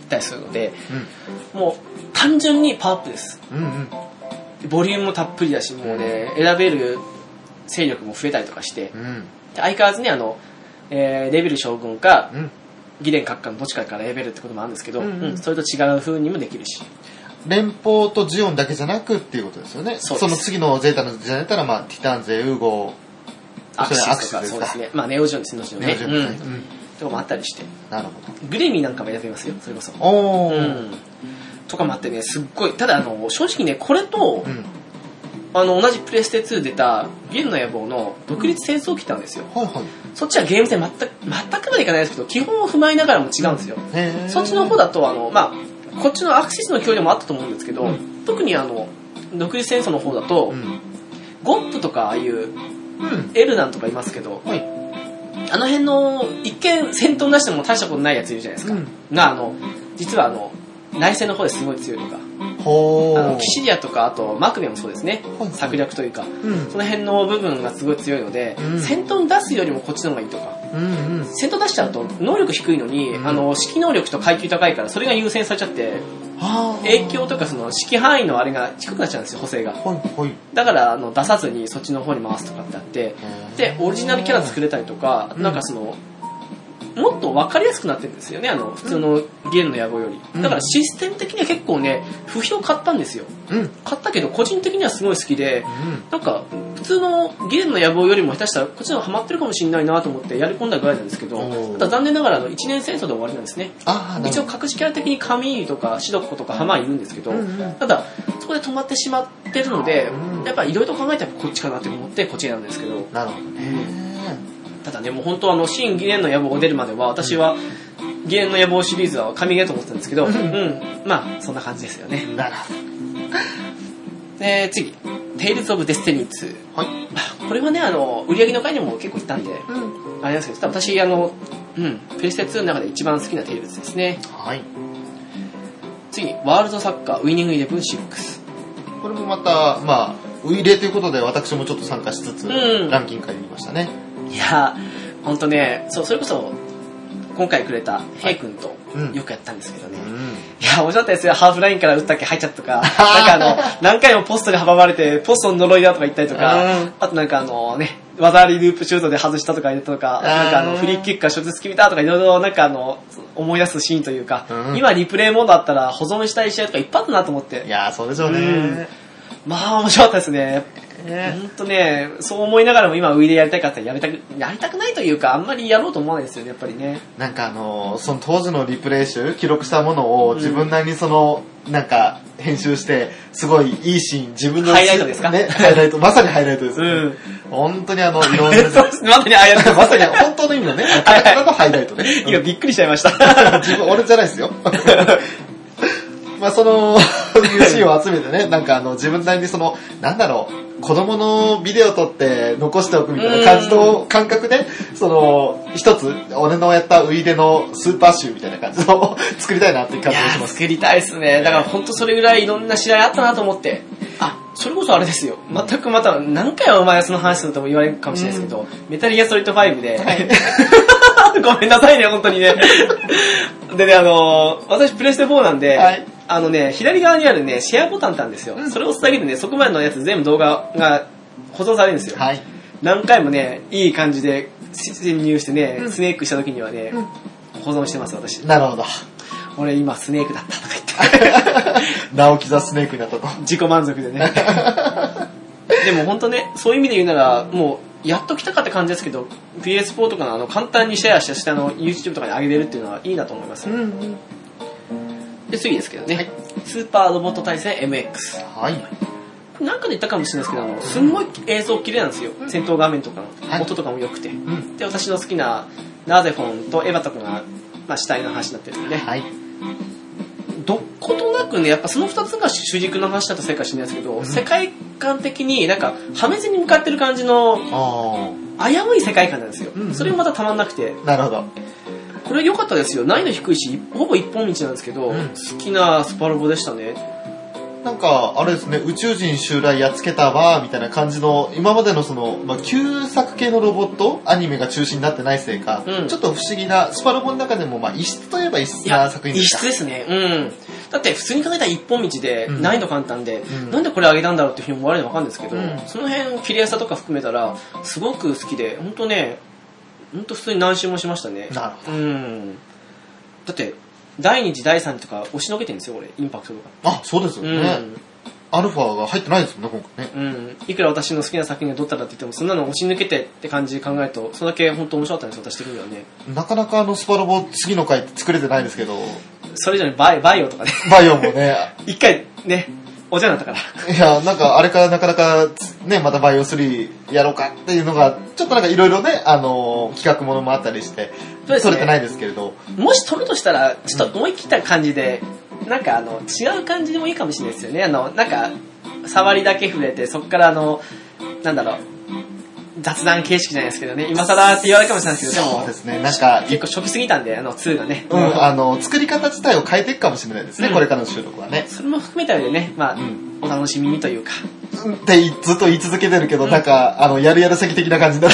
ったりするので、うん、もう単純にパワーアップです、うんうん、ボリュームもたっぷりだし、もうね、選べる勢力も増えたりとかして、うん、相変わらずね、あの、えー、レベル将軍か、うん、議連閣下のどっちかから選べるってこともあるんですけど、うんうんうん、それと違う風にもできるし、 連邦とジオンだけじゃなくっていうことですよね。 そ, その次のゼータの時代だったら、まあ、ティタンゼ、ウーゴ、 アクシスとか、そうですね。まあ、ネオジオンですね、ネオジオンね。うん。うん、とかもあったりして。なるほど。グレミーなんかも選べますよ、それこそ。おー。うん。とかもあってね、すっごい、ただ、あの、正直ね、これと、うん、あの、同じプレステツーで出た、ゲルの野望の独立戦争機ってあるんですよ。はいはい。そっちはゲーム性全く、全くまでいかないですけど、基本を踏まえながらも違うんですよ。へー。そっちの方だと、あの、まあ、こっちのアクシスの距離もあったと思うんですけど、うん、特にあの、独立戦争の方だと、うん、ゴップとかああいう、うん、エルナンとかいますけど、はい、あの辺の一見戦闘なしでも大したことないやついるじゃないですか、うん、があの実はあの内戦の方ですごい強いとか、ほあのキシリアとかあとマクベもそうですね、はい、策略というか、うん、その辺の部分がすごい強いので、うん、戦闘に出すよりもこっちの方がいいとか、うんうん、戦闘出しちゃうと能力低いのに、うん、あの指揮能力と階級高いからそれが優先されちゃって、影響とかその指揮範囲のあれが低くなっちゃうんですよ、補正が、はいはい、だからあの出さずにそっちの方に回すとかってあって、でオリジナルキャラ作れたりとか、なんかそのもっと分かりやすくなってるんですよね、あの普通のゲームの野望より、うん、だからシステム的には結構ね不評買ったんですよ、うん、買ったけど個人的にはすごい好きで、うん、なんか普通のゲームの野望よりも下手したらこっちの方がハマってるかもしれないなと思ってやり込んだぐらいなんですけど、ただ残念ながらあのいちねん戦争で終わりなんですね。一応隠しキャラ的にカミーリとかシドッコとかハマーいるんですけど、うんうん、ただそこで止まってしまってるので、うん、やっぱりいろいろと考えたらこっちかなって思ってこっちなんですけど、なるほどね。ただね、もう本当あの新ギレンの野望が出るまでは私はギレンの野望シリーズは神ゲーと思ってたんですけど、うん、うん、まあそんな感じですよね。なるほど。で次、テイルズ・オブ・デスティニーツー、はい、これはねあの売り上げの回にも結構いったんで、うん、あれなんですけど、私あの、うん、プレステツーの中で一番好きなテイルズですね。はい。次、ワールドサッカーウィニングイレブンシックス、 これもまたまあウイレということで私もちょっと参加しつつ、うん、ランキング会にましたね。 いやー、ほんとね、そう、それこそ、今回くれたヘイ君とよくやったんですけどね。うん、いや、面白かったですよ。ハーフラインから打ったっけ入っちゃったとか、なんかあの、何回もポストに阻まれて、ポストの呪いだとか言ったりとか、うん、あとなんかあのね、技ありループシュートで外したとか言ったとか、なんかあの、フリーキックからショットス決めたとかいろいろなんかあの、思い出すシーンというか、うん、今リプレイモードあったら保存したい試合とかいっぱいあったなと思って。 いやー、そうでしょうね。うん、 まあ面白かったですね。ね、ほんとね、そう思いながらも今ウイでやりたいかってやりたくやりたくないというか、あんまりやろうと思わないですよね、やっぱりね。 なんかあのー、その当時のリプレイ集記録したものを自分なりにその、うん、なんか編集してすごいいいシーン、自分のハイライトですかね、 ハイライト、まさにハイライトです、ね。うん、本当にあのいろんなそうですね、まさにハイライト、 まさに本当の意味のね、カタカナのハイライトね。 いやびっくりしちゃいました。 自分俺じゃないですよ。まあそのいうシーンを集めてね、なんかあの自分なりにそのなんだろう。子供のビデオ撮って残しておくみたいな感じの感覚で、その一つ俺のやったウイレのスーパー集みたいな感じの作りたいなっていう感じがします。 作りたいですね。だから本当それぐらいいろんな試合あったなと思って、あ、それこそあれですよ。全くまた何回はお前その話するとも言われるかもしれないですけど、うん、メタルギアソリッドファイブで、はい、ごめんなさいね本当にね。でね、あのー、私プレステフォーなんで。はい、あのね、左側にあるね、シェアボタンってあるんですよ。うん、それを押すだけでね、そこまでのやつ全部動画が保存されるんですよ。はい、何回もね、いい感じで潜入してね、うん、スネークした時にはね、うん、保存してます、私。 なるほど。 俺今スネークだったとか言って。 直木座スネークになったと。 自己満足でね。でも本当ね、そういう意味で言うなら、もう、やっと来たかって感じですけど、ピーエスフォー とかのあの簡単にシェアした下の YouTube とかに上げれるっていうのはいいなと思います。うんうん、で次ですけどね、はい、スーパーロボット対戦 エムエックス、はい、なんかで言ったかもしれないですけど、あのすんごい映像綺麗なんですよ、うん、戦闘画面とかの音とかも良くて、はい、で私の好きなナーゼフォンとエヴァとかが、まあ、主体の話になってるんで、はい、どことなくねやっぱそのふたつが主軸の話だとせいかもしれないですけど、うん、世界観的になんか破滅に向かってる感じの危うい世界観なんですよ、うん、それもまたたまんなくて、 なるほど、 これ良かったですよ。難易度低いしほぼ一本道なんですけど、うん、好きなスパロボでしたね。 なんか、あれですね、宇宙人襲来やっつけたわ、みたいな感じの、今までのその、まあ、旧作系のロボット、アニメが中心になってないせいか、うん、ちょっと不思議な、スパロボの中でも、まあ、異質といえば異質な作品ですか。 異質ですね。うん。だって、普通に考えたら一本道で、難易度簡単で、うん、なんでこれあげたんだろうっていうふうに思われるのわかるんですけど、うん、その辺、切れやすさとか含めたら、すごく好きで、ほんとね、ほんと普通に何周もしましたね。 なるほど。 うん。だって、だいに次、だいさん次とか押しのけてるんですよ、俺、インパクトとか。 あ、そうですよね。うんアルファが入ってないですもんね、今回ね。 うん。いくら私の好きな作品がどったかって言っても、そんなの押し抜けてって感じで考えると、それだけ本当面白かったんです、私的にはね。 なかなかあのスパロボ次の回作れてないですけど。 それ以上にバイバイオとかね。 バイオもね。 一回ね、お世話になったから。いや、なんかあれからなかなかね、またバイオスリーやろうかっていうのが、ちょっとなんかいろいろね、あのー、企画ものもあったりして、そうですね、取れてないですけれど。 もし取るとしたら、ちょっと思い切った感じで、うん、なんかあの、違う感じでもいいかもしれないですよね。あの、なんか、触りだけ触れて、そこからあの、なんだろう、雑談形式じゃないですけどね、今更って言われるかもしれないですけど、でも、 そうですね、なんか、 結構初期すぎたんで、あの、ツーがね。 うん、あの、作り方自体を変えていくかもしれないですね、うん、これからの収録はね。 それも含めた上でね、まあ、うん、お楽しみにというか。 ってずっと言い続けてるけど、うん、なんか、あの、やるやる先的な感じになって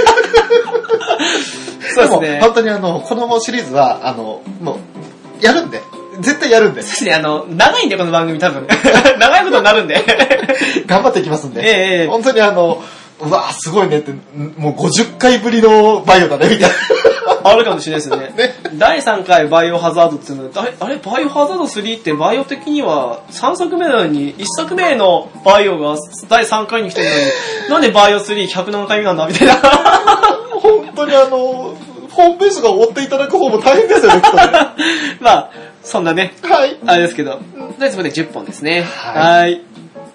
そうですね。でも、本当にあの、このシリーズは、あの、もう、やるんで。絶対やるんで。 そうですね、あの、長いんで、この番組多分。長いことになるんで。 頑張っていきますんで。 ええ、 本当にあの、うわぁ、すごいねって、もうごじゅっかいぶりのバイオだね、みたいな。 あるかもしれないですね。ねだいさんかいバイオハザードっていうのは、あれ、バイオハザードスリーってバイオ的にはさんさくめなのに、いっさくめのバイオがだいさんかいに来てるのに、なんでバイオスリーひゃくなんかいめなんだみたいな。 本当にあの、ホームページが追っていただく方も大変ですよね、きっとね。 まあ、そんなね、 はい。 あれですけど、とりあえずこれでじゅっぽんですね。 はい。はい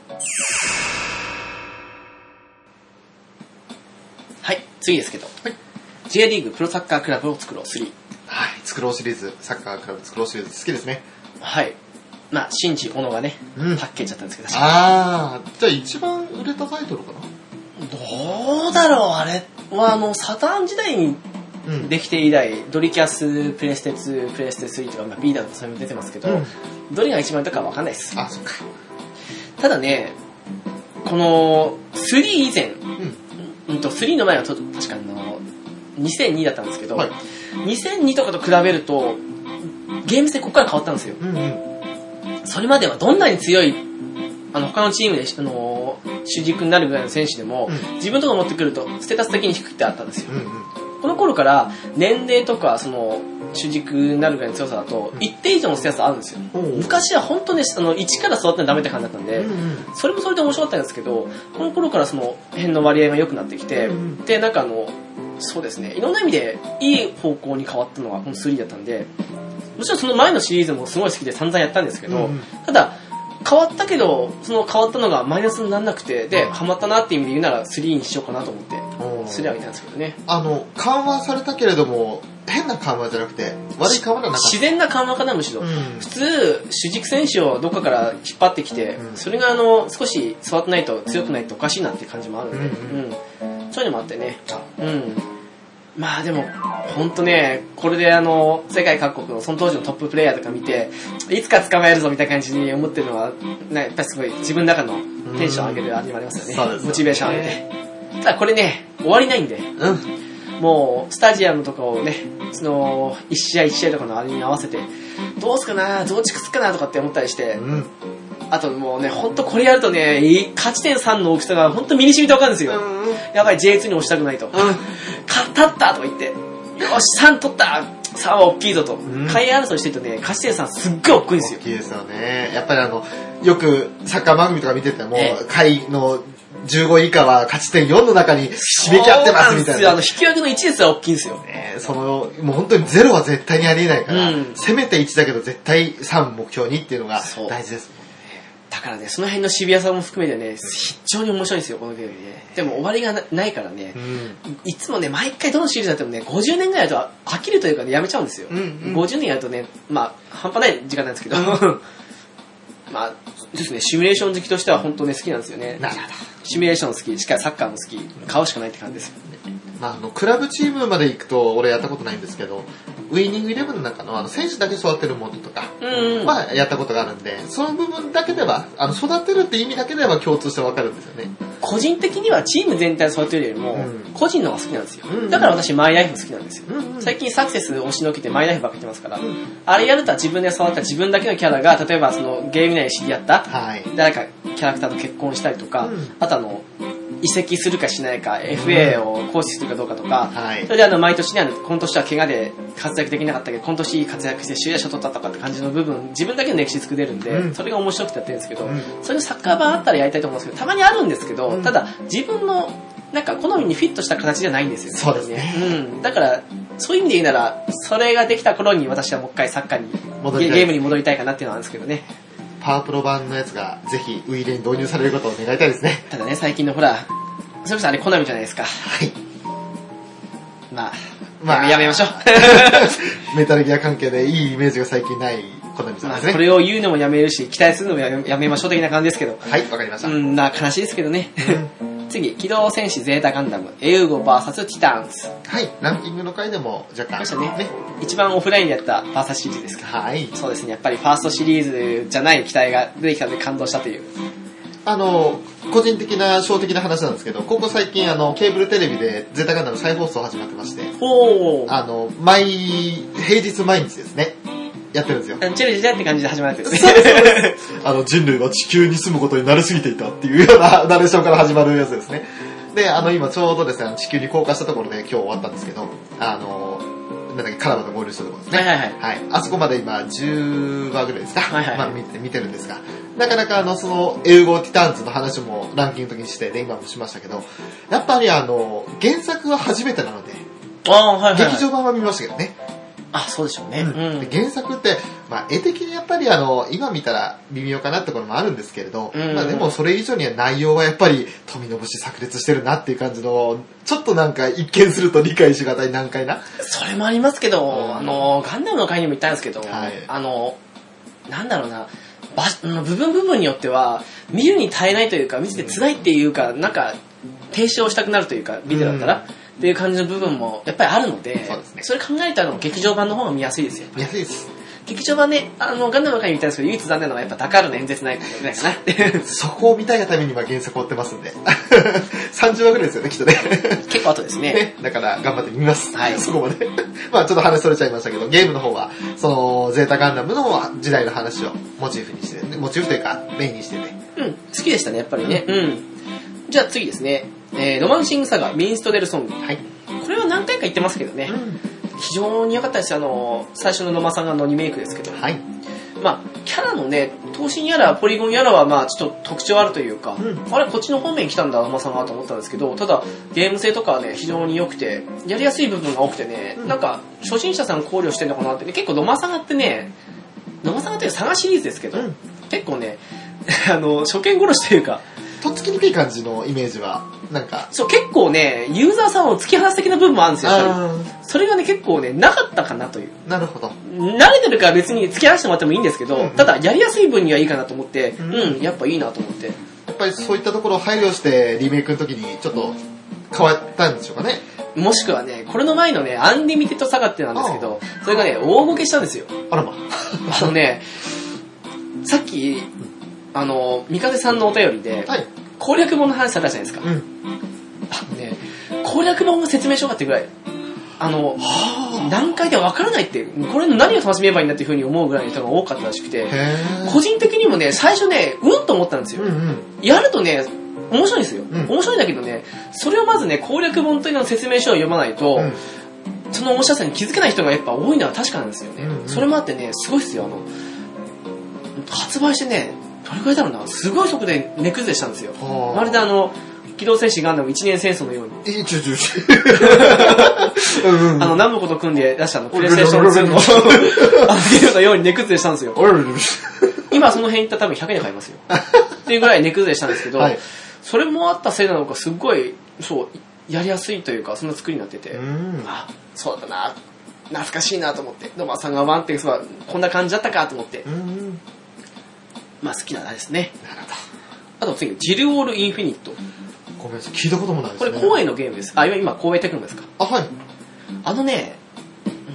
はい、次ですけど、はい、ジェイ リーグプロサッカークラブを作ろうスリー。 はい、作ろうシリーズ、サッカークラブ作ろうシリーズ好きですね。 はい。まあ、新地小野がね、うん、パッケージだったんですけど。 あー、じゃあ一番売れたタイトルかな？ どうだろう、あれは、あの、サターン時代にできて以来、うん、ドリキャス、プレステツー、プレステスリーとか、まあ、ビーダーとかそういうの出てますけど、うん、どれが一番売れたかは分かんないです。 あ、そっか。 ただね、このスリー以前、うんうんと、スリーの前は確かあのにせんにだったんですけど、はい、にせんにとかと比べるとゲーム性ここから変わったんですよ、うんうん、それまではどんなに強いあの他のチームであの主軸になるぐらいの選手でも、うん、自分とか持ってくるとステータス的に低くてあったんですよ、うんうん、この頃から年齢とかその主軸になるぐらいの強さだと一定以上のステータスあるんですよ、うん、昔は本当にあのいちから育ってはダメって感じだったんで、うんうん、それもそれで面白かったんですけど、この頃からその辺の割合が良くなってきて、うん、でなんかあのそうですね、いろんな意味でいい方向に変わったのがこのスリーだったんで、もちろんその前のシリーズもすごい好きで散々やったんですけど、うん、ただ変わったけどその変わったのがマイナスにならなくて、でハマったなっていう意味で言うならスリーにしようかなと思ってスリーあげたんですけどね。 あの緩和されたけれども変な緩和じゃなくて悪い緩和ではなかった。 自然な緩和かな、むしろ、うん、普通主軸選手をどっかから引っ張ってきて、うん、それがあの少し育ってないと強くないとおかしいなっていう感じもあるんで、うんうんうん、そういうのもあってね、うん、まあでも本当ね、これであの世界各国のその当時のトッププレイヤーとか見ていつか捕まえるぞみたいな感じに思ってるのは、ね、やっぱりすごい自分の中のテンション上げる味もありますよね、モチベーション上げて。ただこれね終わりないんで、うんもうスタジアムとかをね、そのいち試合いち試合とかのあれに合わせてどうすかな、増築すっかなとかって思ったりして、うん、あともうね、ほんとこれやるとね、勝ち点さんの大きさがほんと身に染みてわかるんですよ、うん、やばい ジェイツー に押したくないと、うん、勝ったったとか言って、よしさん取った、さあ大きいぞと、うん、下位争いしてるとね、勝ち点さんすっごい大きいんですよ。 大きいですよね。やっぱりあのよくサッカー番組とか見てても、ええ、下位のじゅうごい以下は勝ち点よんの中に締めき合ってますみたいな。 あの引き分けのいちですら大きいんですよ。 ね、そのもう本当にゼロは絶対にありえないから、うん、せめていちだけど絶対さん目標にっていうのが大事ですもんね。 だからね、その辺のシビアさも含めてね、非常に面白いんですよこのゲームね。でも終わりが な, ないからね、うん、いつもね毎回どのシリーズやってもねごじゅうねんぐらいだと飽きるというかねやめちゃうんですよ。うんうん、ごじゅうねんやるとね、まあ半端ない時間なんですけど、まあですね、シミュレーション好きとしては本当ね好きなんですよね。 なるほど。 シミュレーション好き、しかもサッカーも好き、買うしかないって感じですよね。 まあ、あのクラブチームまで行くと俺やったことないんですけど、 ウイニングイレブンの中のあの選手だけ育てるものとかはやったことがあるんで、その部分だけでは、あの育てるって意味だけでは共通してわかるんですよね。 個人的にはチーム全体を育てるよりも、個人の方が好きなんですよ。うんうん、だから私マイライフ好きなんですよ。うんうん、最近サクセス押しのけてマイライフばっかり言ってますから、うん、あれやるとは自分で育った自分だけのキャラが、例えばそのゲーム内で知り合った、はい、誰かキャラクターと結婚したりとか、うん、あとあの、移籍するかしないか、エフエー を行使するかどうかとか、うんはい、それであの毎年ね、今年は怪我で活躍できなかったけど、今年活躍して首位打者取ったとかって感じの部分、自分だけの歴史作れるんで、うん、それが面白くてやってるんですけど、うん、それのサッカー版あったらやりたいと思うんですけど、たまにあるんですけど、うん、ただ自分のなんか好みにフィットした形じゃないんですよね。 そうですね。 うん。だからそういう意味で言うなら、それができた頃に私はもう一回サッカーにゲームに戻りたいかなっていうのはあるんですけどね。 パワープロ版のやつがぜひウイイレに導入されることを願いたいですね。 ただね、最近のほら、それこそあれコナミじゃないですか。 はい。 まあ、まあ、やめましょう。メタルギア関係でいいイメージが最近ないコナミさんですね。 まあ、これを言うのもやめるし、期待するのもやめましょう的な感じですけど。 はい、わかりました。 うん、まあ悲しいですけどね。次、機動戦士ゼータガンダム、エウゴ ブイエス ティターンズ。 はい、ランキングの回でも若干。 ましたね。ね一番オフラインでやったバーサスシリーズですか。 はい。 そうですね、やっぱりファーストシリーズじゃない期待が出てきたので感動したという。 あの、個人的な、小的な話なんですけど、ここ最近、あの、ケーブルテレビでゼータガンダム再放送始まってまして、 ほー。 あの、毎、平日毎日ですね、やってるんですよ。 チェルジだって感じで始まってるんですね。あの、人類は地球に住むことに慣れすぎていたっていうようなナレーションから始まるやつですね。で、あの、今ちょうどですね、地球に降下したところで今日終わったんですけど、あの、なんだっけ、カラバと合流したところですね。 はいはいはい。 はい。あそこまで今じゅうわぐらいですか。はいはい、はい。まあ見て、見てるんですが。なかなかあの、その、エウゴティターンズの話もランキングの時にして、で、今もしましたけど、やっぱりあの、原作は初めてなので、 ああ、はいはい、はい。 劇場版は見ましたけどね。 あ、そうでしょうね。 うん、で原作って、まあ、絵的にやっぱりあの、今見たら微妙かなってところもあるんですけれど、うん、まあでもそれ以上には内容はやっぱり富の節炸裂してるなっていう感じの、ちょっとなんか一見すると理解しがたい難解な。 それもありますけど、うん、あの、ガンダムの回にも言ったんですけど、はい、あの、なんだろうな、場部分部分によっては、見るに耐えないというか、見てて辛いっていうか、なんか、停止をしたくなるというか、ビデオだったら、うんっていう感じの部分もやっぱりあるので、そうですね、それ考えたら劇場版の方が見やすいですよ。 見やすいです。 劇場版ね、あの、ガンダムの回に見たんですけど、唯一残念なのはやっぱダカールの演説ないことぐらいかなって。 そこを見たいがために今原作を追ってますんで。さんじゅうわぐらいですよね、きっとね。 結構後ですね。ね、 だから頑張って見ます。はい。そこまで。まあちょっと話それちゃいましたけど、ゲームの方は、その、ゼータガンダムの時代の話をモチーフにしてね、モチーフというか、メインにしてね。 うん、好きでしたね、やっぱりね。うん。うん、じゃあ次ですね。えー、ロマンシングサガ、ミンストレルソング。はい。これは何回か言ってますけどね、うん、非常に良かったです。あの最初の野間さんがのリメイクですけど、はい、まあキャラのね頭身やらポリゴンやらはまあちょっと特徴あるというか、うん、あれこっちの方面に来たんだ野間さんがと思ったんですけど、ただゲーム性とかはね非常に良くてやりやすい部分が多くてね、うん、なんか初心者さん考慮してるのかなって、ね、結構野間さんがってね、野間さんがっていうサガシリーズですけど、うん、結構ねあの初見殺しというかとっつきにくい感じのイメージはなんかそう結構ねユーザーさんを突き放す的な部分もあるんですよ。やっぱりそれがね結構ねなかったかなという。 なるほど。 慣れてるから別に突き放してもらってもいいんですけど、うんうん、ただやりやすい分にはいいかなと思って、うん、うん、やっぱいいなと思って。 やっぱりそういったところを配慮してリメイクの時にちょっと変わったんでしょうかね。 もしくはねこれの前のねアンリミテッドサガってなんですけど、それがね大ボケしたんですよ。 あらま。 あのねさっきあの三風さんのお便りで、はい、攻略本の話されたじゃないですか。うん、あのね、攻略本が説明書かってぐらい、あの、何回では分からないって、これの何を楽しめばいいんだっていう風に思うぐらいの人が多かったらしくて、個人的にもね、最初ね、うんと思ったんですよ。うんうん、やるとね、面白いんですよ、うん。面白いんだけどね、それをまずね、攻略本というのの説明書を読まないと、うん、その面白さに気づけない人がやっぱ多いのは確かなんですよね。うんうん、それもあってね、すごいですよ。あの、発売してね、どれくらいだろうな、すごい速度で値崩れしたんですよ。まるであの、機動戦士ガンダム一年戦争のように。 え、ちょちょちょ。あの、ナムコと組んで出したの、プレイステーションツーの、あの、ゲームのように値崩れしたんですよ。今その辺行ったら多分ひゃくえんで買いますよ。っていうぐらい値崩れしたんですけど、はい、それもあったせいなのか、すっごい、そう、やりやすいというか、そんな作りになってて、あ、そうだな、懐かしいなと思って、野間さんがワンテンスはこんな感じだったかと思って、まあ好きなですね。なるほど。あと次、ジルオールインフィニット。 ごめんなさい、聞いたこともないですね。 これ、光栄のゲームです。あ、今、光栄テクノですか。 あ、はい。 あのね、うーん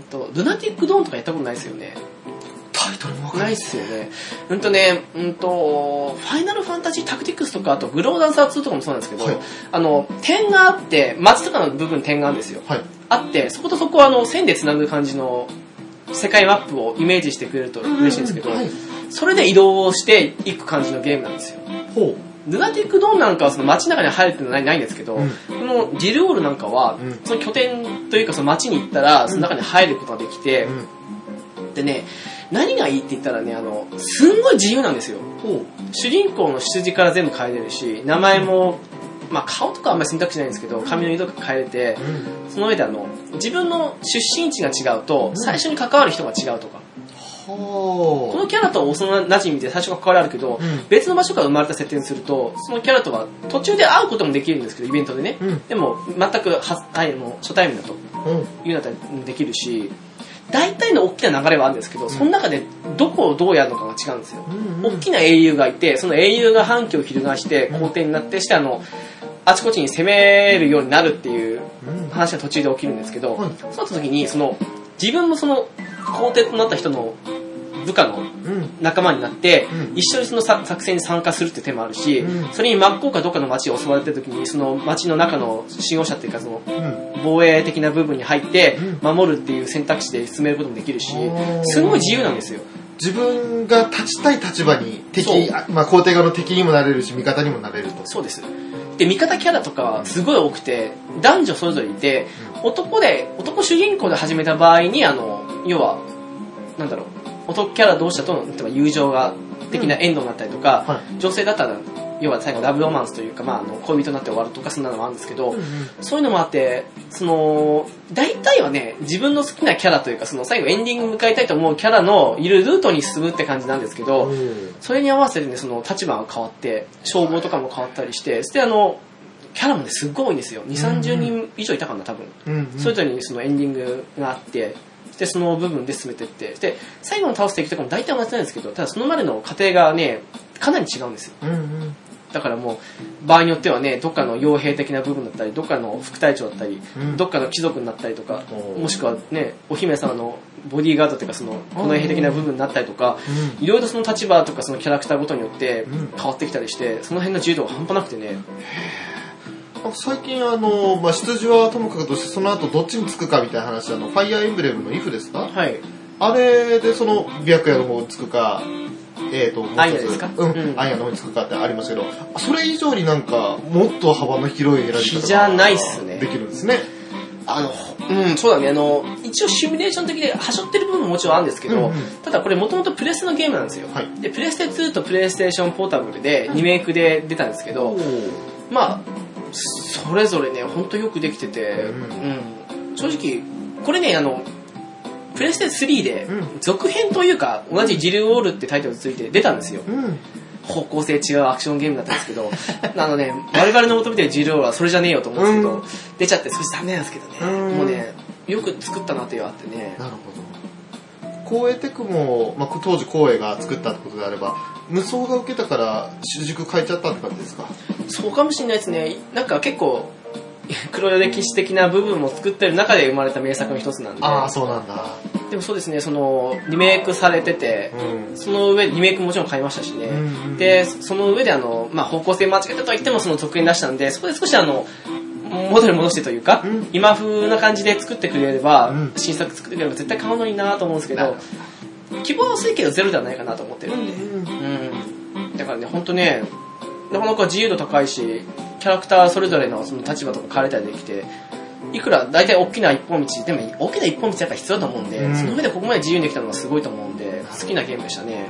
と、ルナティックドーンとかやったことないですよね。 タイトルもわかんないっすよね。うんとね、うんと、ファイナルファンタジータクティクスとか、あとグローダンサーツーとかもそうなんですけど、はい、あの、点があって、街とかの部分に点があるんですよ。はい、あって、そことそこはあの、線で繋ぐ感じの世界マップをイメージしてくれると嬉しいんですけど、はい、それで移動をしていく感じのゲームなんですよ。ほう。ルナティックドーンなんかはその街の中に入るっていうのはないんですけど、うん、このジルオールなんかは、うん、その拠点というかその街に行ったら、その中に入ることができて、うん、でね、何がいいって言ったらね、あの、すんごい自由なんですよ。主人公の出自から全部変えれるし、名前も、まあ顔とかあんまり選択肢ないんですけど、髪の色とか変えれて、その上であの、自分の出身地が違うと、最初に関わる人が違うとか。このキャラと幼馴染で最初から関わりあるけど、別の場所から生まれた設定にすると、そのキャラとは途中で会うこともできるんですけど、イベントでね。でも、全くは、はい、もう初対面だというのだったらできるし、大体の大きな流れはあるんですけど、その中でどこをどうやるのかが違うんですよ。うんうん、大きな英雄がいて、その英雄が反旗を翻して皇帝になって、してあの、あちこちに攻めるようになるっていう話が途中で起きるんですけど、うん、そうなった時に、その、自分もその皇帝となった人の部下の仲間になって、うん、一緒にその作戦に参加するって手もあるし、うん、それに真っ向かどっかの町を襲われてる時に、その町の中の使用者っていうか、その、防衛的な部分に入って守るっていう選択肢で進めることもできるし、すごい自由なんですよ。 自分が立ちたい立場に敵、まあ、皇帝側の敵にもなれるし味方にもなれると。 そうです。で、味方キャラとかすごい多くて、男女それぞれいて、男で男主人公で始めた場合に、あの要はなんだろう、男キャラ同士だと例えば友情が的なエンドになったりとか、うんはい、女性だったら要は最後ラブロマンスというか、まあ、あの恋人になって終わるとかそんなのもあるんですけど、うんうん、そういうのもあって、その大体はね、自分の好きなキャラというか、その最後エンディング迎えたいと思うキャラのいるルートに進むって感じなんですけど、うん、それに合わせてね、その立場が変わって消防とかも変わったりして、そしてあのキャラもねすっごい多いんですよ。にじゅう、さんじゅうにん以上いたかな多分、うんうん、それぞれにそのエンディングがあって、でその部分で進めていって、で最後の倒す敵とかも大体同じなんですけど、ただそのまでの過程がねかなり違うんですよ、うんうん、だからもう場合によってはね、どっかの傭兵的な部分だったり、どっかの副隊長だったり、うん、どっかの貴族になったりとか、もしくはねお姫様のボディーガードというか、その近衛兵的な部分になったりとか、いろいろその立場とかそのキャラクターごとによって変わってきたりして、その辺の自由度が半端なくてね。 最近あの、まあ、出自はともかくとして、その後どっちにつくかみたいな話、あのファイアーエンブレムのイフですか、はい、あれでその白夜の方につくか、えーともう一つアイアですか、 うん、うん、アイアの方につくかってありましたけど、それ以上になんかもっと幅の広い選び方がじゃないっすね、 できるんですね。 あのうん、そうだね、あの一応シミュレーション的ではしょってる部分ももちろんあるんですけど、うんうん、ただこれもともとプレステのゲームなんですよ、はい、でプレステツーとプレイステーションポータブルでリメイクで出たんですけど、うん、まあそれぞれねほんとよくできてて、うんうん、正直これね、あのプレステスリーで続編というか、同じジルオールってタイトルについて出たんですよ、うん、方向性違うアクションゲームだったんですけどあのね、我々の求めてるジルオールはそれじゃねえよと思うんですけど、うん、出ちゃって少しダメなんですけどね、うん、もうねよく作ったなっていうのがあってね。 なるほど。光栄テクも、まあ、当時光栄が作ったってことであれば、無双が受けたから主軸変えちゃったって感じですか？ そうかもしれないですね。なんか結構黒歴史的な部分も作ってる中で生まれた名作の一つなんで。 ああ、そうなんだ。 でもそうですね、そのリメイクされてて、うん、その上リメイクもちろん買いましたしね、うんうん、でその上であの、まあ、方向性間違えたと言ってもその続編出したんで、そこで少しあの元に戻してというか、うん、今風な感じで作ってくれれば、うん、新作作ってくれれば絶対買うのになと思うんですけど、希望は薄いけどゼロではないかなと思ってるんで、うんうん、だからね本当ね、なかなか自由度高いし、キャラクターそれぞれのその立場とか変えれたりできて、いくら大体大きな一本道でも大きな一本道やっぱ必要だと思うんで、うん、その上でここまで自由にできたのがすごいと思うんで、好きなゲームでしたね。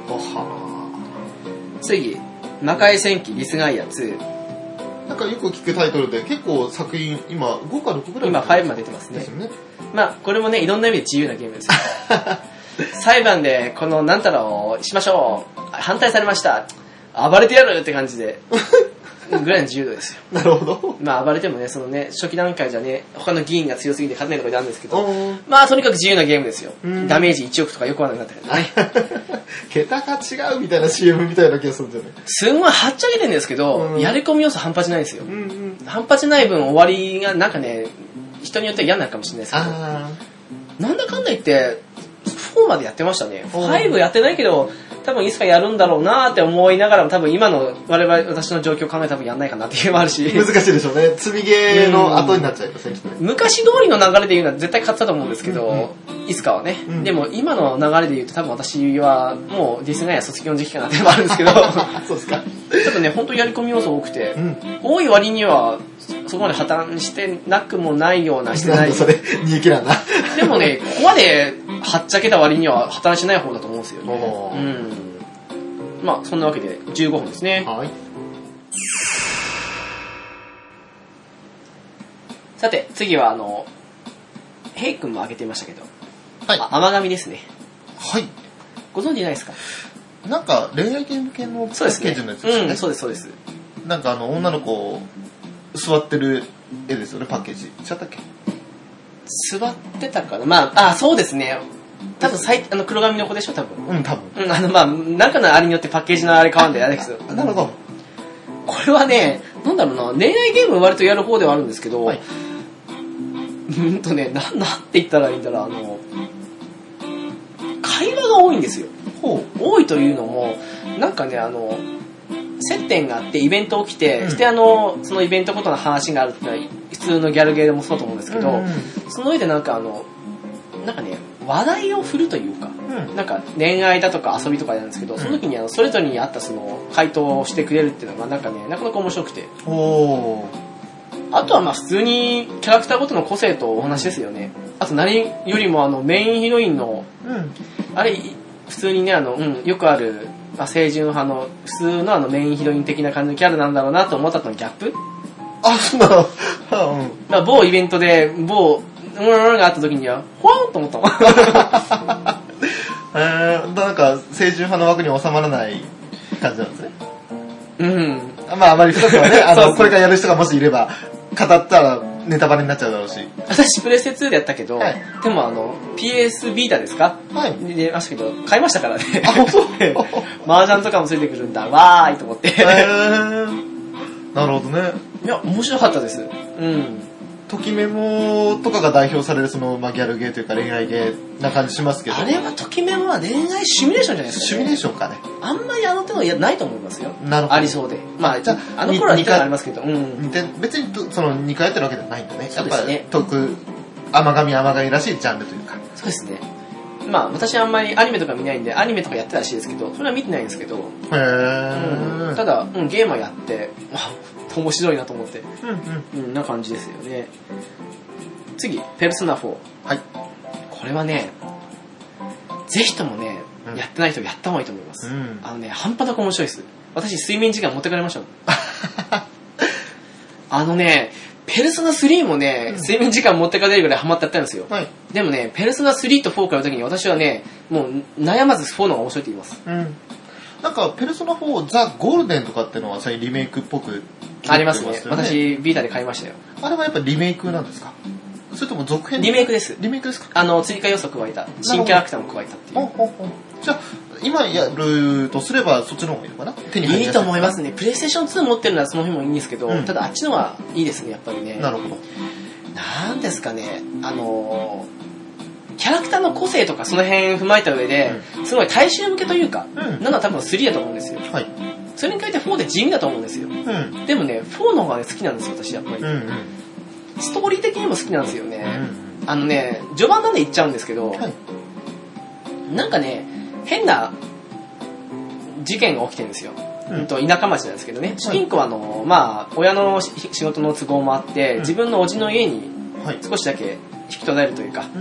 次、魔界戦記リスガイアツー。 なんかよく聞くタイトルで結構作品今ごかろくぐらい今ごまで出てますね。ですよね。まあこれもねいろんな意味で自由なゲームですよ。裁判でこのなんたらをしましょう、反対されました、暴れてやるって感じでぐらいの自由度ですよ。 なるほど。 まあ暴れてもね、そのね初期段階じゃね他の議員が強すぎて勝てないとかであるんですけど、まあとにかく自由なゲームですよ。ダメージいちおくとかよくわからなくなったけどね。 桁が違うみたいな シーエム みたいな気がするんじゃない？ すんごいはっちゃけてるんですけど、うん、やり込み要素半端じゃないですよ。うんうん、半端じゃない分終わりがなんかね人によっては嫌になるかもしれないですけど。 なんだかんだ言って、フォーまでやってましたね。ファイブやってないけど、多分いつかやるんだろうなーって思いながらも、多分今の我々、私の状況を考えたら多分やんないかなっていうのもあるし。 難しいでしょうね。積みゲーの後になっちゃいますね、きっとね。 昔通りの流れで言うのは絶対勝ってたと思うんですけど、うんうん、いつかはね、うん。でも今の流れで言うと多分私はもうディスガイア卒業の時期かなっていうのもあるんですけど、 そうですか。 ちょっとね、本当にやり込み要素多くて、うん、多い割には、そこまで破綻してなくもないような、してない。 それ、煮え切らんな。 でもね、ここまではっちゃけた割には破綻しない方だと思うんですよね。うん。まあ、そんなわけでじゅうごふんですね。はい。さて、次はあの、ヘイ君も挙げていましたけど、はい。甘神ですね。 はい。 ご存知ないですか？ なんか、恋愛ゲーム系のパッケージのやつですね。 うん、そうです、そうです。 なんかあの、女の子、座ってる絵ですよね、パッケージ。違ったっけ？ 座ってたかな。まあ、あ、そうですね。多分最、あの、黒髪の子でしょ、多分。 うん、多分。 うん、あの、まあ、中のあれによってパッケージのあれ変わるんで、あれですけど。 なるほど。 これはね、なんだろうな、恋愛ゲーム割とやる方ではあるんですけど、はい、うんとね、な、なんて言ったらいいんだろう、あの、会話が多いんですよ。ほう。多いというのも、なんかね、あの、接点があってイベント起きて、うん、してあの、そのイベントごとの話があるってのは、普通のギャルゲーでもそうと思うんですけど、うんうん、その上でなんかあの、なんかね、話題を振るというか、うん、なんか恋愛だとか遊びとかなんですけど、その時にあのそれぞれに合ったその回答をしてくれるっていうのがなんかね、なかなか面白くて。おあとはまあ普通にキャラクターごとの個性とお話ですよね。あと何よりもあのメインヒロインの、うん、あれ普通にねあの、うん、よくある、まあ、清純派の普通のあのメインヒロイン的な感じのキャラなんだろうなと思ったとのギャップ。 あ、そうなの。 うん。まあ某イベントで某うんうんがあった時には、ほわーんと思ったもん。 えー、なんか、清純派の枠に収まらない感じなんですね。 うん。 まあ、あまり深くはね、あの、これからやる人がもしいれば、語ったらネタバレになっちゃうだろうし。 私、プレステツーでやったけど、はい、でもあの、ピーエス ビータですか？はい。で出ましたけど、買いましたからね。あ、そう麻雀とかもついてくるんだ、わーいと思って。へー。なるほどね。 いや、面白かったです。うん。 ときメモとかが代表されるその、まあ、ギャルゲーというか恋愛ゲーな感じしますけど。 あれはときメモは恋愛シミュレーションじゃないですか、ね。 シミュレーションかね。 あんまりあの手のやないと思いますよ。 なるほど。 ありそうで。まあ、じゃあ、あの頃はにかいありますけど。うん。 別にそのにかいやってるわけではないんだね。そうですね。やっぱり特、甘神甘神らしいジャンルというか。 そうですね。まあ、私はあんまりアニメとか見ないんで、アニメとかやってたらしいですけど、それは見てないんですけど。へー。うん、ただ、うん、ゲームはやって、面白いなと思って。うんうん。うん、な感じですよね。次、ペルソナフォー。はい。これはね、ぜひともね、うん、やってない人やった方がいいと思います。うん、あのね、半端なく面白いです。私、睡眠時間持ってかれましたもん。あのね、ペルソナスリーもね、うん、睡眠時間持ってかれるぐらいハマってやったんですよ。はい、でもね、ペルソナスリーとフォーからやるときに私はね、もう悩まずフォーの方が面白いと言います。うん。 なんか、ペルソナフォーザ・ゴールデンとかっていうのは、そういうリメイクっぽく、 ありますね。私、ビータで買いましたよ。 あれはやっぱりリメイクなんですか？それとも続編？ リメイクです。 リメイクですか？ あの、追加要素加えた。新キャラクターも加えたっていう。ほうほうほう。 じゃあ、今やるとすればそっちの方がいいのかな？手に入りやすい。 いいと思いますね。プレイステーションツー持ってるのはその辺もいいんですけど、うん、ただあっちの方がいいですね、やっぱりね。 なるほど。 なんですかね、あのー、キャラクターの個性とかその辺踏まえた上で、うん、すごい大衆向けというか、うん、なのは多分スリーだと思うんですよ。はい。それに変えてフォーで地味だと思うんですよ。うん、でもね、フォーの方が、ね、好きなんですよ、私やっぱり。うんうん、ストーリー的にも好きなんですよね。うん、あのね、序盤なんで言っちゃうんですけど、はい、なんかね、変な事件が起きてるんですよ。うん、と田舎町なんですけどね、主人公はあの、まあ、親の仕事の都合もあって、うん、自分の叔父の家に少しだけ引き取られるというか、うん、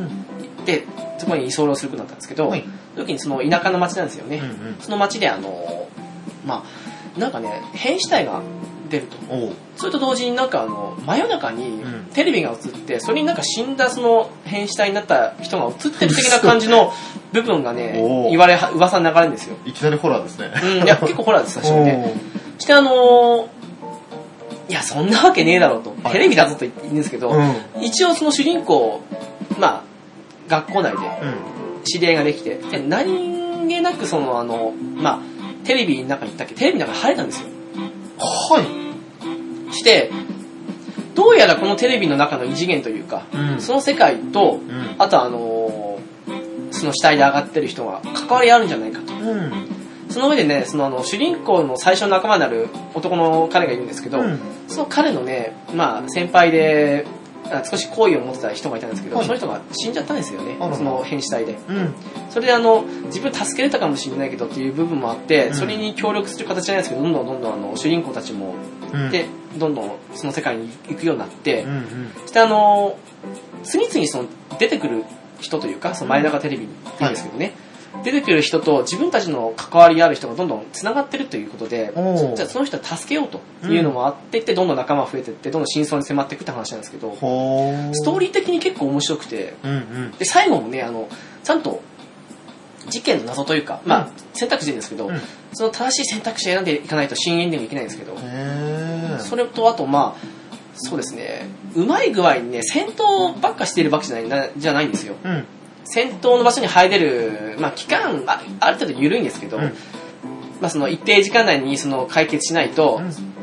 で、そこに居候することになったんですけど、はい、その時にその田舎の町なんですよね。うんうん、その町であの、まあ、なんかね、変死体が出ると。それと同時になんかあの、真夜中にテレビが映って、それになんか死んだその変死体になった人が映ってる的な感じの部分がね、言われ、噂に流れるんですよ。 いきなりホラーですね。 うん、いや、結構ホラーです、最初にね。してあのー、いや、そんなわけねえだろうと。テレビだぞと言うんですけど、うん、一応その主人公、まあ、学校内で知り合いができて、で何気なくそのあの、まあ、テレビの中に行ったっけ、テレビの中に入れたんですよ。はい。して、どうやらこのテレビの中の異次元というか、うん、その世界と、うん、あとあのその死体で上がってる人は関わりあるんじゃないかと。うん、その上でね、そのあの主人公の最初の仲間になる男の彼がいるんですけど、うん、その彼のね、まあ先輩で少し好意を持ってた人がいたんですけど、はい、その人が死んじゃったんですよね、その変死体で、うん、それであの自分助けれたかもしれないけどっていう部分もあって、うん、それに協力する形じゃないですけど、どんどんどんどんあの主人公たちも、うん、でどんどんその世界に行くようになって、うんうん、そしてあの次々その出てくる人というか、その前中テレビって言うんですけどね、はい、出てくる人と自分たちの関わりある人がどんどん繋がってるということで、じゃあその人を助けようというのもあっていって、どんどん仲間が増えていって、どんどん真相に迫っていくって話なんですけど、ストーリー的に結構面白くて、うんうん、で最後もね、あのちゃんと事件の謎というか、まあ、うん、選択肢ですけど、うん、その正しい選択肢を選んでいかないと新エンディングいけないんですけど、それとあとまあそうですね、うまい具合にね、戦闘ばっかしているわけじゃない、じゃないんですよ。うん、戦闘の場所に入れる、まあ、期間あ、ある程度緩いんですけど、うん、まあ、その一定時間内にその解決しないと、うん、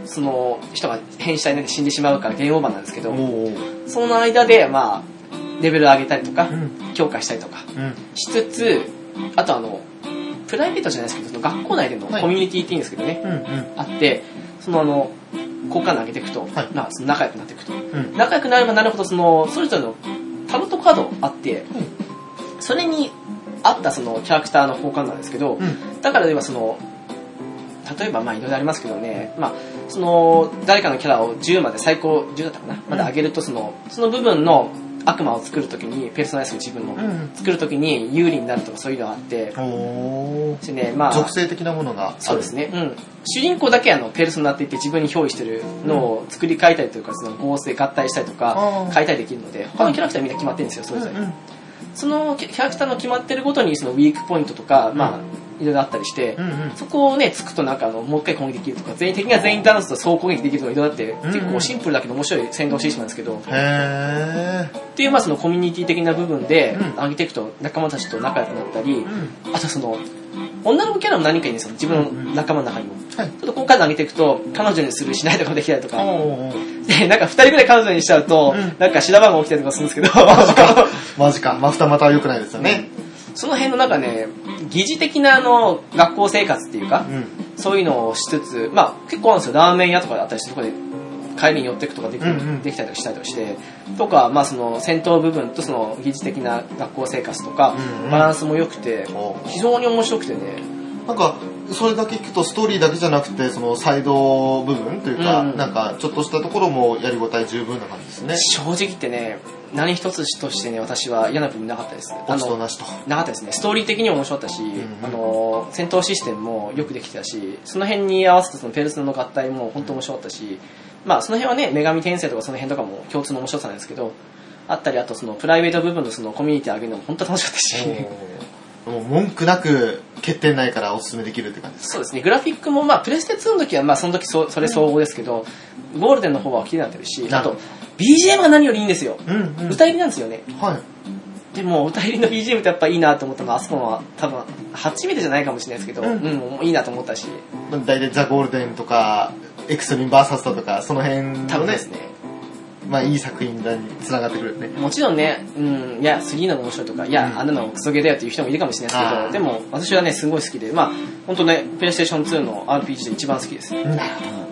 その人が変死体になって死んでしまうからゲームオーバーなんですけど、その間で、まあ、レベル上げたりとか、うん、強化したりとかしつつ、あとあのプライベートじゃないですけど、その学校内でのコミュニティっていうんですけどね、はい、うんうん、あって、そのあの好感度上げていくと、はい、まあ、その仲良くなっていくと、うん、仲良くなればなるほど、そのそれぞれのタロットカードあって、うん、それに合ったそのキャラクターの好感度なんですけど、うん、だからではその例えばまあいろいろありますけどね、まあ、その誰かのキャラをじゅうまで、最高じゅうだったかな、まで上げると、そのその部分の悪魔を作るときに、ペルソナイズ自分の、うん、作るときに有利になるとかそういうのがあって、 おね、まあ、属性的なものがある。 そうですね、うん、主人公だけあのペルソナって言って自分に憑依してるのを作り変えたりとか、その合成合体したりとか変えたりできるので、他のキャラクターみんな決まってるんですよ、それぞれ、うんうん、そのキャラクターの決まってるごとにそのウィークポイントとか、まあいろいろあったりして、うんうん、そこをねつくとなんかあのもう一回攻撃できるとか、全員敵が全員ダウンすると総攻撃できるとかいろいろあって、うんうん、結構シンプルだけど面白い戦闘システムなんですけど、へーっていう、まあそのコミュニティ的な部分で上げていくと仲間たちと仲良くなったり、うん、あとその女の子キャラも何かいいんですよ、自分の仲間の中にも、はい、ちょっとここから上げていくと彼女にするしないとかもできたりとかで、なんかふたりぐらい彼女にしちゃうと、うん、なんか修羅場が起きたりとかするんですけどマジかマジか、まふたまた良くないですよね、 うん、その辺のなんかね、疑似的なあの学校生活っていうか、うん、そういうのをしつつ、まあ結構あるんですよ、ラーメン屋とかあったりして、そこで帰りに寄っていくとかでき、うんうん、できたりとかしたりとかしてとか、まあその戦闘部分とその疑似的な学校生活とか、うんうん、バランスも良くて非常に面白くてね、 なんかそれだけ聞くとストーリーだけじゃなくて、そのサイド部分というか、うんうん、なんかちょっとしたところもやりごたえ十分な感じですね。 正直言ってね、何一つとしてね、私は嫌な部分なかったです。 落ちとなしとなかったですね。ストーリー的にも面白かったし、うんうん、あの戦闘システムもよくできてたし、その辺に合わせてそのペルソナの合体も本当面白かったし、うん、まあその辺はね、女神転生とかその辺とかも共通の面白さなんですけど、あったり、あとそのプライベート部分のそのコミュニティ上げるのも本当楽しかったし、 もう文句なく欠点ないからおすすめできるって感じですか。 そうですね。グラフィックもまあプレステツーの時はまあその時 そ, それ総合ですけど、うん、ゴールデンの方は綺麗になってるし、あと ビージーエム が何よりいいんですよ、うんうん、歌入りなんですよね。はい。でも歌入りの ビージーエム ってやっぱいいなと思ったのは、あそこは多分初めてじゃないかもしれないですけど、うん、うん、いいなと思ったし、 大体ザ・ゴールデンとかエクストリームバーサスだとかその辺のね、 多分ですね、 まあいい作品につながってくるね。 もちろんね、うん、いやスリーの面白いとか、いや、うん、あんなのクソゲーだよっていう人もいるかもしれないですけど、でも私はねすごい好きで、まあ本当ねプレイステーションツーの アールピージー で一番好きです。うん、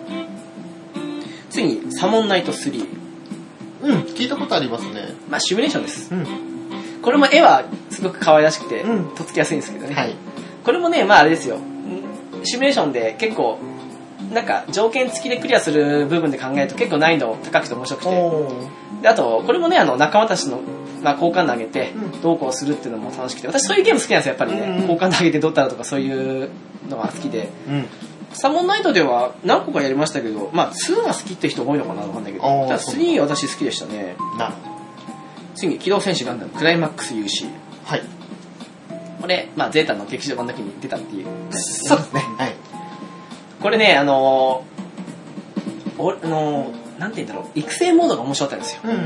次にサモンナイトスリー。 うん、聞いたことありますね。 まあシミュレーションです。うん、これも絵はすごく可愛らしくて、うん、とっつきやすいんですけどね。はい、これもね、まああれですよ。シミュレーションで結構なんか条件付きでクリアする部分で考えると結構難易度高くて面白くて、であとこれもね、あの仲間たちの、まあ、好感度上げてどうこうするっていうのも楽しくて、私そういうゲーム好きなんですよ、やっぱりね、うん、好感度上げてどうたらとかそういうのが好きで、うん、サモンナイトでは何個かやりましたけど、まあツーが好きって人多いのかな、わかんないけど、ただスリー私好きでしたね。な次、機動戦士ガンダムクライマックス ユーシー。はい。これ、まあゼータの劇場版だけに出たっていう。 そうですね。はい。 これね、あのー、おあのー、なんて言うんだろう、育成モードが面白かったんですよ。うん、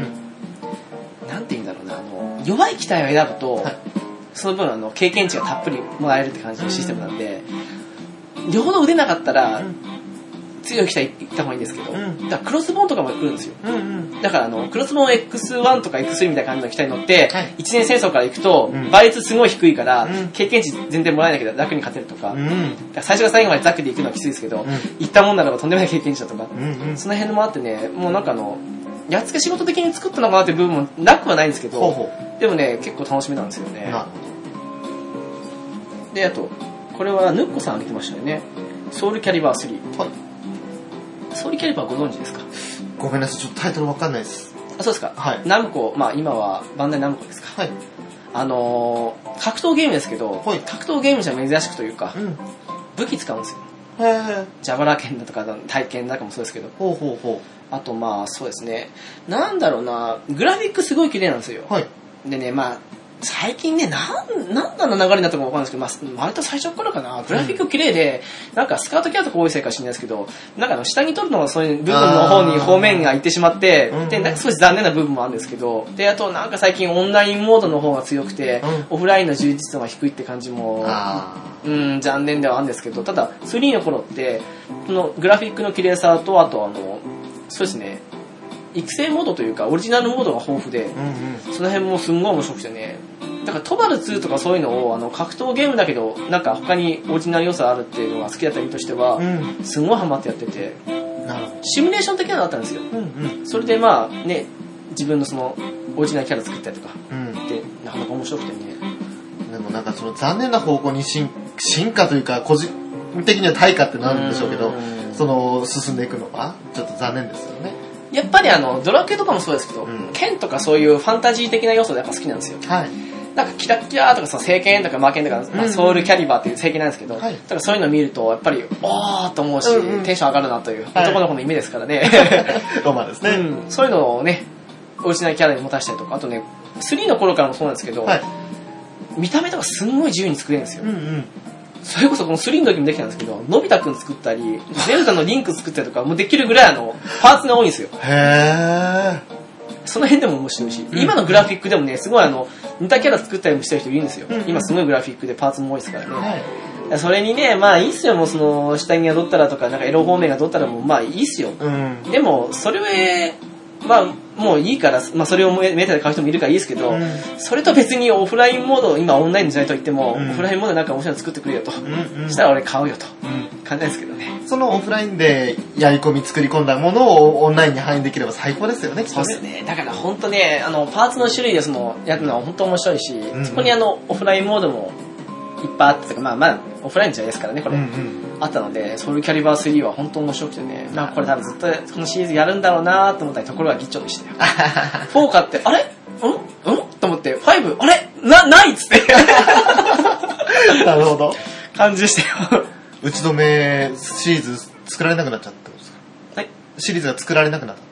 なんて言うんだろうな、あの弱い機体を選ぶと、はい、その分あの経験値がたっぷりもらえるって感じのシステムなんで、うん、両方腕なかったら、うん、 強い機体行った方がいいんですけど、 うん、 だからクロスボーンとかも来るんですよ。 うんうん、 だからあの、クロスボーン エックスワン とか エックススリー みたいな感じの機体に乗って、はい、一年戦争から行くと、うん、倍率すごい低いから、うん、経験値全然もらえないけど楽に勝てるとか、うん、か最初から最後までザックで行くのはきついですけど、うん、行ったもんならばとんでもない経験値だとか、うんうん、その辺もあってね、もうなんかあの、やっつけ仕事的に作ったのかなっていう部分もなくはないんですけど、ほうほう、でもね、結構楽しみなんですよね。で、あと、これはヌッコさん挙げてましたよね。ソウルキャリバースリー。はい。ソウルキャリバーご存知ですか？ ごめんなさい、ちょっとタイトルわかんないです。 あ、そうですか。 はい。 ナムコ、まあ今はバンダイナムコですか。はい。あのー、格闘ゲームですけど、はい、格闘ゲームじゃ珍しくというか、うん、武器使うんですよ。へー。ジャバラ剣だとか体剣なんかもそうですけど。ほうほうほう。あとまあそうですね。なんだろうな、グラフィックすごい綺麗なんですよ。はい。でね、まあ、最近ね、なん、なんだの流れになったかわかんないですけど、まあ、割と最初からかな、グラフィック綺麗で、うん、なんかスカートキャラとか多いせいかしれないですけど、なんかあの下に撮るのはそういう部分の方に方面が行ってしまって、で、なんか少し残念な部分もあるんですけど、で、あとなんか最近オンラインモードの方が強くて、うん、オフラインの充実度が低いって感じも、うん、残念ではあるんですけど、ただ、スリーの頃って、このグラフィックの綺麗さと、あとあの、そうですね、育成モードというか、オリジナルモードが豊富で、うんうん、その辺もすんごい面白くてね、だからトバルツーとかそういうのをあの格闘ゲームだけどなんか他にオリジナル要素あるっていうのが好きだった身としては、うん、すごいハマってやってて、シミュレーション的なのがあったんですよ、うんうん、それでまあね自分のそのオリジナルキャラ作ったりとか、うん、でなかなか面白くてね。 でもなんかその残念な方向に進進化というか個人的には対価ってなるんでしょうけど、その進んでいくのはちょっと残念ですよね。 やっぱりあのドラクエとかもそうですけど、うん、剣とかそういうファンタジー的な要素でやっぱ好きなんですよ。はい。なんかキラッキラーとかさ、聖剣とか魔剣とか、まあ、ソウルキャリバーっていう聖剣なんですけど、はい、だからそういうのを見るとやっぱりおーと思うし、うんうん、テンション上がるなという男の子の夢ですからね。 ロマンですね、 うん。そういうのをね、オリジナルキャラに持たせたりとか、あとね、スリーの頃からもそうなんですけど、はい、見た目とかすんごい自由に作れるんですよ。うんうん、それこそこのスリーの時もできたんですけど、のび太くん作ったり、ゼルダのリンク作ったりとかもできるぐらいあのパーツが多いんですよ。へー。その辺でも面白いし、うん、今のグラフィックでもね、すごいあの似たキャラ作ったりもしてる人いるんですよ、うん、今すごいグラフィックでパーツも多いですからね、はい、それにね、まあいいっすよ、もうその下着がどったらとかなんかエロ方面がどったらもうまあいいっすよ、うん、でもそれはまあもういいから、まあ、それをメーターで買う人もいるからいいですけど、うん、それと別にオフラインモード、今オンラインの時代と言っても、うん、オフラインモードなんか面白いの作ってくれよと、うんうん、したら俺買うよと、うん、感じですけどね。 そのオフラインでやり込み作り込んだものをオンラインに反映できれば最高ですよね。 そうですね。だから本当ね、あのパーツの種類でそのやるのは本当面白いし、うんうん、そこにあのオフラインモードもいっぱいあってとか、まあまあオフラインじゃないですからねこれ、うんうん、あったので、ソウルキャリバースリーは本当面白くてね、まあこれ多分ずっとこのシリーズやるんだろうなと思ったところがギッチョでしたよ。フォー買ってあれうんうんと思ってファイブあれなないっつって。 なるほど。 感じでしたよ。 打ち止めシリーズ作られなくなっちゃったってことですか？はい。シリーズが作られなくなったって。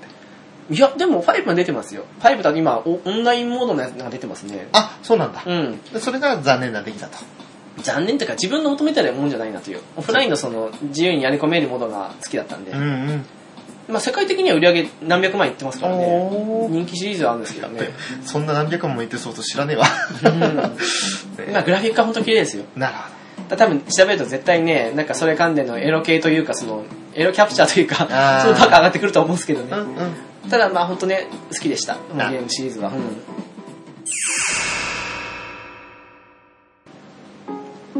いやでもファイブは出てますよ。ファイブだと今オンラインモードのやつが出てますね。 あ、そうなんだ。うん。それが残念な出来だと。 残念というか自分の求めてるもんじゃないなという。オフラインのその自由にやり込めるものが好きだったんで。うんうん。まあ世界的には売り上げ何百万いってますからね。人気シリーズはあるんですけどね。 そんな何百万もいってそうと知らねえわ。 うん。まあグラフィックは本当綺麗ですよ。 なるほど。 多分調べると絶対ね、なんかそれ関連のエロ系というかそのエロキャプチャーというか、そのバカ上がってくると思うんですけどね。うんうん、ただまあ本当ね好きでした。ゲームシリーズは。うん、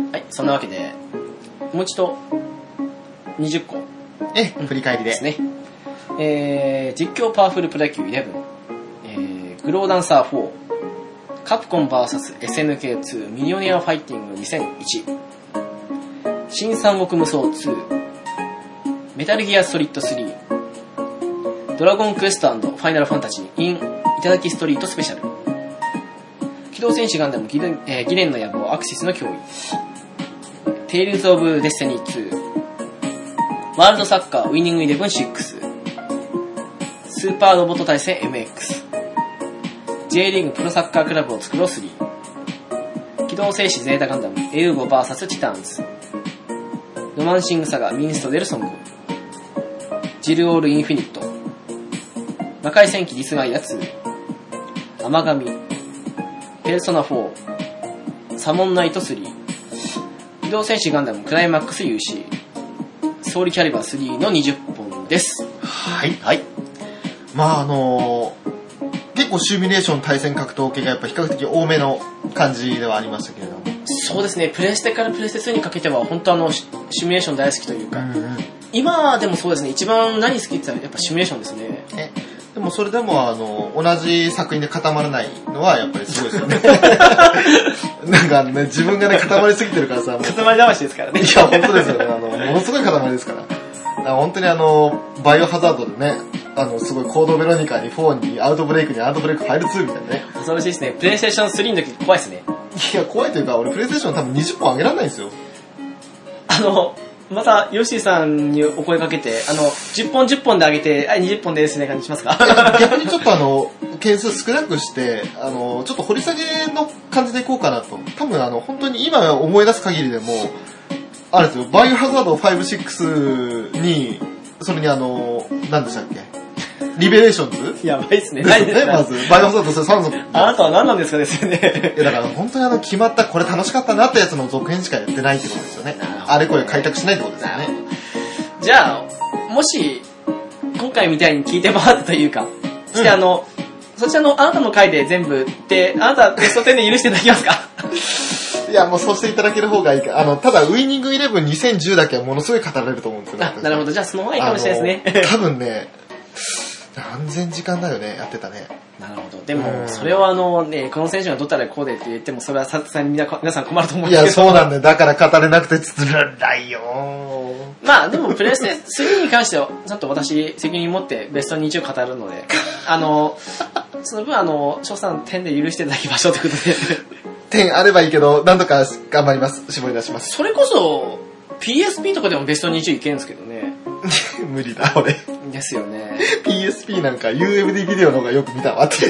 はい、そんなわけでもう一度にじゅっこえ振り返りでですね。えー、実況パワフルプロ野球じゅういち、えー、グローダンサーフォー、カプコン ブイエスエスエヌケーツー ミリオネアファイティングにせんいち、新三国無双ツー、メタルギアソリッドスリー、ドラゴンクエスト&ファイナルファンタジー in 頂きストリートスペシャル、機動戦士ガンダムギレン、えー、ギレンの野望アクシスの脅威、テイルズ・オブ・デスティニーツー、ワールドサッカーウィニングイレブンシックス、スーパーロボット対戦 エムエックス、J リーグプロサッカークラブを作ろうスリー、機動戦士ゼータガンダムエウーゴ ブイエス チターンズ、ロマンシングサガミンストデルソング、ジルオールインフィニット、魔界戦記ディスガイアツー、甘神、ペルソナフォー、サモンナイトスリー、機動戦士ガンダムクライマックス ユーシー、 ソウルキャリバースリーのにじゅっぽんです。 はい。 はい。 まああのー、結構シミュレーション対戦格闘系がやっぱ比較的多めの感じではありましたけれども。 そうですね、プレステからプレステツーにかけては本当あのシミュレーション大好きというか、うんうん、今でもそうですね、一番何好きって言ったらやっぱシミュレーションですね。 えでもそれでもあの同じ作品で固まらないのはやっぱりすごいですよね。なんかね、自分がね固まりすぎてるからさ、 固まり魂ですからね。 いや本当ですよね、あのものすごい塊ですから。だから本当にあのバイオハザードでね、あのすごいコードベロニカにフォーにアウトブレイクにアウトブレイクファイルツーみたいなね。 恐ろしいですね。プレイステーションスリーの時怖いですね。 いや怖いというか、俺プレイステーション多分にじゅっぽんあげられないんですよ。 あのまたヨッシーさんにお声かけて、あのじゅっぽんじゅっぽんであげて、はいにじゅっぽんですね感じしますか？ 逆にちょっとあの件数少なくして、あのちょっと掘り下げの感じでいこうかなと。多分あの本当に今思い出す限りでもあれですよ、バイオハザードご、ろくにそれにあの何でしたっけ？リベレーションズ？ やばいっすね。 ですね、まず。バイオハザードそれさんぞく。 あなたは何なんですかですよね。 いやだから本当にあの決まったこれ楽しかったなってやつの続編しかやってないってことですよね。あれこれ開拓しないってことですよね。 じゃあ、もし、今回みたいに聞いてもらったというか、そしてあの、うん、そちらのあなたの回で全部で、あなたベストテンで許していただけますか？ いや、もうそうしていただける方がいいか。あの、ただ、ウイニングイレブンにせんじゅうだけはものすごい語られると思うんですよね。 あ、なるほど。じゃあその方がいいかもしれないですね。 多分ね、何千時間だよね、やってたね。 なるほど。でも、それをあのね、この選手がどったらこうでって言っても、それはさすがに皆さん困ると思うんですけど。 いや、そうなんだよ。だから語れなくてつらいよ。 まあ、でも、プレステスリーに関しては、ちゃんと私、責任持ってベストにじゅう語るので、あの、その分、あの、翔さん、点で許していただきましょうということで。 点あればいいけど、なんとか頑張ります。絞り出します。 それこそ、ピーエスピー とかでもベストにじゅういけるんですけどね。 無理だ、俺。 ですよね。 ピーエスピー なんか ユーエムディー ビデオの方がよく見たわっていう。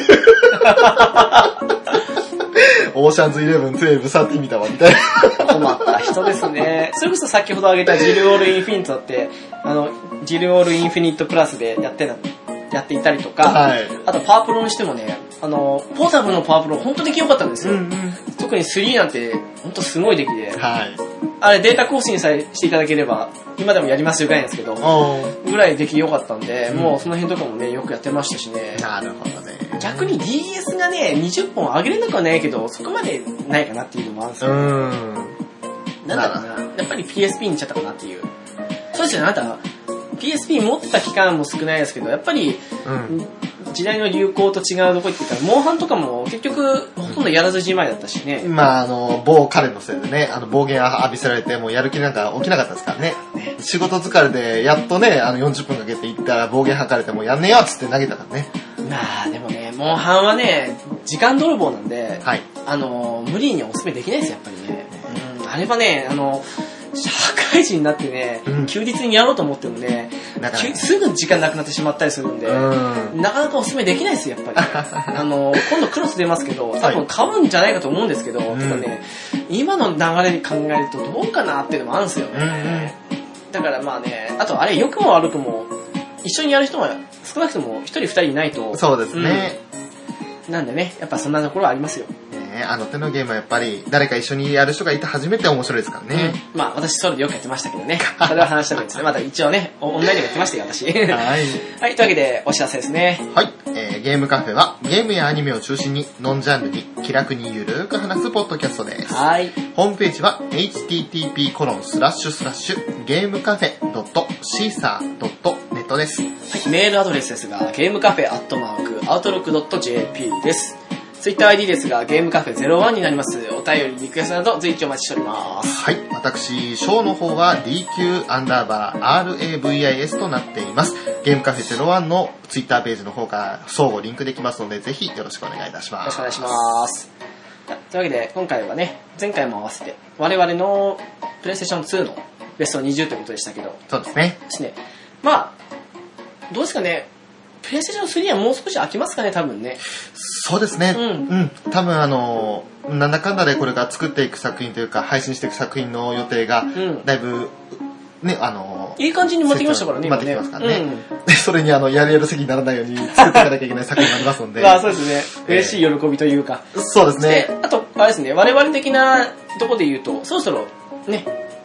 オーシャンズイレブン、じゅうに、さんじゅう見たわみたいな。 困った人ですね。それこそ先ほど挙げたジルオールインフィニットだって、あの、ジルオールインフィニットプラスでやってた、やっていたりとか、はい、あとパワープロにしてもね、あの、ポータブルのパワープロ本当に出来良かったんですよ。うんうん、特にスリーなんて本当すごい出来で、はい、あれデータ更新さえしていただければ、今でもやりますよぐらいなんですけど、ぐらい出来良かったんで、うん、もうその辺とかもね、よくやってましたしね。 なるほどね。 逆に ディーエス がね、にじゅっぽん上げれなくはないけど、そこまでないかなっていうのもあるんですよ、ね。うん。なんだろうな、やっぱり ピーエスピー にいっちゃったかなっていう。そうですよね、あなた、ピーエスピー 持ってた期間も少ないですけど、やっぱり、うん、時代の流行と違うとこっていうか、モンハンとかも結局ほとんどやらずじまいだったしね。 まああの某彼のせいでね、あの暴言浴びせられてもうやる気なんか起きなかったですからね。ね、仕事疲れでやっとね、あのよんじゅっぷんかけて行ったら暴言吐かれてもうやんねえよっつって投げたからね。 まあでもね、モンハンはね、時間泥棒なんで、はい、あの無理にお勧めできないですよやっぱりね。うん、あれはね、あの社会人になってね、うん、休日にやろうと思ってもね、すぐ時間なくなってしまったりするんで、うん、なかなかおすすめできないですよ、やっぱり。あの、今度クロス出ますけど、多分買うんじゃないかと思うんですけど、はい、ただね、今の流れで考えるとどうかなっていうのもあるんですよね。うん、だからまあね、あとあれ、良くも悪くも、一緒にやる人は少なくとも一人二人いないと。 そうですね。 うん、なんでね、やっぱそんなところはありますよ。 あの手のゲームはやっぱり誰か一緒にやる人がいて初めて面白いですからね。 うん、まあ私ソロでよくやってましたけどね。それは話した方がいいですね。また一応ね、オンラインでやってましたよ、私。はい。はい、というわけでお知らせですね。 はい、えー。ゲームカフェはゲームやアニメを中心にノンジャンルに気楽にゆるーく話すポッドキャストです。はい。ホームページは エイチティーティーピーコロンスラッシュスラッシュゲームカフェドットシーサードットネットです。はい。メールアドレスですが、ゲームカフェアットマークアウトロックドットジェーピー です。ツイッター アイディー ですが、ゲームカフェゼロワンになります。お便り、リクエストなど随時お待ちしております。はい。私、ショーの方は ディーキュー アンダーバー アールエーブイアイエス となっています。ゲームカフェゼロワンのツイッターページの方から相互リンクできますので、ぜひよろしくお願いいたします。 よろしくお願いします。というわけで、今回はね、前回も合わせて、我々のプレイステーションツーのベストにじゅうということでしたけど。 そうですね。 ですね。まあ、どうですかね。プレイステーションスリーはもう少し空きますかね、多分ね。 そうですね。うん。うん。多分あの、なんだかんだでこれから作っていく作品というか、配信していく作品の予定が、だいぶ、ね、あの、 いい感じに持ってきましたからね、 今ね。持ってきますからね。うん、それにあの、やるやる責任にならないように作っていかなきゃいけない作品になりますので。 まあそうですね。嬉しい喜びというか。 そうですね。 あと、あれですね、我々的なとこで言うと、そろそろ、ね、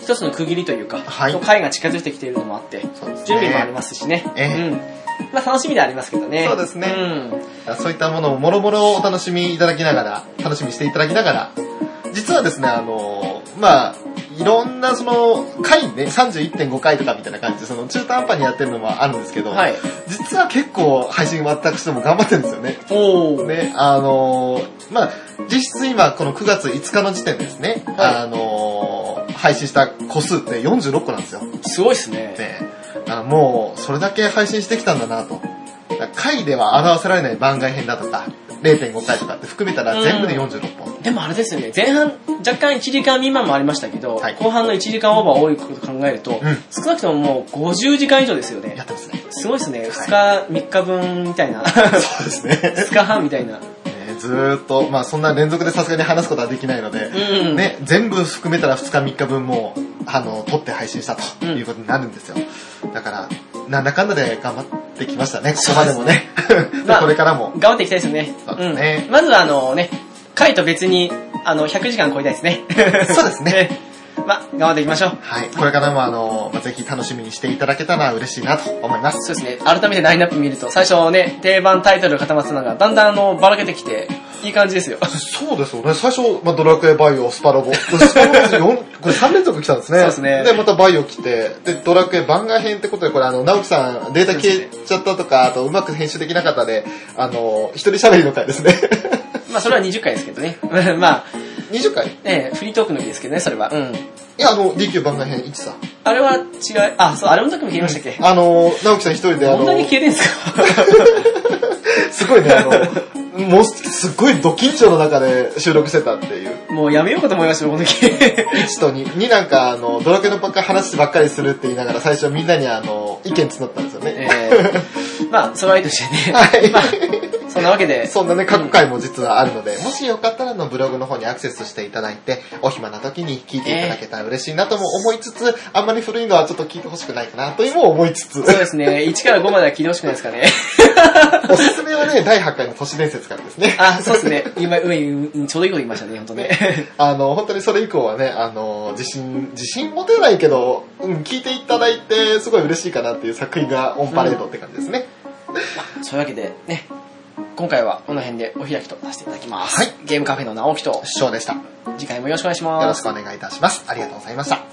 一つの区切りというか、 はい、 回が近づいてきているのもあって、そうですね、準備もありますしね。えー、うん。まあ楽しみでありますけどね。 そうですね。うん、そういったものをもろもろお楽しみいただきながら、楽しみにしていただきながら、実はですね、あの、まあ、いろんなその回ね、さんじゅういってんごかいとかみたいな感じで、その中途半端にやってるのもあるんですけど、はい、実は結構配信私ども頑張ってるんですよね。おね、あの、まあ、実質今このくがついつかの時点でですね、はい、あの、配信した個数ってよんじゅうろっこなんですよ。 すごいですね。 ね、あもうそれだけ配信してきたんだなと。回では表せられない番外編だとか、れいてんごかいとかって含めたら全部でよんじゅうろっぽん、 うん、でもあれですよね、前半若干いちじかん未満もありましたけど、はい、後半のいちじかんオーバー多いことを考えると、うん、少なくとももうごじゅうじかん以上ですよね。 やってますね。 すごいですね、ふつか、みっかぶんみたいな。 そうですね。 ふつかはんみたいな。 ね、ずーっと、まあそんな連続でさすがに話すことはできないので、うん、ね、全部含めたらふつかみっかぶんも、あの、撮って配信したということになるんですよ。うん、だから、なんだかんだで頑張ってきましたね、ここまでもね。まあ、これからも。 頑張っていきたいですね。 そうですね。 うん、まずはあのね、回と別に、あの、ひゃくじかん超えたいですね。 そうですね。 まあ、頑張っていきましょう。 はい。これからもあの、まあ、ぜひ楽しみにしていただけたら嬉しいなと思います。 そうですね。改めてラインナップ見ると、最初ね、定番タイトルが固まってたのが、だんだんあの、ばらけてきて、いい感じですよ。 そうですよね。最初、まあ、ドラクエバイオ、スパロボ。スパロボこれさん連続来たんですね。 そうですね。 で、またバイオ来て、で、ドラクエ番外編ってことで、これあの、直樹さん、データ消えちゃったとか、あと、うまく編集できなかったで、あの、一人喋りの回ですね。 まあ、それはにじゅっかいですけどね。まあ、 にじゅっかいええ、フリートークの日ですけどね、それは。うん。 いや、あの、ディーキュー 番外編いちさ。 あれは違い、あ、そう、あれの時も消えましたっけ、 うん、あの、直樹さん一人であの、 どんなに消えてんすかすごいね、あの、もうすっごいド緊張の中で収録してたっていう。 もうやめようかと思いましたよ、この時。 いちとに。になんか、あの、ドラクエのばっか話ばっかりするって言いながら、最初みんなにあの、意見募ったんですよね。えー、まあ、それはいいとしてね。はい。まあ、そんなわけで。 そんなね、過去回も実はあるので、うん、もしよかったらのブログの方にアクセスしていただいて、お暇な時に聞いていただけたら嬉しいなとも思いつつ、えー、あんまり古いのはちょっと聞いてほしくないかなというも思いつつ。 そうですね。いちからごまでは聞いてほしくないですかね。 おすすめはね、だいはちかいの都市伝説からですね。 あ、そうですね。今、上にちょうどいいこと言いましたね、本当ね。 あの、本当にそれ以降はね、あの、自信、自信持てないけど、うん、聞いていただいて、すごい嬉しいかなっていう作品がオンパレードって感じですね。 うん、そういうわけで、ね、今回はこの辺でお開きとさせていただきます。 はい。 ゲームカフェの直樹と、 翔でした。 次回もよろしくお願いします。 よろしくお願いいたします。ありがとうございました。